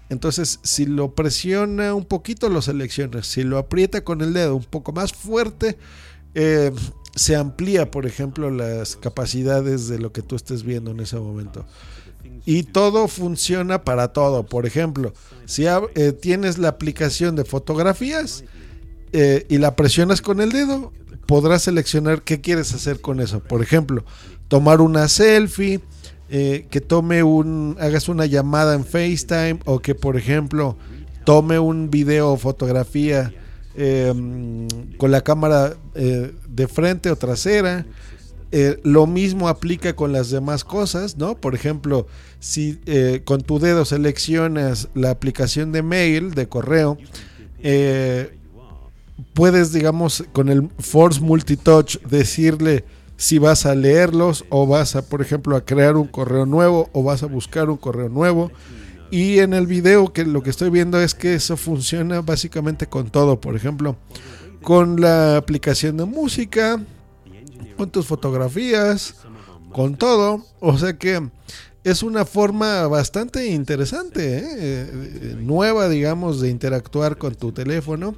Entonces, si lo presiona un poquito, lo selecciona. Si lo aprieta con el dedo un poco más fuerte, eh, se amplía, por ejemplo, las capacidades de lo que tú estés viendo en ese momento. Y todo funciona para todo. Por ejemplo, si eh, tienes la aplicación de fotografías eh, y la presionas con el dedo, podrás seleccionar qué quieres hacer con eso. Por ejemplo, tomar una selfie, eh, que tome un, hagas una llamada en FaceTime, o que, por ejemplo, tome un video o fotografía eh, con la cámara eh, de frente o trasera. Eh, lo mismo aplica con las demás cosas, ¿no? Por ejemplo, si eh, con tu dedo seleccionas la aplicación de mail, de correo, eh, puedes, digamos, con el Force Multitouch decirle si vas a leerlos o vas a, por ejemplo, a crear un correo nuevo o vas a buscar un correo nuevo. Y en el video, que lo que estoy viendo es que eso funciona básicamente con todo. Por ejemplo, con la aplicación de música, con tus fotografías, con todo. O sea que es una forma bastante interesante, ¿eh? nueva, digamos, de interactuar con tu teléfono.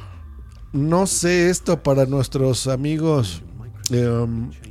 No sé esto para nuestros amigos eh,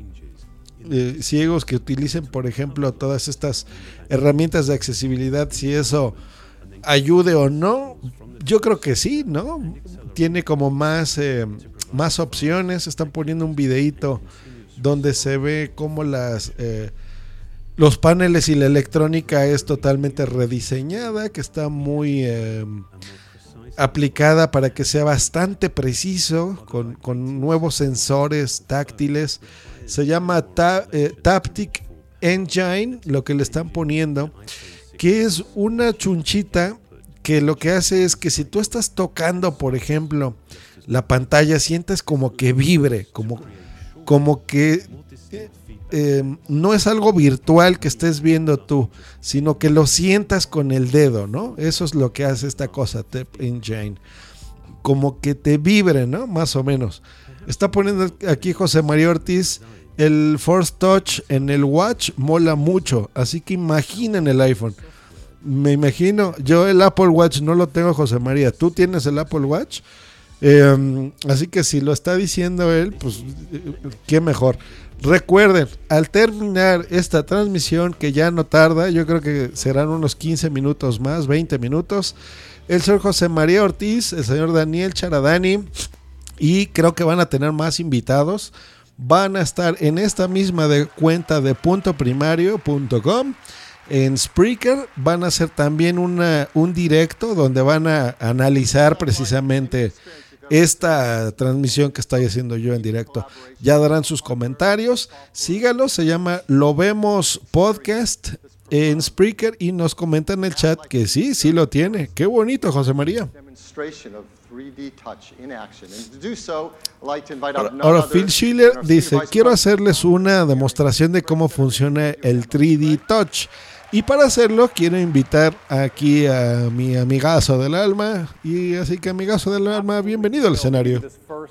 eh, ciegos que utilicen, por ejemplo, todas estas herramientas de accesibilidad, si eso ayude o no. Yo creo que sí, ¿no? Tiene como más, eh, más opciones. Están poniendo un videíto donde se ve cómo las eh, los paneles y la electrónica es totalmente rediseñada, que está muy eh, aplicada para que sea bastante preciso, con, con nuevos sensores táctiles. Se llama ta, eh, Taptic Engine, lo que le están poniendo, que es una chunchita que lo que hace es que si tú estás tocando, por ejemplo, la pantalla, sientes como que vibre, como, como que eh, no es algo virtual que estés viendo tú, sino que lo sientas con el dedo, ¿no? Eso es lo que hace esta cosa, Tap Engine. Como que te vibre, ¿no? Más o menos. Está poniendo aquí José María Ortiz, el Force Touch en el Watch mola mucho, así que imaginen el iPhone. Me imagino, yo el Apple Watch no lo tengo, José María. ¿Tú tienes el Apple Watch? Eh, así que si lo está diciendo él, pues qué mejor. Recuerden, al terminar esta transmisión, que ya no tarda, yo creo que serán unos quince minutos más, veinte minutos, el señor José María Ortiz, el señor Daniel Charadani, y creo que van a tener más invitados, van a estar en esta misma de cuenta de punto primario punto com. En Spreaker van a hacer también una, un directo donde van a analizar precisamente esta transmisión que estoy haciendo yo en directo. Ya darán sus comentarios. Síganlo, se llama Lo Vemos Podcast en Spreaker y nos comenta en el chat que sí, sí lo tiene. Qué bonito, José María. Ahora Phil Schiller dice, quiero hacerles una demostración de cómo funciona el tres D Touch. Y para hacerlo quiero invitar aquí a mi amigazo del alma. Y así que amigazo del alma, bienvenido al escenario.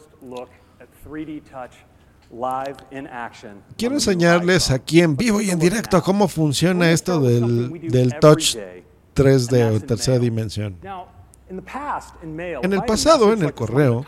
Quiero enseñarles aquí en vivo y en directo cómo funciona esto del, del Touch tres D o tercera dimensión. En el pasado, en el correo,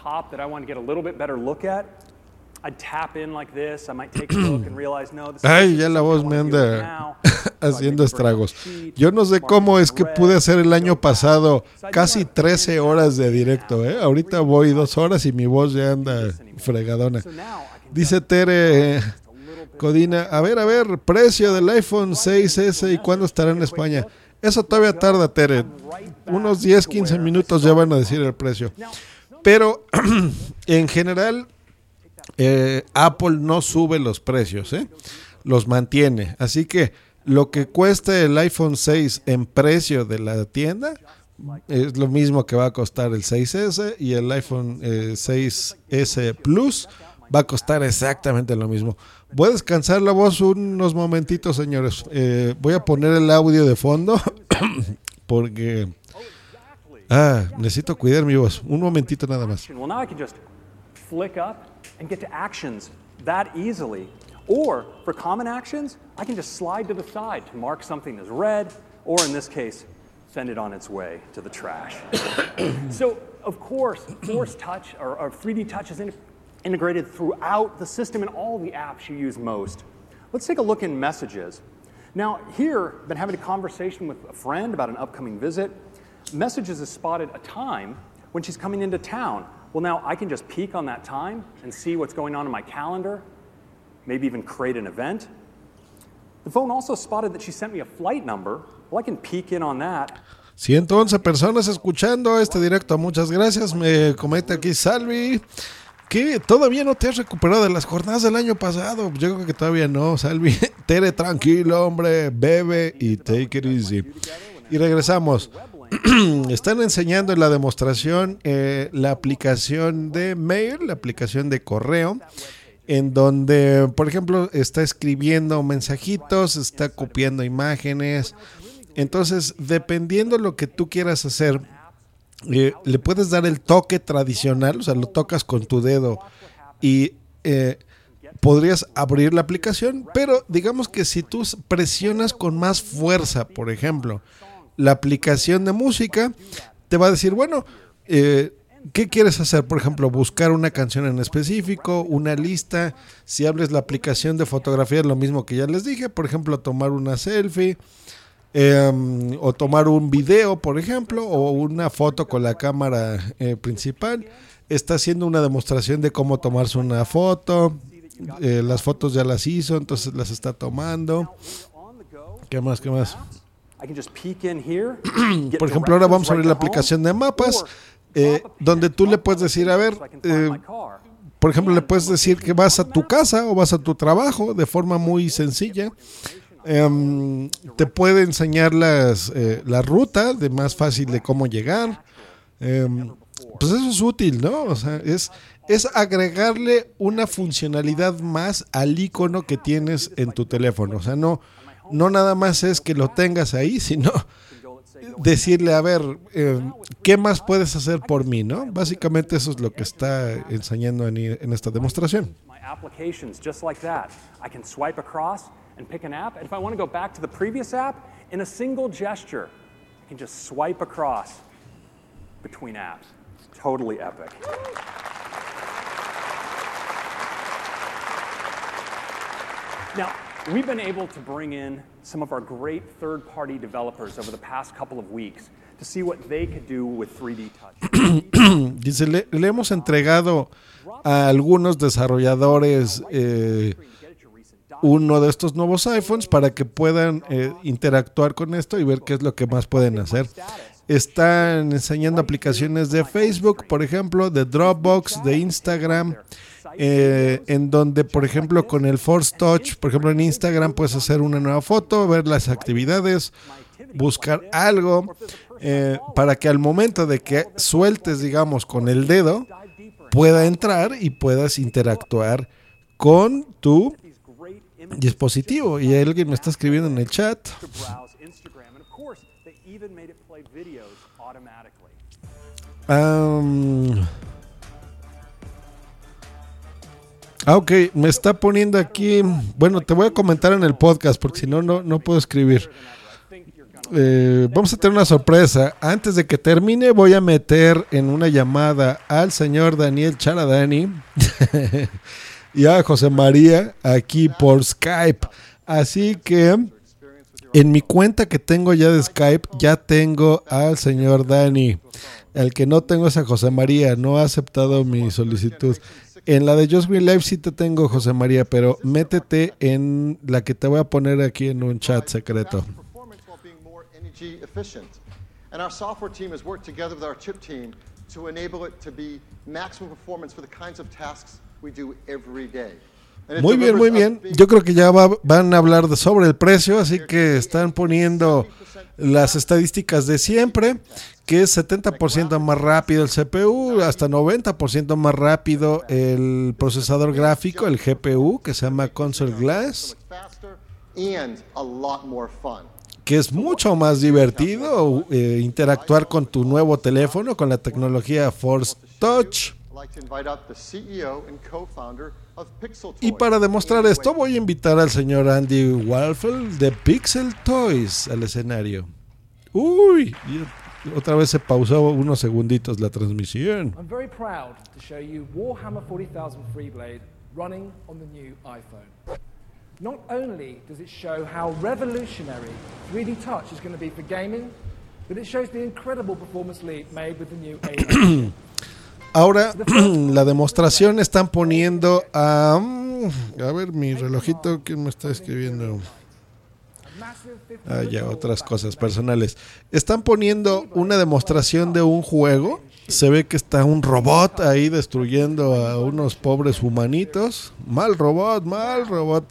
ay, ya la voz me anda haciendo estragos. Yo no sé cómo es que pude hacer el año pasado casi trece horas de directo, ¿eh? Ahorita voy dos horas y mi voz ya anda fregadona. Dice Tere eh, Codina, a ver, a ver, precio del iPhone seis ese y cuándo estará en España. Eso todavía tarda, Tere. Unos diez, quince minutos ya van a decir el precio. Pero en general, eh, Apple no sube los precios, ¿eh? Los mantiene. Así que lo que cuesta el iPhone seis en precio de la tienda es lo mismo que va a costar el seis ese, y el iPhone eh, seis ese Plus va a costar exactamente lo mismo. Voy a descansar la voz unos momentitos, señores. Eh, voy a poner el audio de fondo porque ah, necesito cuidar mi voz. Un momentito nada más. Well, now I can just flick up and get to actions that easily. Or for common actions, I can just slide to the side to mark something as read, or in this case, send it on its way to the trash. So, of course, Force Touch or, or three D Touch is in, integrated throughout the system in all the apps you use most. Let's take a look in Messages. Now, here, I've been having a conversation with a friend about an upcoming visit. Messages has spotted a time when she's coming into town. Well, now I can just peek on that time and see what's going on in my calendar, maybe even create an event. The phone also spotted that she sent me a flight number. Well, I can peek in on that. ciento once personas escuchando este directo. Muchas gracias. Me comenta aquí Salvi que todavía no te has recuperado de las jornadas del año pasado. Yo creo que todavía no, Salvi. Tere, tranquilo, hombre. Bebe y take it easy. Y regresamos. Están enseñando en la demostración eh, la aplicación de mail, la aplicación de correo, en donde, por ejemplo, está escribiendo mensajitos, está copiando imágenes. Entonces, dependiendo lo que tú quieras hacer, eh, le puedes dar el toque tradicional, o sea, lo tocas con tu dedo y eh, podrías abrir la aplicación, pero digamos que si tú presionas con más fuerza, por ejemplo, la aplicación de música, te va a decir, bueno, eh, ¿qué quieres hacer? Por ejemplo, buscar una canción en específico, una lista. Si abres la aplicación de fotografía, es lo mismo que ya les dije. Por ejemplo, tomar una selfie, eh, o tomar un video, por ejemplo, o una foto con la cámara eh, principal. Está haciendo una demostración de cómo tomarse una foto. Eh, las fotos ya las hizo, entonces las está tomando. ¿Qué más? ¿Qué más? Por ejemplo, ahora vamos a abrir la aplicación de mapas. Eh, donde tú le puedes decir, a ver, eh, por ejemplo, le puedes decir que vas a tu casa o vas a tu trabajo de forma muy sencilla. Eh, te puede enseñar las, eh, la ruta de más fácil de cómo llegar. Eh, pues eso es útil, ¿no? O sea, es, es agregarle una funcionalidad más al icono que tienes en tu teléfono. O sea, no, no nada más es que lo tengas ahí, sino decirle, a ver, eh, ¿qué más puedes hacer por mí, no? Básicamente eso es lo que está enseñando en, en esta demostración. Just like that. I can swipe across and pick an app, and if I want to go back to the previous app, in a single gesture, I can just swipe across between apps. Totally epic. Now, we've been able to bring in some of our great third-party developers over the past couple of weeks to see what they could do with three D Touch. Dice, le, le hemos entregado a algunos desarrolladores eh, uno de estos nuevos iPhones para que puedan eh, interactuar con esto y ver qué es lo que más pueden hacer. Están enseñando aplicaciones de Facebook, por ejemplo, de Dropbox, de Instagram, eh, en donde, por ejemplo, con el Force Touch, por ejemplo, en Instagram puedes hacer una nueva foto, ver las actividades, buscar algo, eh, para que al momento de que sueltes, digamos, con el dedo, pueda entrar y puedas interactuar con tu dispositivo. Y alguien me está escribiendo en el chat. Um, ah, ok, me está poniendo aquí. Bueno, te voy a comentar en el podcast porque si no, no, no puedo escribir. Eh, vamos a tener una sorpresa. Antes de que termine, voy a meter en una llamada al señor Daniel Charadani y a José María aquí por Skype. Así que en mi cuenta que tengo ya de Skype, ya tengo al señor Dani. El que no tengo es a José María, no ha aceptado mi solicitud. En la de Just Green Live sí te tengo, José María, pero métete en la que te voy a poner aquí en un chat secreto. And our software team has worked together with our chip team to enable it to be maximum performance for the kinds of tasks we do every day. Muy bien, muy bien. Yo creo que ya va, van a hablar de sobre el precio, así que están poniendo las estadísticas de siempre, que es setenta por ciento más rápido el C P U, hasta noventa por ciento más rápido el procesador gráfico, el G P U, que se llama Concert Glass, que es mucho más divertido eh, interactuar con tu nuevo teléfono con la tecnología Force Touch. Y para demostrar esto voy a invitar al señor Andy Warfel de Pixel Toys al escenario. Uy, y otra vez se pausó unos segunditos la transmisión. I'm very proud to show you Warhammer forty thousand Freeblade running on the new iPhone. Not only does it show how revolutionary three D touch is going to be for gaming, but it shows the incredible performance leap made with the new A nine. Ahora, la demostración están poniendo a... A ver, mi relojito, ¿quién me está escribiendo? Ah, ya, otras cosas personales. Están poniendo una demostración de un juego. Se ve que está un robot ahí destruyendo a unos pobres humanitos. Mal robot, mal robot.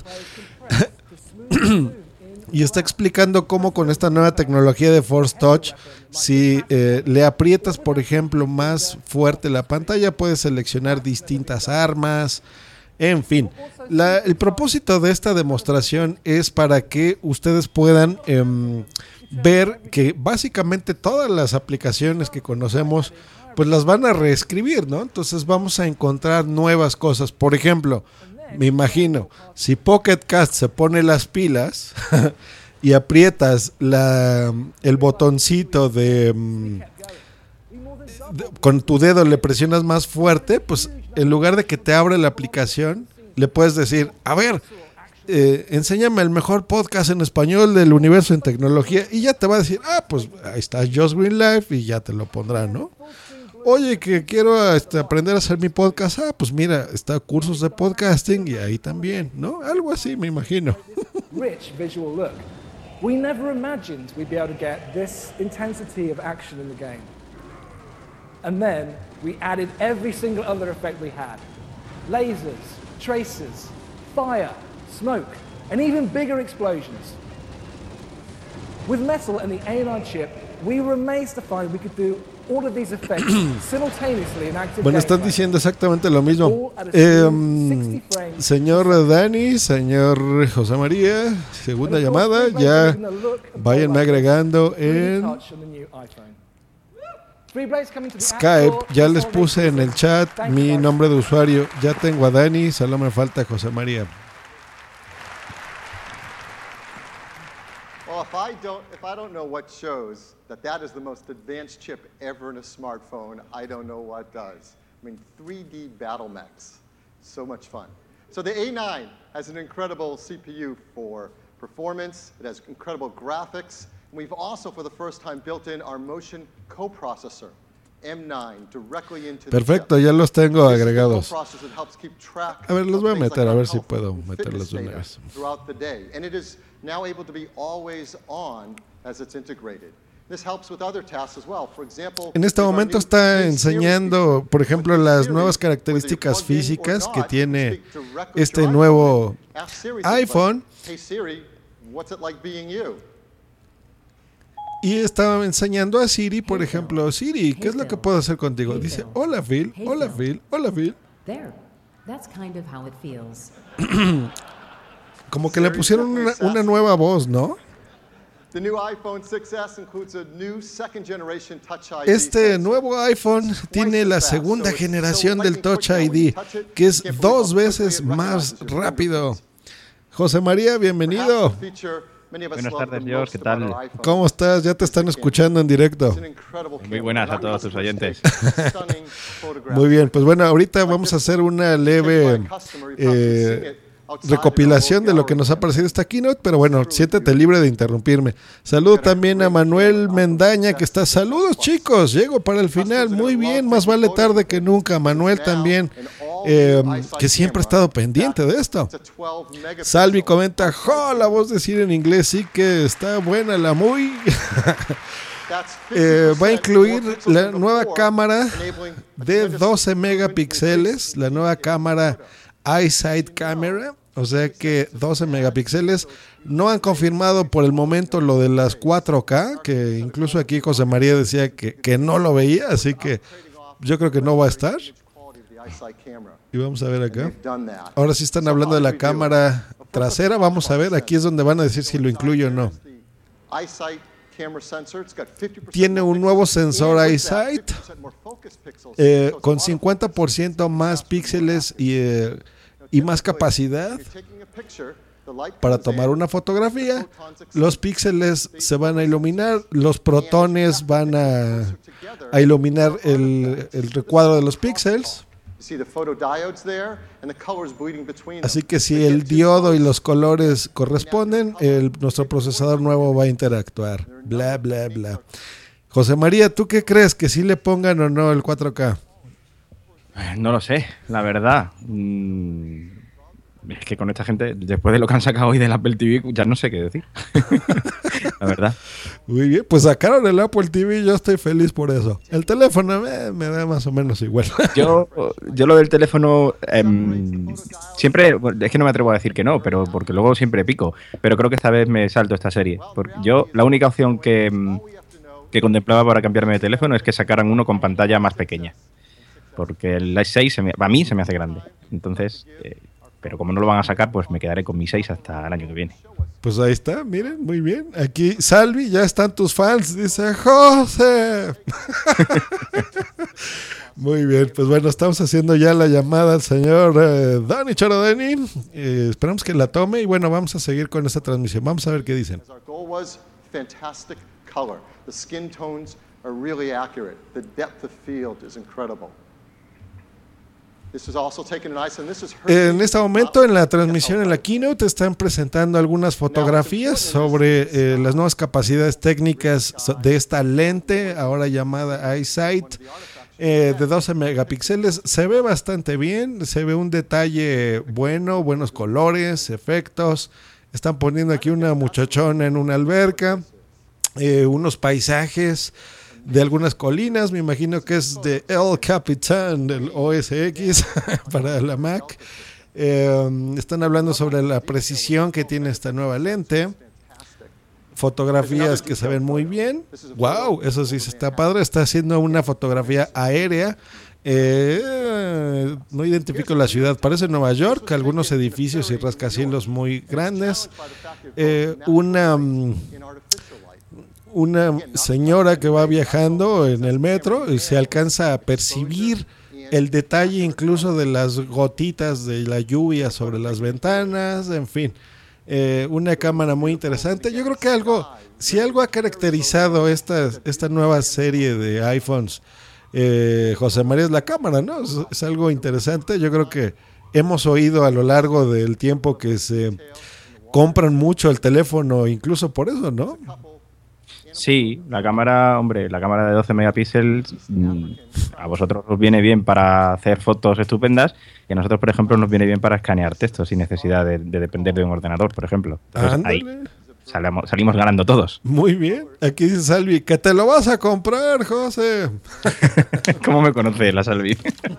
Y está explicando cómo con esta nueva tecnología de Force Touch, si eh, le aprietas, por ejemplo, más fuerte la pantalla, puedes seleccionar distintas armas. En fin, la, el propósito de esta demostración es para que ustedes puedan eh, ver que básicamente todas las aplicaciones que conocemos, pues las van a reescribir, ¿no? Entonces vamos a encontrar nuevas cosas. Por ejemplo, me imagino, si Pocket Cast se pone las pilas y aprietas la, el botoncito de, de... con tu dedo le presionas más fuerte, pues en lugar de que te abra la aplicación, le puedes decir, a ver, eh, enséñame el mejor podcast en español del universo en tecnología, y ya te va a decir, ah, pues ahí está Just Green Life, y ya te lo pondrá, ¿no? Oye, que quiero este, aprender a hacer mi podcast. Ah, pues mira, está cursos de podcasting y ahí también, ¿no? Algo así, me imagino. Rich visual look. We never imagined we'd be able to get this intensity of action in the game. And then we added every single other effect we had. Lasers, tracers, fire, smoke, and even bigger explosions. With Metal and the A nine chip, we were amazed to find we could do all of these effects simultaneously in active Bueno, están diciendo exactamente lo mismo. Eh, señor Dani, señor José María, segunda llamada, ya váyanme agregando en Skype. Ya les puse en el chat mi nombre de usuario. Ya tengo a Dani, solo me falta José María. Well, if I don't, if I don't know what shows that that is the most advanced chip ever in a smartphone, I don't know what does. I mean, three D battle mechs, so much fun. So the A nine has an incredible C P U for performance. It has incredible graphics. And we've also, for the first time, built in our motion coprocessor, M nine, directly into the Perfecto, ya los tengo agregados. A ver, los voy a meter, a ver si puedo meterlos de una vez. Throughout the day, and it is now able to be always on as it's integrated. This helps with other tasks as well. For example, en este momento está enseñando, por ejemplo, las nuevas características físicas que tiene este nuevo iPhone. Hey Siri, what's it like being you? Y estaba enseñando a Siri, por ejemplo, Siri, ¿qué es lo que puedo hacer contigo? Dice, hola Phil, hola Phil, hola Phil. There, that's kind of how it feels. Como que le pusieron una, una nueva voz, ¿no? The new iPhone six S includes a new second generation Touch I D. Este nuevo iPhone tiene la segunda generación del Touch I D, que es dos veces más rápido. José María, bienvenido. Buenas tardes, Dios, ¿qué tal? ¿Cómo estás? Ya te están escuchando en directo. Muy buenas a todos tus oyentes. Muy bien, pues bueno, ahorita vamos a hacer una leve eh, recopilación de lo que nos ha parecido esta keynote, pero bueno, siéntete libre de interrumpirme. Saludo también a Manuel Mendaña, que está, saludos chicos, llego para el final, muy bien, más vale tarde que nunca. Manuel también, eh, que siempre ha estado pendiente de esto. Salvi comenta, jo, la voz de Siri en inglés sí que está buena, la muy... eh, va a incluir la nueva cámara de doce megapíxeles, la nueva cámara EyeSight Camera, o sea que doce megapíxeles. No han confirmado por el momento lo de las cuatro K, que incluso aquí José María decía que, que no lo veía, así que yo creo que no va a estar. Y vamos a ver acá. Ahora sí están hablando de la cámara trasera, vamos a ver, aquí es donde van a decir si lo incluye o no. Tiene un nuevo sensor EyeSight eh, con cincuenta por ciento más píxeles y, eh, y más capacidad. para tomar una fotografía, los píxeles se van a iluminar, los protones van a, a iluminar el, el recuadro de los píxeles. Así que si el diodo y los colores corresponden, el, nuestro procesador nuevo va a interactuar. Bla, bla, bla. José María, ¿tú qué crees? ¿Que sí le pongan o no el cuatro K? No lo sé, la verdad. Mm, es que con esta gente, después de lo que han sacado hoy del Apple T V, ya no sé qué decir. La verdad. Muy bien, pues sacaron el Apple T V y yo estoy feliz por eso. El teléfono me, me da más o menos igual. Yo, yo lo del teléfono, eh, siempre, es que no me atrevo a decir que no, pero porque luego siempre pico. Pero creo que esta vez me salto esta serie. Porque yo, la única opción que, que contemplaba para cambiarme de teléfono es que sacaran uno con pantalla más pequeña. Porque el seis se me, a mí se me hace grande. Entonces, eh, pero como no lo van a sacar, pues me quedaré con mi seis hasta el año que viene. Pues ahí está, miren, muy bien. Aquí, Salvi, ya están tus fans, dice José. Muy bien, pues bueno, estamos haciendo ya la llamada al señor eh, Dani Charodeni. Eh, esperamos que la tome y bueno, vamos a seguir con esta transmisión. Vamos a ver qué dicen. Fantastic color. The skin tones are really accurate. The depth of field is incredible. En este momento en la transmisión, en la keynote, están presentando algunas fotografías sobre eh, las nuevas capacidades técnicas de esta lente, ahora llamada iSight, eh, de doce megapíxeles. Se ve bastante bien, se ve un detalle bueno, buenos colores, efectos. Están poniendo aquí una muchachona en una alberca, eh, unos paisajes de algunas colinas, me imagino que es de El Capitan del O S X para la Mac. Eh, están hablando sobre la precisión que tiene esta nueva lente. Fotografías que se ven muy bien. Wow, eso sí está padre. Está haciendo una fotografía aérea. Eh, no identifico la ciudad, parece Nueva York, algunos edificios y rascacielos muy grandes. Eh, una una señora que va viajando en el metro y se alcanza a percibir el detalle incluso de las gotitas de la lluvia sobre las ventanas, en fin, eh, una cámara muy interesante. Yo creo que algo, si algo ha caracterizado esta, esta nueva serie de iPhones, eh, José María, es la cámara, ¿no? Es, es algo interesante. Yo creo que hemos oído a lo largo del tiempo que se compran mucho el teléfono, incluso por eso, ¿no? Sí, la cámara, hombre, la cámara de doce megapíxeles a vosotros os viene bien para hacer fotos estupendas y a nosotros, por ejemplo, nos viene bien para escanear textos sin necesidad de, de depender de un ordenador, por ejemplo. Entonces, ahí salimos, salimos ganando todos. Muy bien. Aquí dice Salvi, que te lo vas a comprar, José. ¿Cómo me conoce la Salvi?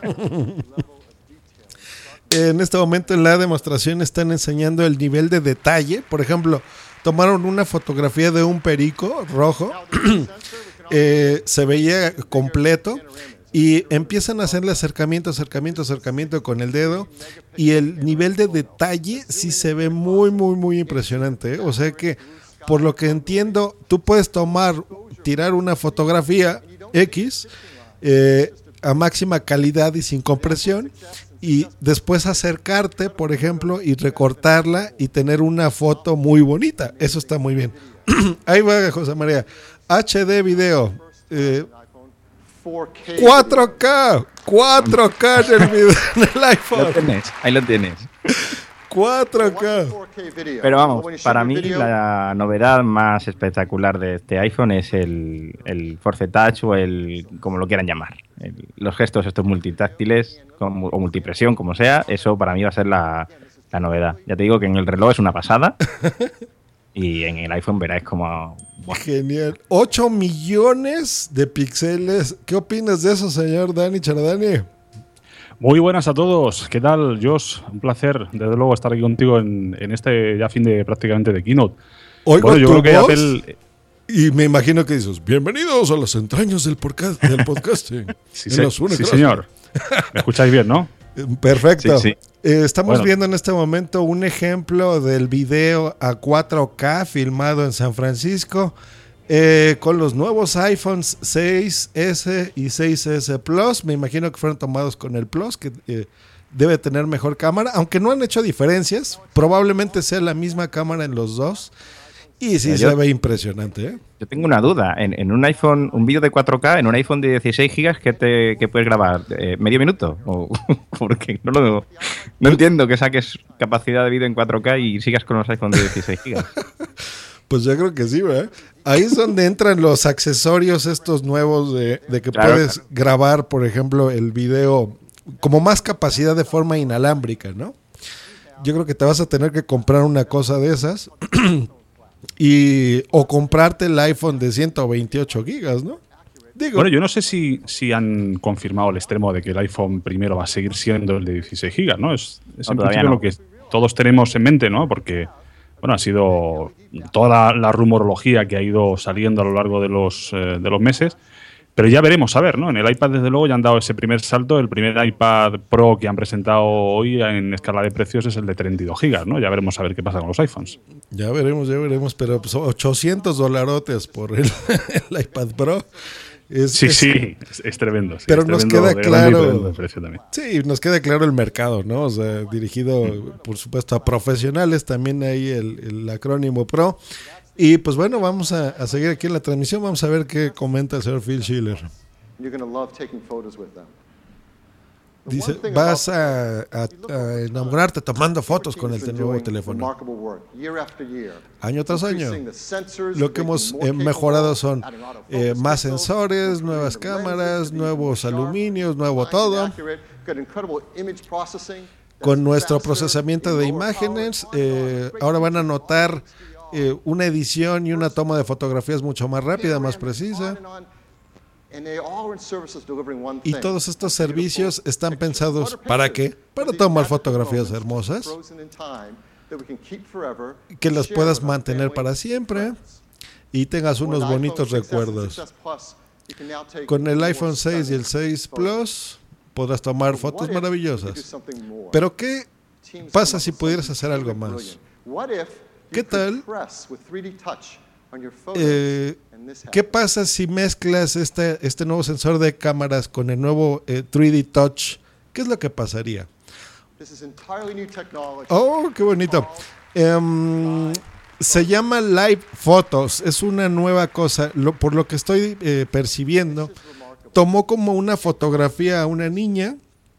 En este momento en la demostración están enseñando el nivel de detalle. Por ejemplo, tomaron una fotografía de un perico rojo, eh, se veía completo y empiezan a hacerle acercamiento, acercamiento, acercamiento con el dedo y el nivel de detalle sí se ve muy, muy, muy impresionante, ¿eh? O sea que, por lo que entiendo, tú puedes tomar, tirar una fotografía X eh, a máxima calidad y sin compresión y después acercarte, por ejemplo, y recortarla y tener una foto muy bonita. Eso está muy bien. Ahí va, José María. H D video. Eh, cuatro K. cuatro K en el, video, en el iPhone. Lo tienes, ahí lo tienes. cuatro K. Pero vamos, para mí la novedad más espectacular de este iPhone es el, el Force Touch o el, como lo quieran llamar. El, los gestos estos multitáctiles como, o multipresión, como sea, eso para mí va a ser la, la novedad. Ya te digo que en el reloj es una pasada y en el iPhone verás como... Wow. Genial. ocho millones de píxeles. ¿Qué opinas de eso, señor Dani Charodani? Muy buenas a todos. ¿Qué tal, Josh? Un placer, desde luego, estar aquí contigo en, en este ya fin de prácticamente de keynote. Oigo bueno, yo tu creo que voz Apple... y me imagino que dices, bienvenidos a las entrañas del podcast, del podcasting. sí, se, sí señor. ¿Me escucháis bien, no? Perfecto. Sí, sí. Eh, estamos bueno. viendo en este momento un ejemplo del video a cuatro K filmado en San Francisco eh, con los nuevos iPhones seis ese y seis ese Plus. Me imagino que fueron tomados con el Plus, que eh, debe tener mejor cámara, aunque no han hecho diferencias, probablemente sea la misma cámara en los dos. Y sí, yo, se ve impresionante, ¿eh? Yo tengo una duda. En, en un iPhone, un vídeo de cuatro K, en un iPhone de dieciséis gigas, ¿qué, te, qué puedes grabar? Eh, ¿Medio minuto? O, porque no lo no entiendo que saques capacidad de vídeo en cuatro K y sigas con los iPhones de dieciséis gigas. Pues yo creo que sí, ¿verdad? Ahí es donde entran los accesorios estos nuevos de, de que Claro, puedes claro. grabar, por ejemplo, el video como más capacidad de forma inalámbrica, ¿no? Yo creo que te vas a tener que comprar una cosa de esas y o comprarte el iPhone de ciento veintiocho gigas, ¿no? Digo, Bueno, yo no sé si, si han confirmado el extremo de que el iPhone primero va a seguir siendo el de dieciséis gigas, ¿no? Es, es No, en todavía principio no. lo que todos tenemos en mente, ¿no? Porque, bueno, ha sido toda la, la rumorología que ha ido saliendo a lo largo de los, eh, de los meses. Pero ya veremos, a ver, ¿no? En el iPad, desde luego, ya han dado ese primer salto. El primer iPad Pro que han presentado hoy en escala de precios es el de treinta y dos gigas, ¿no? Ya veremos a ver qué pasa con los iPhones. ya veremos, ya veremos, pero pues, ochocientos dolarotes por el, el iPad Pro. Es, Sí, es- sí, es, es tremendo. sí, Pero es nos tremendo queda de grande y tremendo claro. de precio también. Sí, nos queda claro el mercado, ¿no? O sea, dirigido, por supuesto, a profesionales, también ahí el, el acrónimo Pro. Y pues bueno, vamos a, a seguir aquí en la transmisión, vamos a ver qué comenta el señor Phil Schiller. You're going to love taking photos with them. Dice, vas a, a- a enamorarte tomando fotos con este nuevo teléfono. Remarkable work, year after year. Año tras año. Increasing the sensors, Lo que making hemos more eh, capable, mejorado son adding autofocus eh, más pixels, sensores, nuevas cámaras, nuevos aluminios, nuevo todo. accurate, got incredible image processing. Con nuestro procesamiento de imágenes, eh, ahora van a notar eh, una edición y una toma de fotografías mucho más rápida, más precisa. And they all are in services delivering one Y thing. todos estos servicios están pensados ¿para qué? Para tomar fotografías hermosas, Frozen in time that we can keep forever, que las share puedas with our mantener family. para siempre y tengas unos With iPhone bonitos six S and recuerdos. six S Plus, you can now take Con el more iPhone seis y el stunning seis Plus podrás tomar fotos What if we could do maravillosas. something more? Pero ¿qué Teams pasa come si up with pudieras something hacer algo truly más? brilliant. What if ¿Qué you could tal? press with three D touch on your photos Eh, and this ¿Qué happens? pasa si mezclas este, este nuevo sensor de cámaras con el nuevo eh, tres D Touch? ¿Qué es lo que pasaría? This is entirely new technology. Oh, qué bonito. Em, se llama Live Photos. Es una nueva cosa. Lo- por lo que estoy eh, percibiendo, tomó como una fotografía a una niña,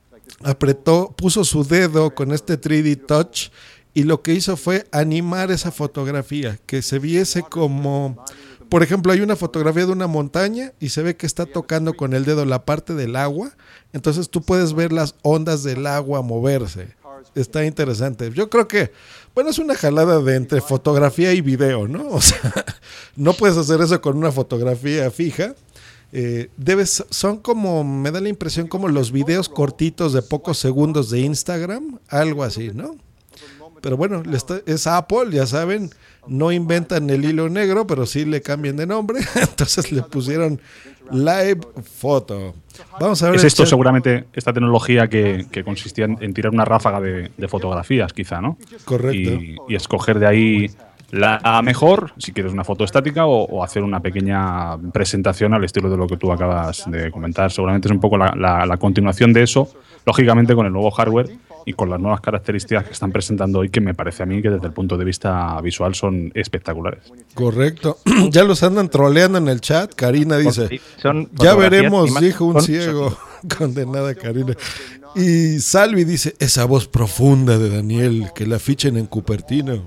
apretó, puso su dedo con este tres D Touch y lo que hizo fue animar esa fotografía, que se viese como, por ejemplo, hay una fotografía de una montaña y se ve que está tocando con el dedo la parte del agua, entonces tú puedes ver las ondas del agua moverse. Está interesante. Yo creo que, bueno, es una jalada de entre fotografía y video, ¿no? O sea, no puedes hacer eso con una fotografía fija. Eh, debes, son como, me da la impresión como los videos cortitos de pocos segundos de Instagram, algo así, ¿no? Pero bueno, le está- es Apple, ya saben, no inventan el hilo negro, pero sí le cambian de nombre, entonces le pusieron Live Photo. Vamos a ver. Es el esto chat. seguramente esta tecnología que, que consistía en, en tirar una ráfaga de, de fotografías, quizá, ¿no? Correcto. Y, y escoger de ahí la mejor, si quieres una foto estática, o, o hacer una pequeña presentación al estilo de lo que tú acabas de comentar. Seguramente es un poco la, la- la continuación de eso, lógicamente con el nuevo hardware y con las nuevas características que están presentando hoy, que me parece a mí que desde el punto de vista visual son espectaculares. Correcto. Ya los andan troleando en el chat. Karina dice, Sí, son ya fotografías, veremos, imágenes dijo un con ciego. Condenada Karina. Y Salvi dice, esa voz profunda de Daniel, que la fichen en Cupertino.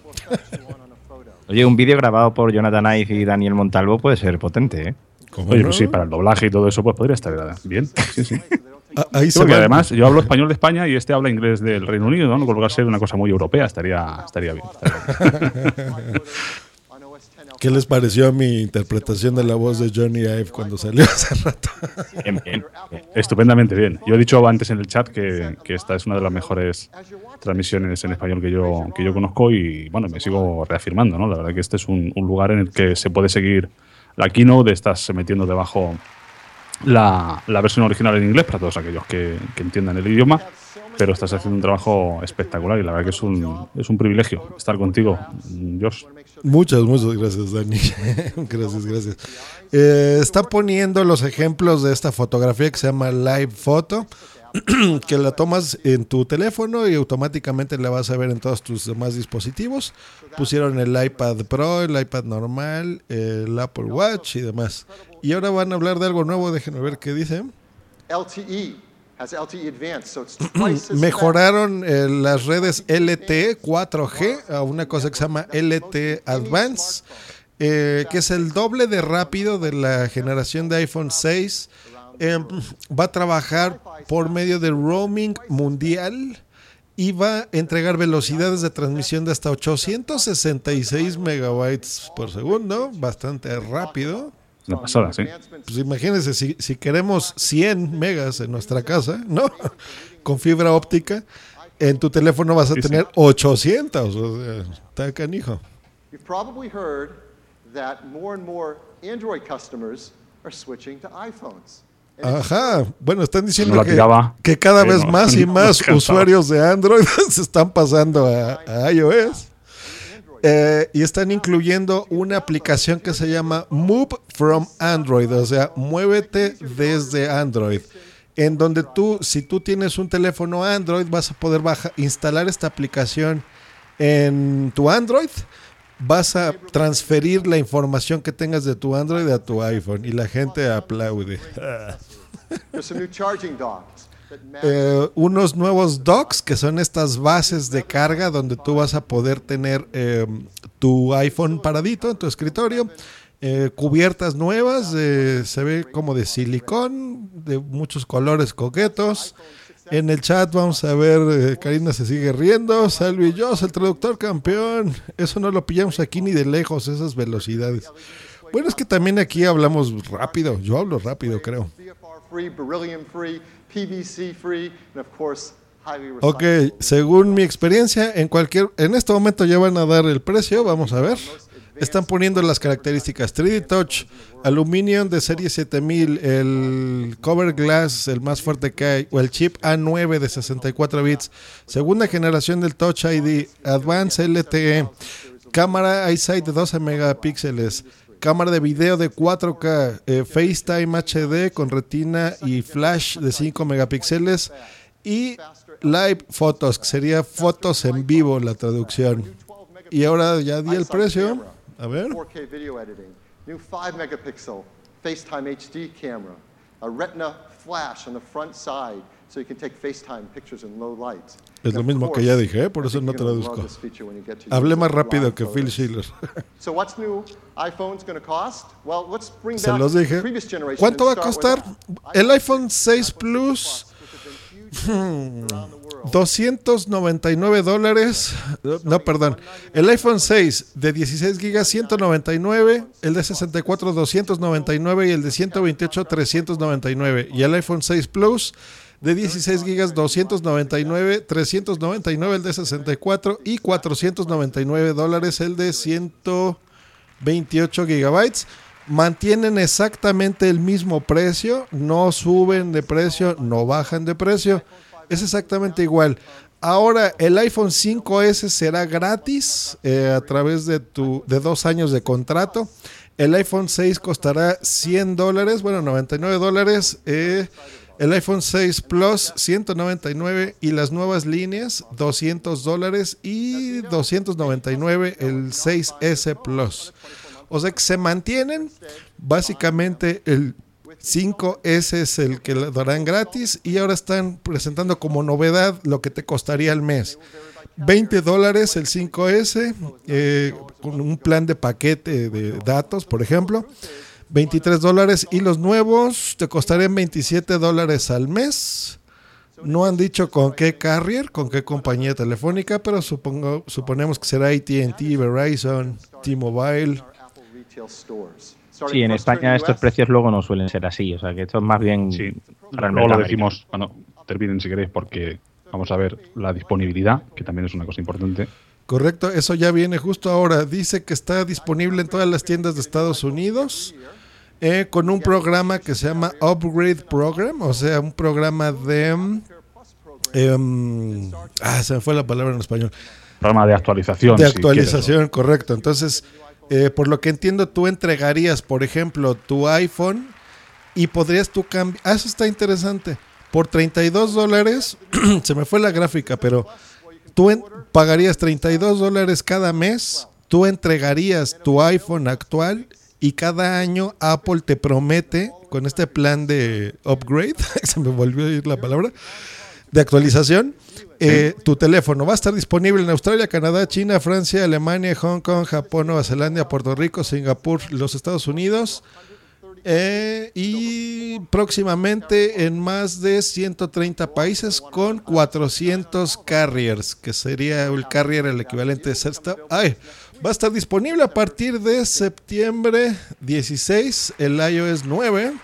Oye, un vídeo grabado por Jonathan Ive y Daniel Montalvo puede ser potente, ¿eh? Oye, pues sí, para el doblaje y todo eso, pues podría estar bien. Sí, sí. Ah, ahí Sí, se porque van. además yo hablo español de España y este habla inglés del Reino Unido, ¿no? Con lo cual ser una cosa muy europea estaría, estaría bien. Estaría bien. ¿Qué les pareció a mi interpretación de la voz de Johnny Ive cuando salió hace rato? Bien, bien. Estupendamente bien. Yo he dicho antes en el chat que, que esta es una de las mejores transmisiones en español que yo, que yo conozco y bueno, me sigo reafirmando, ¿no? La verdad que este es un, un lugar en el que se puede seguir la keynote, estás metiendo debajo la, la versión original en inglés para todos aquellos que, que entiendan el idioma, pero estás haciendo un trabajo espectacular y la verdad que es un, es un privilegio estar contigo, Josh. Muchas, muchas gracias, Dani. Gracias, gracias. Eh, está poniendo los ejemplos de esta fotografía que se llama Live Photo. que la tomas en tu teléfono y automáticamente la vas a ver en todos tus demás dispositivos. Pusieron el iPad Pro, el iPad normal, el Apple Watch y demás. Y ahora van a hablar de algo nuevo, déjenme ver qué dice. L T E has L T E Advanced, so it's twice as Mejoraron eh, las redes L T E cuatro G a una cosa que se llama L T E Advanced, eh, que es el doble de rápido de la generación de iPhone seis. Eh, va a trabajar por medio del roaming mundial y va a entregar velocidades de transmisión de hasta ochocientos sesenta y seis megabytes por segundo, bastante rápido. Una pasada, sí. Pues imagínense, si, si queremos cien megas en nuestra casa, ¿no? Con fibra óptica, en tu teléfono vas a sí, tener sí. ochocientos, o sea, está canijo. You've probably heard that more and more Android customers are switching to iPhones. Ajá, bueno, están diciendo no que, tiraba, que cada vez no, más y no más usuarios de Android se están pasando a, a iOS. Eh, y están incluyendo una aplicación que se llama Move from Android, o sea, muévete desde Android, en donde tú, si tú tienes un teléfono Android, vas a poder baja, instalar esta aplicación en tu Android, vas a transferir la información que tengas de tu Android a tu iPhone y la gente aplaude. There's some new charging docks. Eh, unos nuevos docks que son estas bases de carga donde tú vas a poder tener eh, tu iPhone paradito en tu escritorio, eh, cubiertas nuevas, eh, se ve como de silicón, de muchos colores coquetos. En el chat vamos a ver, eh, Karina se sigue riendo, Salvi y yo, el traductor campeón, eso no lo pillamos aquí ni de lejos, esas velocidades. Bueno, es que también aquí hablamos rápido, yo hablo rápido, creo. Free, beryllium free, P V C free, and of course, highly Ok, recyclable. según mi experiencia, en cualquier, en este momento ya van a dar el precio, vamos a ver. Están poniendo las características: tres D Touch, aluminio de serie siete mil, el cover glass, el más fuerte que hay, o el chip A nueve de sesenta y cuatro bits, segunda generación del Touch I D, Advanced L T E, cámara iSight de doce megapíxeles, cámara de video de cuatro K, eh, FaceTime H D con retina y flash de cinco megapíxeles y Live Photos, que sería fotos en vivo la traducción. Y ahora ya di el precio. A ver. four K video editing, new five megapixel FaceTime H D camera, a retina flash on the front side so you can take FaceTime pictures in low light. Es lo mismo que ya dije, ¿eh? Por eso no traduzco. Hablé más rápido que Phil Schiller. So what's new iPhone's going to cost? Well, let's bring Se back los dije. previous generation. ¿Cuánto va a and start costar? with El iPhone seis Plus, hmm, doscientos noventa y nueve dólares. No, perdón. El iPhone seis de dieciséis gigas, ciento noventa y nueve. El de sesenta y cuatro, doscientos noventa y nueve. Y el de ciento veintiocho, trescientos noventa y nueve. Y el iPhone seis Plus de dieciséis gigas, doscientos noventa y nueve, trescientos noventa y nueve el de sesenta y cuatro y cuatrocientos noventa y nueve dólares el de ciento veintiocho gigabytes. Mantienen exactamente el mismo precio, no suben de precio, no bajan de precio, es exactamente igual. Ahora el iPhone cinco ese será gratis eh, a través de, tu, de dos años de contrato. El iPhone seis costará cien dólares, bueno, noventa y nueve dólares. Eh, el iPhone seis Plus, ciento noventa y nueve, y las nuevas líneas, doscientos dólares, y doscientos noventa y nueve el seis ese Plus. O sea que se mantienen. Básicamente el cinco ese es el que le darán gratis, y ahora están presentando como novedad lo que te costaría al mes. veinte dólares el cinco ese, eh, con un plan de paquete de datos, por ejemplo. veintitrés dólares, y los nuevos te costarían veintisiete dólares al mes. No han dicho con qué carrier, con qué compañía telefónica, pero supongo, suponemos que será A T and T, Verizon, T-Mobile. Sí, en España estos precios luego no suelen ser así, o sea que esto es más bien sí. para el Luego mercado lo decimos, bueno, terminen si queréis, porque vamos a ver la disponibilidad, que también es una cosa importante. Correcto, eso ya viene justo ahora. Dice que está disponible en todas las tiendas de Estados Unidos, eh, con un programa que se llama Upgrade Program, o sea, un programa de... Eh, ah, se me fue la palabra en español. Programa de actualización. De si actualización, quieres. correcto. Entonces, eh, por lo que entiendo, tú entregarías, por ejemplo, tu iPhone y podrías tú cambiar... Ah, eso está interesante. por treinta y dos dólares, se me fue la gráfica, pero tú en, pagarías treinta y dos dólares cada mes, tú entregarías tu iPhone actual y cada año Apple te promete, con este plan de upgrade, se me volvió a ir la palabra, de actualización, eh, tu teléfono va a estar disponible en Australia, Canadá, China, Francia, Alemania, Hong Kong, Japón, Nueva Zelanda, Puerto Rico, Singapur, los Estados Unidos, eh, y próximamente en más de ciento treinta países con cuatrocientos carriers, que sería el carrier el equivalente de Set-Top. Ay, va a estar disponible a partir de septiembre dieciséis el iOS nueve.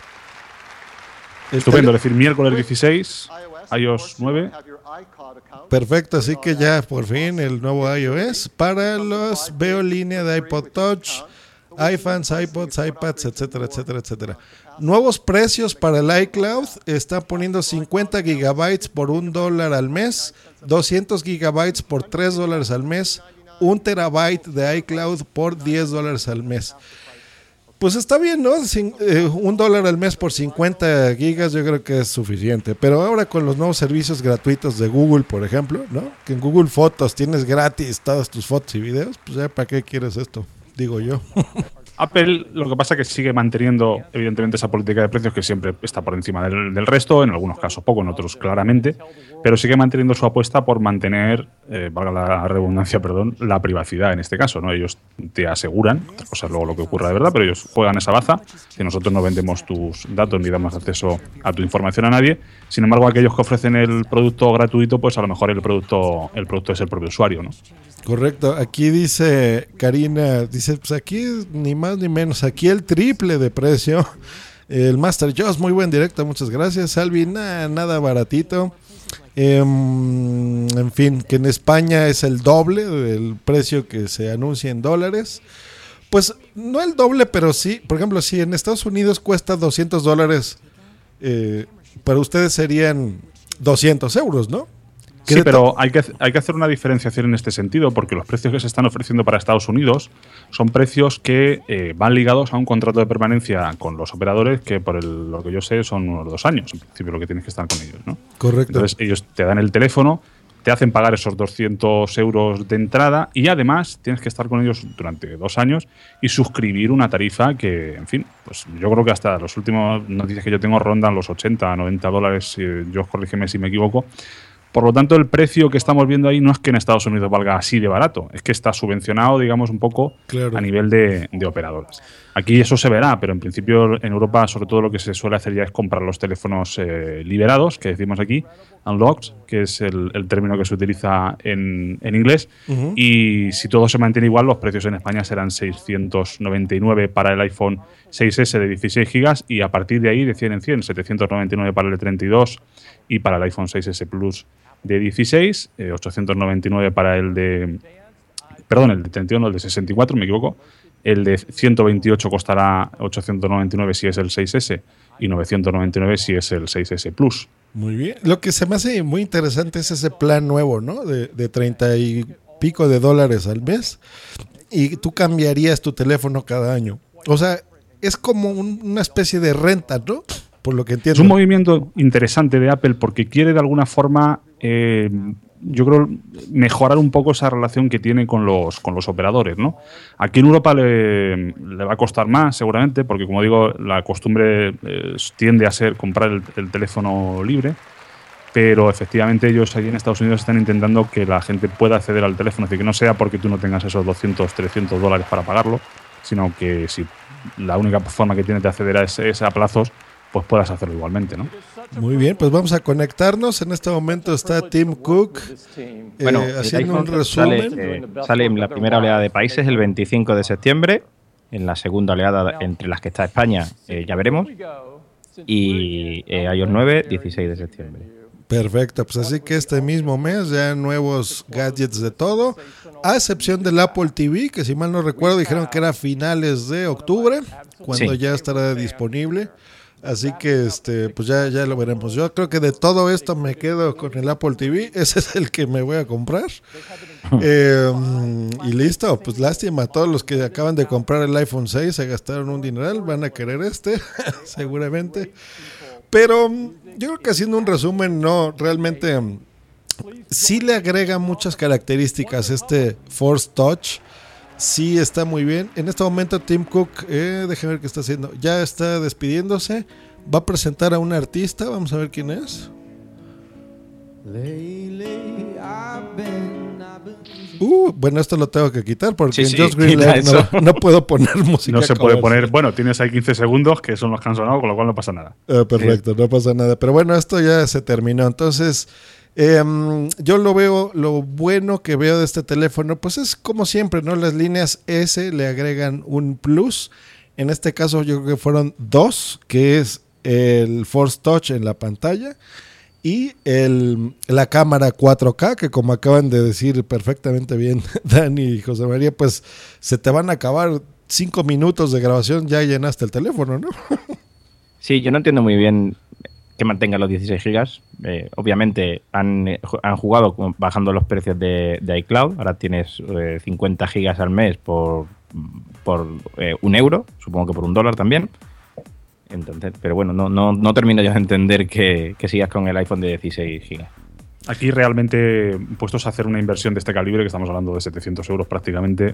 Estupendo, es decir, miércoles dieciséis, iOS nueve. Perfecto, así que ya por fin el nuevo iOS para los veo línea de iPod Touch, iPhones, iPods, iPads, etcétera, etcétera, etcétera. Nuevos precios para el iCloud, está poniendo cincuenta gigabytes por un dólar al mes, doscientos gigabytes por tres dólares al mes, un terabyte de iCloud por diez dólares al mes. Pues está bien, ¿no? Cin- eh, un dólar al mes por cincuenta gigas yo creo que es suficiente. Pero ahora con los nuevos servicios gratuitos de Google, por ejemplo, ¿no? Que en Google Fotos tienes gratis todas tus fotos y videos, pues ya para qué quieres esto, digo yo. Apple lo que pasa es que sigue manteniendo evidentemente esa política de precios que siempre está por encima del, del resto, en algunos casos poco, en otros claramente, pero sigue manteniendo su apuesta por mantener, eh, valga la redundancia, perdón, la privacidad en este caso, ¿no? Ellos te aseguran, otra cosa es luego lo que ocurra de verdad, pero ellos juegan esa baza, que nosotros no vendemos tus datos ni damos acceso a tu información a nadie. Sin embargo, aquellos que ofrecen el producto gratuito, pues a lo mejor el producto, el producto es el propio usuario, ¿no? Correcto, aquí dice Karina, dice, pues aquí ni más ni menos, aquí el triple de precio. El Master Joss, muy buen directo, muchas gracias. Salvi, nada, nada baratito. Eh, en fin, que en España es el doble del precio que se anuncia en dólares. Pues no el doble, pero sí, por ejemplo, si en Estados Unidos cuesta doscientos dólares, eh, para ustedes serían doscientos euros, ¿no? Sí, pero hay que, hay que hacer una diferenciación en este sentido, porque los precios que se están ofreciendo para Estados Unidos son precios que eh, van ligados a un contrato de permanencia con los operadores que, por el, lo que yo sé, son unos dos años, en principio, lo que tienes que estar con ellos, ¿no? Correcto. Entonces, ellos te dan el teléfono, te hacen pagar esos doscientos euros de entrada y además tienes que estar con ellos durante dos años y suscribir una tarifa que, en fin, pues yo creo que hasta los últimos noticias que yo tengo rondan los ochenta, noventa dólares, eh, yo corrígeme si me equivoco. Por lo tanto, el precio que estamos viendo ahí no es que en Estados Unidos valga así de barato, es que está subvencionado, digamos, un poco claro, a nivel de, de operadoras. Aquí eso se verá, pero en principio en Europa sobre todo lo que se suele hacer ya es comprar los teléfonos eh, liberados, que decimos aquí, unlocked, que es el, el término que se utiliza en, en inglés. Uh-huh. Y si todo se mantiene igual, los precios en España serán seiscientos noventa y nueve para el iPhone seis ese de dieciséis gigas y a partir de ahí de cien en cien, setecientos noventa y nueve para el de treinta y dos y para el iPhone seis ese Plus de dieciséis, eh, ochocientos noventa y nueve para el de, perdón, el de treinta y uno, el de sesenta y cuatro, me equivoco. El de ciento veintiocho costará ochocientos noventa y nueve si es el seis ese y novecientos noventa y nueve si es el seis ese Plus. Muy bien. Lo que se me hace muy interesante es ese plan nuevo, ¿no? De, de treinta y pico de dólares al mes y tú cambiarías tu teléfono cada año. O sea, es como un, una especie de renta, ¿no? Por lo que entiendo. Es un movimiento interesante de Apple porque quiere de alguna forma, eh, yo creo, mejorar un poco esa relación que tiene con los, con los operadores, ¿no? Aquí en Europa le, le va a costar más, seguramente, porque como digo, la costumbre eh, tiende a ser comprar el, el teléfono libre, pero efectivamente ellos allí en Estados Unidos están intentando que la gente pueda acceder al teléfono, es decir, que no sea porque tú no tengas esos doscientos, trescientos dólares para pagarlo, sino que si la única forma que tienes de acceder a ese, ese a plazos, pues puedas hacerlo igualmente, ¿no? Muy bien, pues vamos a conectarnos. En este momento está Tim Cook eh, bueno, haciendo un resumen. Sale, eh, sale en la primera oleada de países el veinticinco de septiembre, en la segunda oleada entre las que está España, eh, ya veremos, y eh, iOS nueve, dieciséis de septiembre. Perfecto, pues así que este mismo mes ya nuevos gadgets de todo, a excepción del Apple T V, que si mal no recuerdo dijeron que era a finales de octubre, cuando sí. ya estará disponible. Así que este pues ya, ya lo veremos. Yo creo que de todo esto me quedo con el Apple T V. Ese es el que me voy a comprar. eh, y listo, pues lástima. Todos los que acaban de comprar el iPhone seis se gastaron un dineral. Van a querer este, seguramente. Pero yo creo que haciendo un resumen, no, realmente sí le agrega muchas características este Force Touch. Sí está muy bien. En este momento Tim Cook, eh, déjame ver qué está haciendo. Ya está despidiéndose. Va a presentar a un artista. Vamos a ver quién es. Uh, bueno, esto lo tengo que quitar porque Sí, en sí, Just Green Light no, no puedo poner música. No se puede comercial. poner. Bueno, tienes ahí quince segundos que son los que han sonado, con lo cual no pasa nada. Ah, perfecto, no pasa nada. Pero bueno, esto ya se terminó. Entonces, eh, yo lo veo, lo bueno que veo de este teléfono, pues es como siempre, ¿no? Las líneas S le agregan un plus. En este caso, yo creo que fueron dos, que es el Force Touch en la pantalla y el, la cámara cuatro K, que como acaban de decir perfectamente bien Dani y José María, pues se te van a acabar cinco minutos de grabación, ya llenaste el teléfono, ¿no? Sí, yo no entiendo muy bien que mantenga los dieciséis gigas. Eh, obviamente han, han jugado con- bajando los precios de, de iCloud. Ahora tienes eh, cincuenta gigas al mes por, por eh, un euro, supongo que por un dólar también. Entonces, pero bueno, no, no, no termino yo de entender que, que sigas con el iPhone de dieciséis gigas. Aquí realmente, puestos a hacer una inversión de este calibre, que estamos hablando de setecientos euros prácticamente,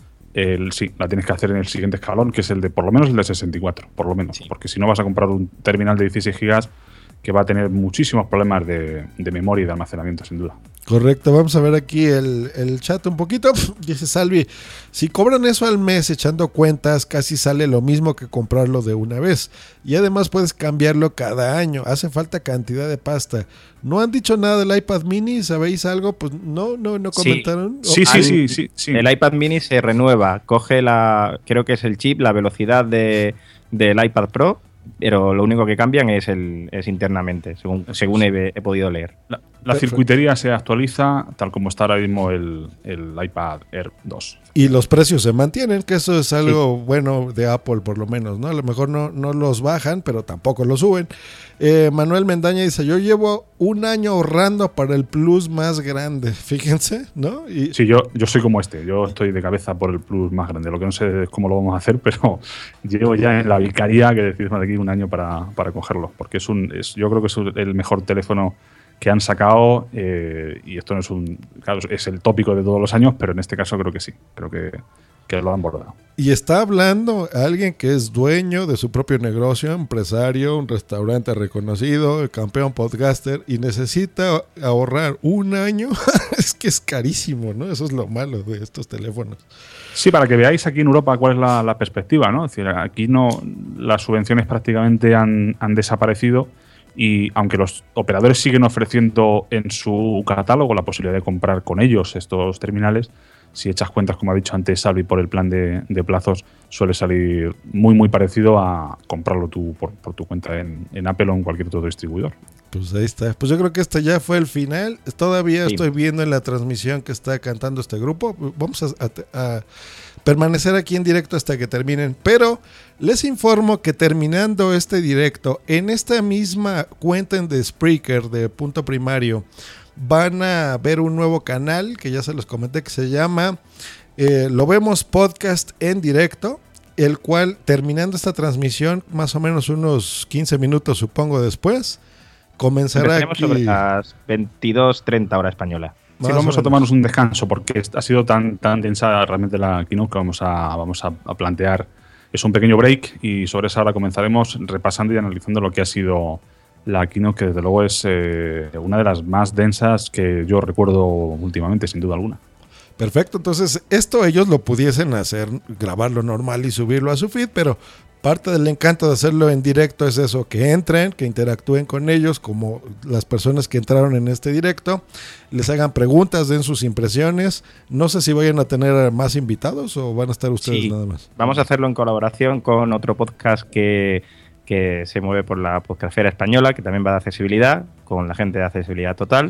el, sí, la tienes que hacer en el siguiente escalón, que es el de, por lo menos el de sesenta y cuatro, por lo menos. Porque si no vas a comprar un terminal de dieciséis gigas que va a tener muchísimos problemas de, de memoria y de almacenamiento, sin duda. Correcto, vamos a ver aquí el, el chat un poquito. Dice Salvi, si cobran eso al mes echando cuentas, casi sale lo mismo que comprarlo de una vez. Y además puedes cambiarlo cada año. Hace falta cantidad de pasta. ¿No han dicho nada del iPad mini? ¿Sabéis algo? Pues no, no, no comentaron. Sí, Oh, Al- sí, sí, El iPad mini se renueva, coge la, creo que es el chip, la velocidad de, del iPad Pro, pero lo único que cambian es el es internamente, según, según he, he podido leer. La, la circuitería se actualiza tal como está ahora mismo el, el iPad Air dos. Y los precios se mantienen, que eso es algo bueno de Apple por lo menos, ¿no? A lo mejor no, no los bajan, pero tampoco los suben. Eh, Manuel Mendaña dice, yo llevo un año ahorrando para el Plus más grande, fíjense, ¿no? Y Sí, yo, yo soy como este. Yo estoy de cabeza por el Plus más grande. Lo que no sé es cómo lo vamos a hacer, pero llevo ya en la vicaría que decidimos de aquí un año para, para cogerlo. Porque es un, es, yo creo que es el mejor teléfono que han sacado, eh, y esto no es un, claro, es el tópico de todos los años, pero en este caso creo que sí, creo que, que lo han bordado. Y está hablando alguien que es dueño de su propio negocio, empresario, un restaurante reconocido, el campeón podcaster, y necesita ahorrar un año. Es que es carísimo, ¿no? Eso es lo malo de estos teléfonos. Sí, para que veáis aquí en Europa cuál es la, la perspectiva, ¿no? Es decir, aquí no, las subvenciones prácticamente han, han desaparecido. Y aunque los operadores siguen ofreciendo en su catálogo la posibilidad de comprar con ellos estos terminales, si echas cuentas, como ha dicho antes Salvi, por el plan de, de plazos, suele salir muy muy parecido a comprarlo tú por, por tu cuenta en, en Apple o en cualquier otro distribuidor. Pues ahí está. Pues yo creo que este ya fue el final. Todavía Sí. estoy viendo en la transmisión que está cantando este grupo. Vamos a, a- a permanecer aquí en directo hasta que terminen. Pero les informo que terminando este directo, en esta misma cuenta de Spreaker de Punto Primario, van a ver un nuevo canal que ya se los comenté que se llama eh, Lo Vemos Podcast en directo, el cual terminando esta transmisión, más o menos unos quince minutos supongo después, comenzará Empezaremos aquí. sobre las veintidós treinta hora española. Sí, Más vamos o a tomarnos un descanso porque ha sido tan, tan densa realmente la keynote que vamos a, vamos a, a plantear. Es un pequeño break y sobre esa hora comenzaremos repasando y analizando lo que ha sido la keynote, que desde luego es eh, una de las más densas que yo recuerdo últimamente, sin duda alguna. Perfecto, entonces esto ellos lo pudiesen hacer, grabarlo normal y subirlo a su feed, pero parte del encanto de hacerlo en directo es eso, que entren, que interactúen con ellos, como las personas que entraron en este directo, les hagan preguntas, den sus impresiones. No sé si vayan a tener más invitados o van a estar ustedes Sí, nada más. Vamos a hacerlo en colaboración con otro podcast que, que se mueve por la podcastfera española, que también va de accesibilidad, con la gente de Accesibilidad Total.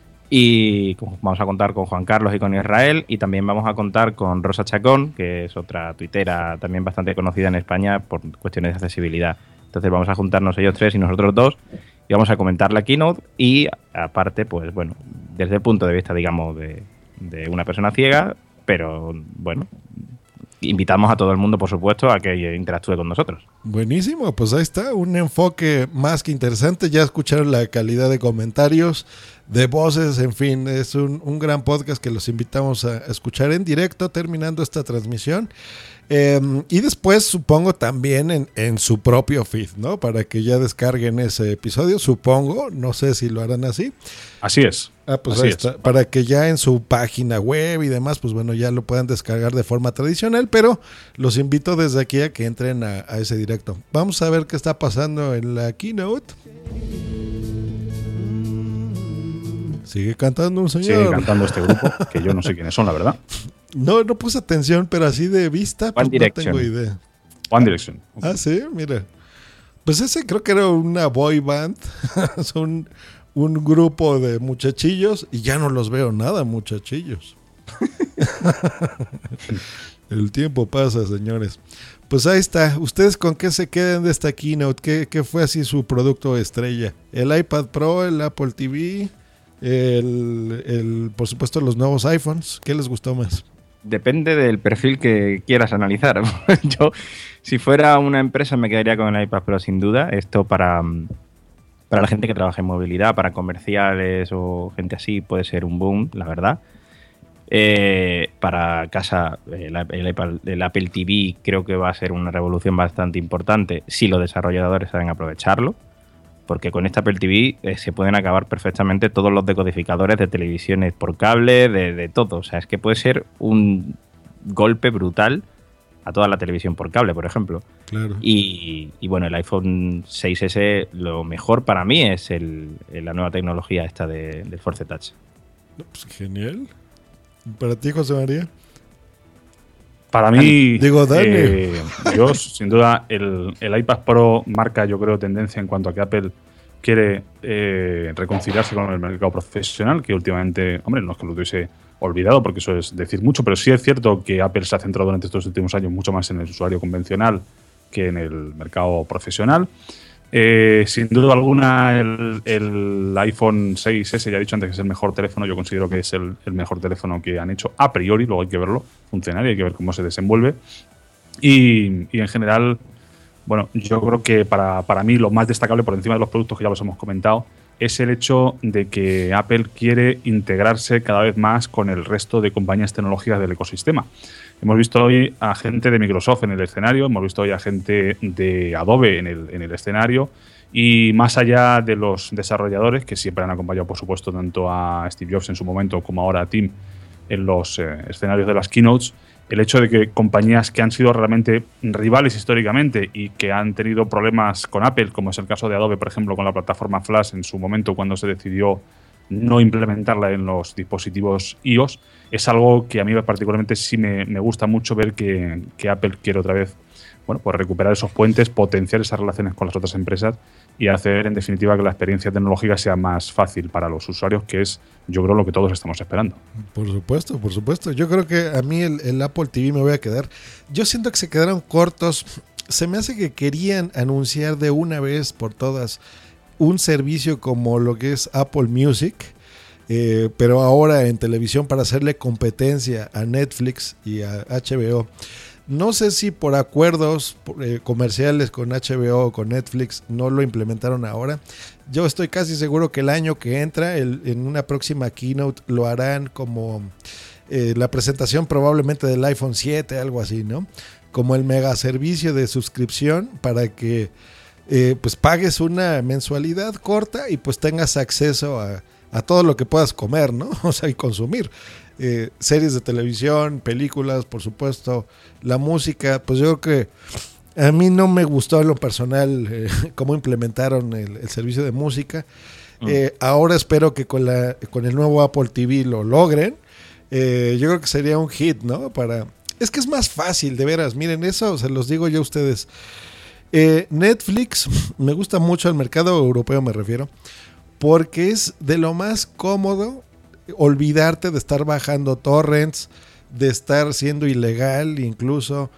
Y con- vamos a contar con Juan Carlos y con Israel, y también vamos a contar con Rosa Chacón, que es otra tuitera también bastante conocida en España por cuestiones de accesibilidad. Entonces vamos a juntarnos ellos tres y nosotros dos y vamos a comentar la keynote y aparte, pues bueno, desde el punto de vista, digamos, de, de una persona ciega, pero bueno, invitamos a todo el mundo, por supuesto, a que interactúe con nosotros. Buenísimo, pues ahí está, un enfoque más que interesante. Ya escucharon la calidad de comentarios, de voces, en fin, es un, un gran podcast que los invitamos a escuchar en directo terminando esta transmisión. Eh, y después supongo también en, en su propio feed, ¿no? Para que ya descarguen ese episodio, supongo, no sé si lo harán así. Así es. Ah, pues así ahí está. Es. Para que ya en su página web y demás, pues bueno, ya lo puedan descargar de forma tradicional, pero los invito desde aquí a que entren a, a ese directo. Vamos a ver qué está pasando en la keynote. Sigue cantando un señor. Sigue cantando este grupo, que yo no sé quiénes son, la verdad. No, no puse atención, pero así de vista, pues no tengo idea. One Direction. Ah, sí, mira. Pues ese creo que era una boy band. Son un grupo de muchachillos y ya no los veo nada, muchachillos. El tiempo pasa, señores. Pues ahí está. ¿Ustedes con qué se quedan de esta keynote? ¿Qué, qué fue así su producto estrella? ¿El iPad Pro, el Apple T V, el, el, por supuesto los nuevos iPhones? ¿Qué les gustó más? Depende del perfil que quieras analizar. Yo, si fuera una empresa, me quedaría con el iPad Pro sin duda. Esto para, para la gente que trabaja en movilidad, para comerciales o gente así, puede ser un boom, la verdad. Eh, para casa, el, el, iPad, el Apple T V creo que va a ser una revolución bastante importante si los desarrolladores saben aprovecharlo. Porque con este Apple T V eh, se pueden acabar perfectamente todos los decodificadores de televisiones por cable, de, de todo. O sea, es que puede ser un golpe brutal a toda la televisión por cable, por ejemplo. Claro. Y, y bueno, el iPhone seis ese, lo mejor para mí es el, la nueva tecnología esta de, del Force Touch. Pues genial. ¿Para ti, José María? Para mí, digo, Dani. Eh, yo sin duda el, el iPad Pro marca, yo creo, tendencia en cuanto a que Apple quiere eh, reconciliarse con el mercado profesional, que últimamente, hombre, no es que lo tuviese olvidado, porque eso es decir mucho, pero sí es cierto que Apple se ha centrado durante estos últimos años mucho más en el usuario convencional que en el mercado profesional. Eh, sin duda alguna, el, el iPhone seis ese, ya he dicho antes que es el mejor teléfono, yo considero que es el, el mejor teléfono que han hecho a priori, luego hay que verlo funcionar y hay que ver cómo se desenvuelve. Y, y en general, bueno, yo creo que para, para mí lo más destacable por encima de los productos que ya los hemos comentado es el hecho de que Apple quiere integrarse cada vez más con el resto de compañías tecnológicas del ecosistema. Hemos visto hoy a gente de Microsoft en el escenario, hemos visto hoy a gente de Adobe en el, en el escenario, y más allá de los desarrolladores, que siempre han acompañado, por supuesto, tanto a Steve Jobs en su momento como ahora a Tim en los eh, escenarios de las keynotes, el hecho de que compañías que han sido realmente rivales históricamente y que han tenido problemas con Apple, como es el caso de Adobe, por ejemplo, con la plataforma Flash en su momento cuando se decidió no implementarla en los dispositivos iOS, es algo que a mí particularmente sí me, me gusta mucho ver que, que Apple quiere otra vez, bueno, pues recuperar esos puentes, potenciar esas relaciones con las otras empresas y hacer, en definitiva, que la experiencia tecnológica sea más fácil para los usuarios, que es, yo creo, lo que todos estamos esperando. Por supuesto, por supuesto. Yo creo que a mí el, el Apple T V me voy a quedar. Yo siento que se quedaron cortos. Se me hace que querían anunciar de una vez por todas un servicio como lo que es Apple Music, eh, pero ahora en televisión para hacerle competencia a Netflix y a H B O. No sé si por acuerdos eh, comerciales con H B O o con Netflix no lo implementaron ahora. Yo estoy casi seguro que el año que entra, el, en una próxima keynote, lo harán como eh, la presentación probablemente del iPhone siete, algo así, ¿no? Como el mega servicio de suscripción para que eh, pues pagues una mensualidad corta y pues tengas acceso a, a todo lo que puedas comer, ¿no? O sea, y consumir. Eh, series de televisión, películas, por supuesto, la música. Pues yo creo que a mí no me gustó en lo personal eh, cómo implementaron el, el servicio de música. Eh, mm. Ahora espero que con, la, con el nuevo Apple T V lo logren. Eh, yo creo que sería un hit, ¿no? Para... Es que es más fácil, de veras. Miren, eso se los digo yo a ustedes. Eh, Netflix, me gusta mucho el mercado europeo, me refiero, porque es de lo más cómodo olvidarte de estar bajando torrents, de estar siendo ilegal incluso,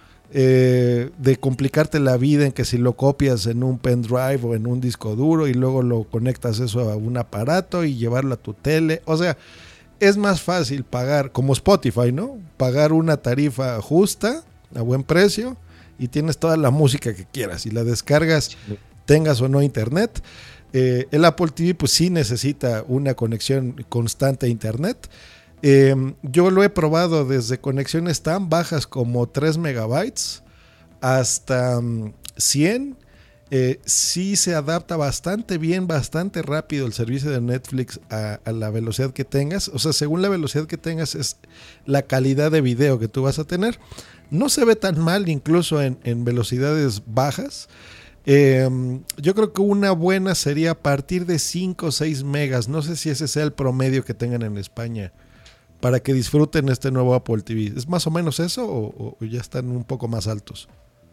eh, de complicarte la vida en que si lo copias en un pendrive o en un disco duro y luego lo conectas eso a un aparato y llevarlo a tu tele. O sea, es más fácil pagar, como Spotify, ¿no? Pagar una tarifa justa a buen precio y tienes toda la música que quieras y la descargas, tengas o no internet. Eh, el Apple T V pues sí necesita una conexión constante a internet. Eh, yo lo he probado desde conexiones tan bajas como tres megabytes hasta um, cien. Eh, sí se adapta bastante bien, bastante rápido el servicio de Netflix a, a la velocidad que tengas. O sea, según la velocidad que tengas es la calidad de video que tú vas a tener. No se ve tan mal incluso en, en velocidades bajas. Eh, yo creo que una buena sería a partir de cinco o seis megas. No sé si ese sea el promedio que tengan en España para que disfruten este nuevo Apple T V. ¿Es más o menos eso o, o ya están un poco más altos?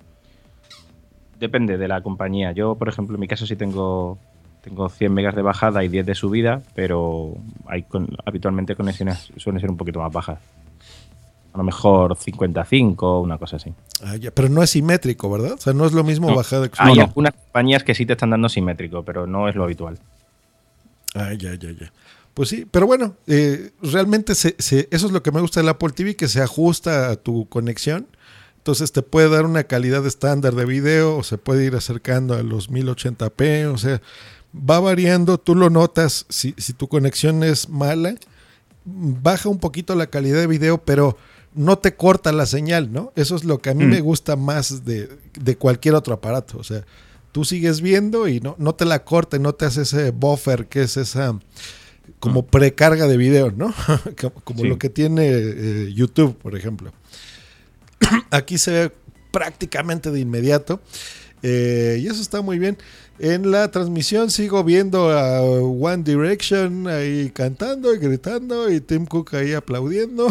Depende de la compañía. Yo, por ejemplo, en mi caso sí tengo, tengo cien megas de bajada y diez de subida, pero hay con, habitualmente conexiones suelen ser un poquito más bajas. A lo mejor cincuenta y cinco, una cosa así. Ah, ya, pero no es simétrico, ¿verdad? O sea, no es lo mismo no. bajada que Hay no, algunas compañías que sí te están dando simétrico, pero no es lo habitual. Ah, ya, ya, ya. Pues sí, pero bueno, eh, realmente se, se, eso es lo que me gusta del Apple T V, que se ajusta a tu conexión. Entonces te puede dar una calidad estándar de video o se puede ir acercando a los mil ochenta p, o sea, va variando, tú lo notas, si, si tu conexión es mala, baja un poquito la calidad de video, pero no te corta la señal, ¿no? Eso es lo que a mí mm. me gusta más de, de cualquier otro aparato, o sea, tú sigues viendo y no, no te la corta, no te hace ese buffer que es esa como precarga de video, ¿no? como sí. lo que tiene eh, YouTube, por ejemplo. Aquí se ve prácticamente de inmediato eh, y eso está muy bien. En la transmisión sigo viendo a One Direction ahí cantando y gritando y Tim Cook ahí aplaudiendo.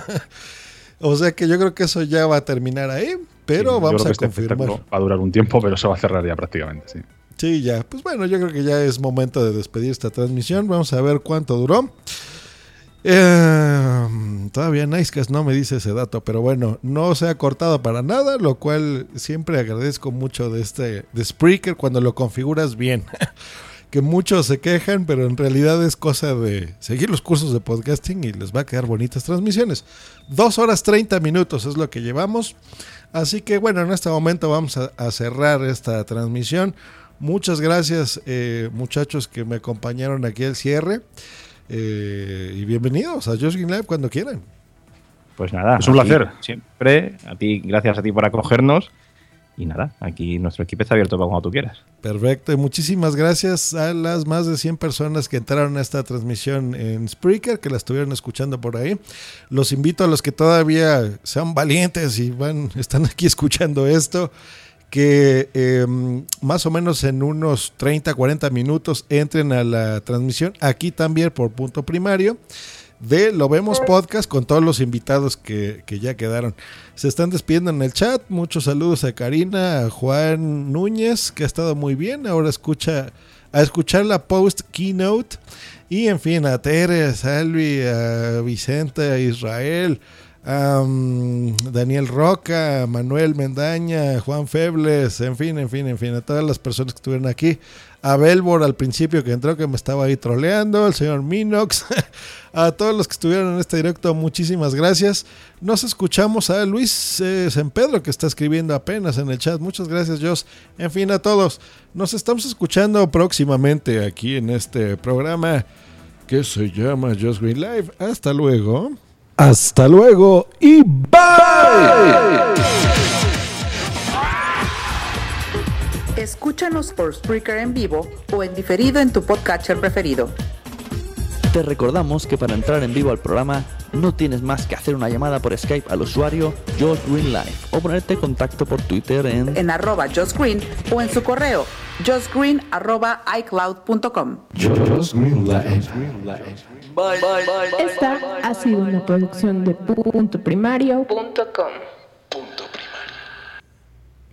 O sea que yo creo que eso ya va a terminar ahí, pero sí, vamos a este confirmar. Va a durar un tiempo, pero se va a cerrar ya prácticamente, sí. Sí, ya. Pues bueno, yo creo que ya es momento de despedir esta transmisión. Vamos a ver cuánto duró. Eh, todavía Nicecast no me dice ese dato, pero bueno, no se ha cortado para nada, lo cual siempre agradezco mucho de este de Spreaker cuando lo configuras bien. Que muchos se quejan, pero en realidad es cosa de seguir los cursos de podcasting y les va a quedar bonitas transmisiones. Dos horas treinta minutos es lo que llevamos. Así que bueno, en este momento vamos a, a cerrar esta transmisión. Muchas gracias, eh, muchachos que me acompañaron aquí al cierre. Eh, y bienvenidos a Just Green Live cuando quieran. Pues nada, es un placer. Siempre, a ti, gracias a ti por acogernos. Y nada, aquí nuestro equipo está abierto para cuando tú quieras. Perfecto, y muchísimas gracias a las más de cien personas que entraron a esta transmisión en Spreaker, que la estuvieron escuchando por ahí. Los invito a los que todavía sean valientes y van, están aquí escuchando esto, que eh, más o menos en unos treinta, cuarenta minutos entren a la transmisión, aquí también por Punto Primario, de Lo Vemos Podcast con todos los invitados que, que ya quedaron. Se están despidiendo en el chat. Muchos saludos a Karina, a Juan Núñez, que ha estado muy bien. Ahora escucha a escuchar la post keynote. Y en fin, a Tere, a Salvi, a Vicente, a Israel, a um, Daniel Roca, a Manuel Mendaña, a Juan Febles, en fin, en fin, en fin, a todas las personas que estuvieron aquí. A Belbor al principio que entró, que me estaba ahí troleando, al señor Minox, a todos los que estuvieron en este directo, muchísimas gracias. Nos escuchamos a Luis eh, Sempedro, que está escribiendo apenas en el chat. Muchas gracias, Jos. En fin, a todos. Nos estamos escuchando próximamente aquí en este programa que se llama Just Green Live. Hasta luego. Hasta luego y bye. Escúchanos por Spreaker en vivo o en diferido en tu podcatcher preferido. Te recordamos que para entrar en vivo al programa no tienes más que hacer una llamada por Skype al usuario Just Green Live o ponerte en contacto por Twitter en en arroba Just Green o en su correo justgreen arroba icloud punto com. Just Green Live. Bye, bye, bye, Esta ha sido una producción de punto primario punto com.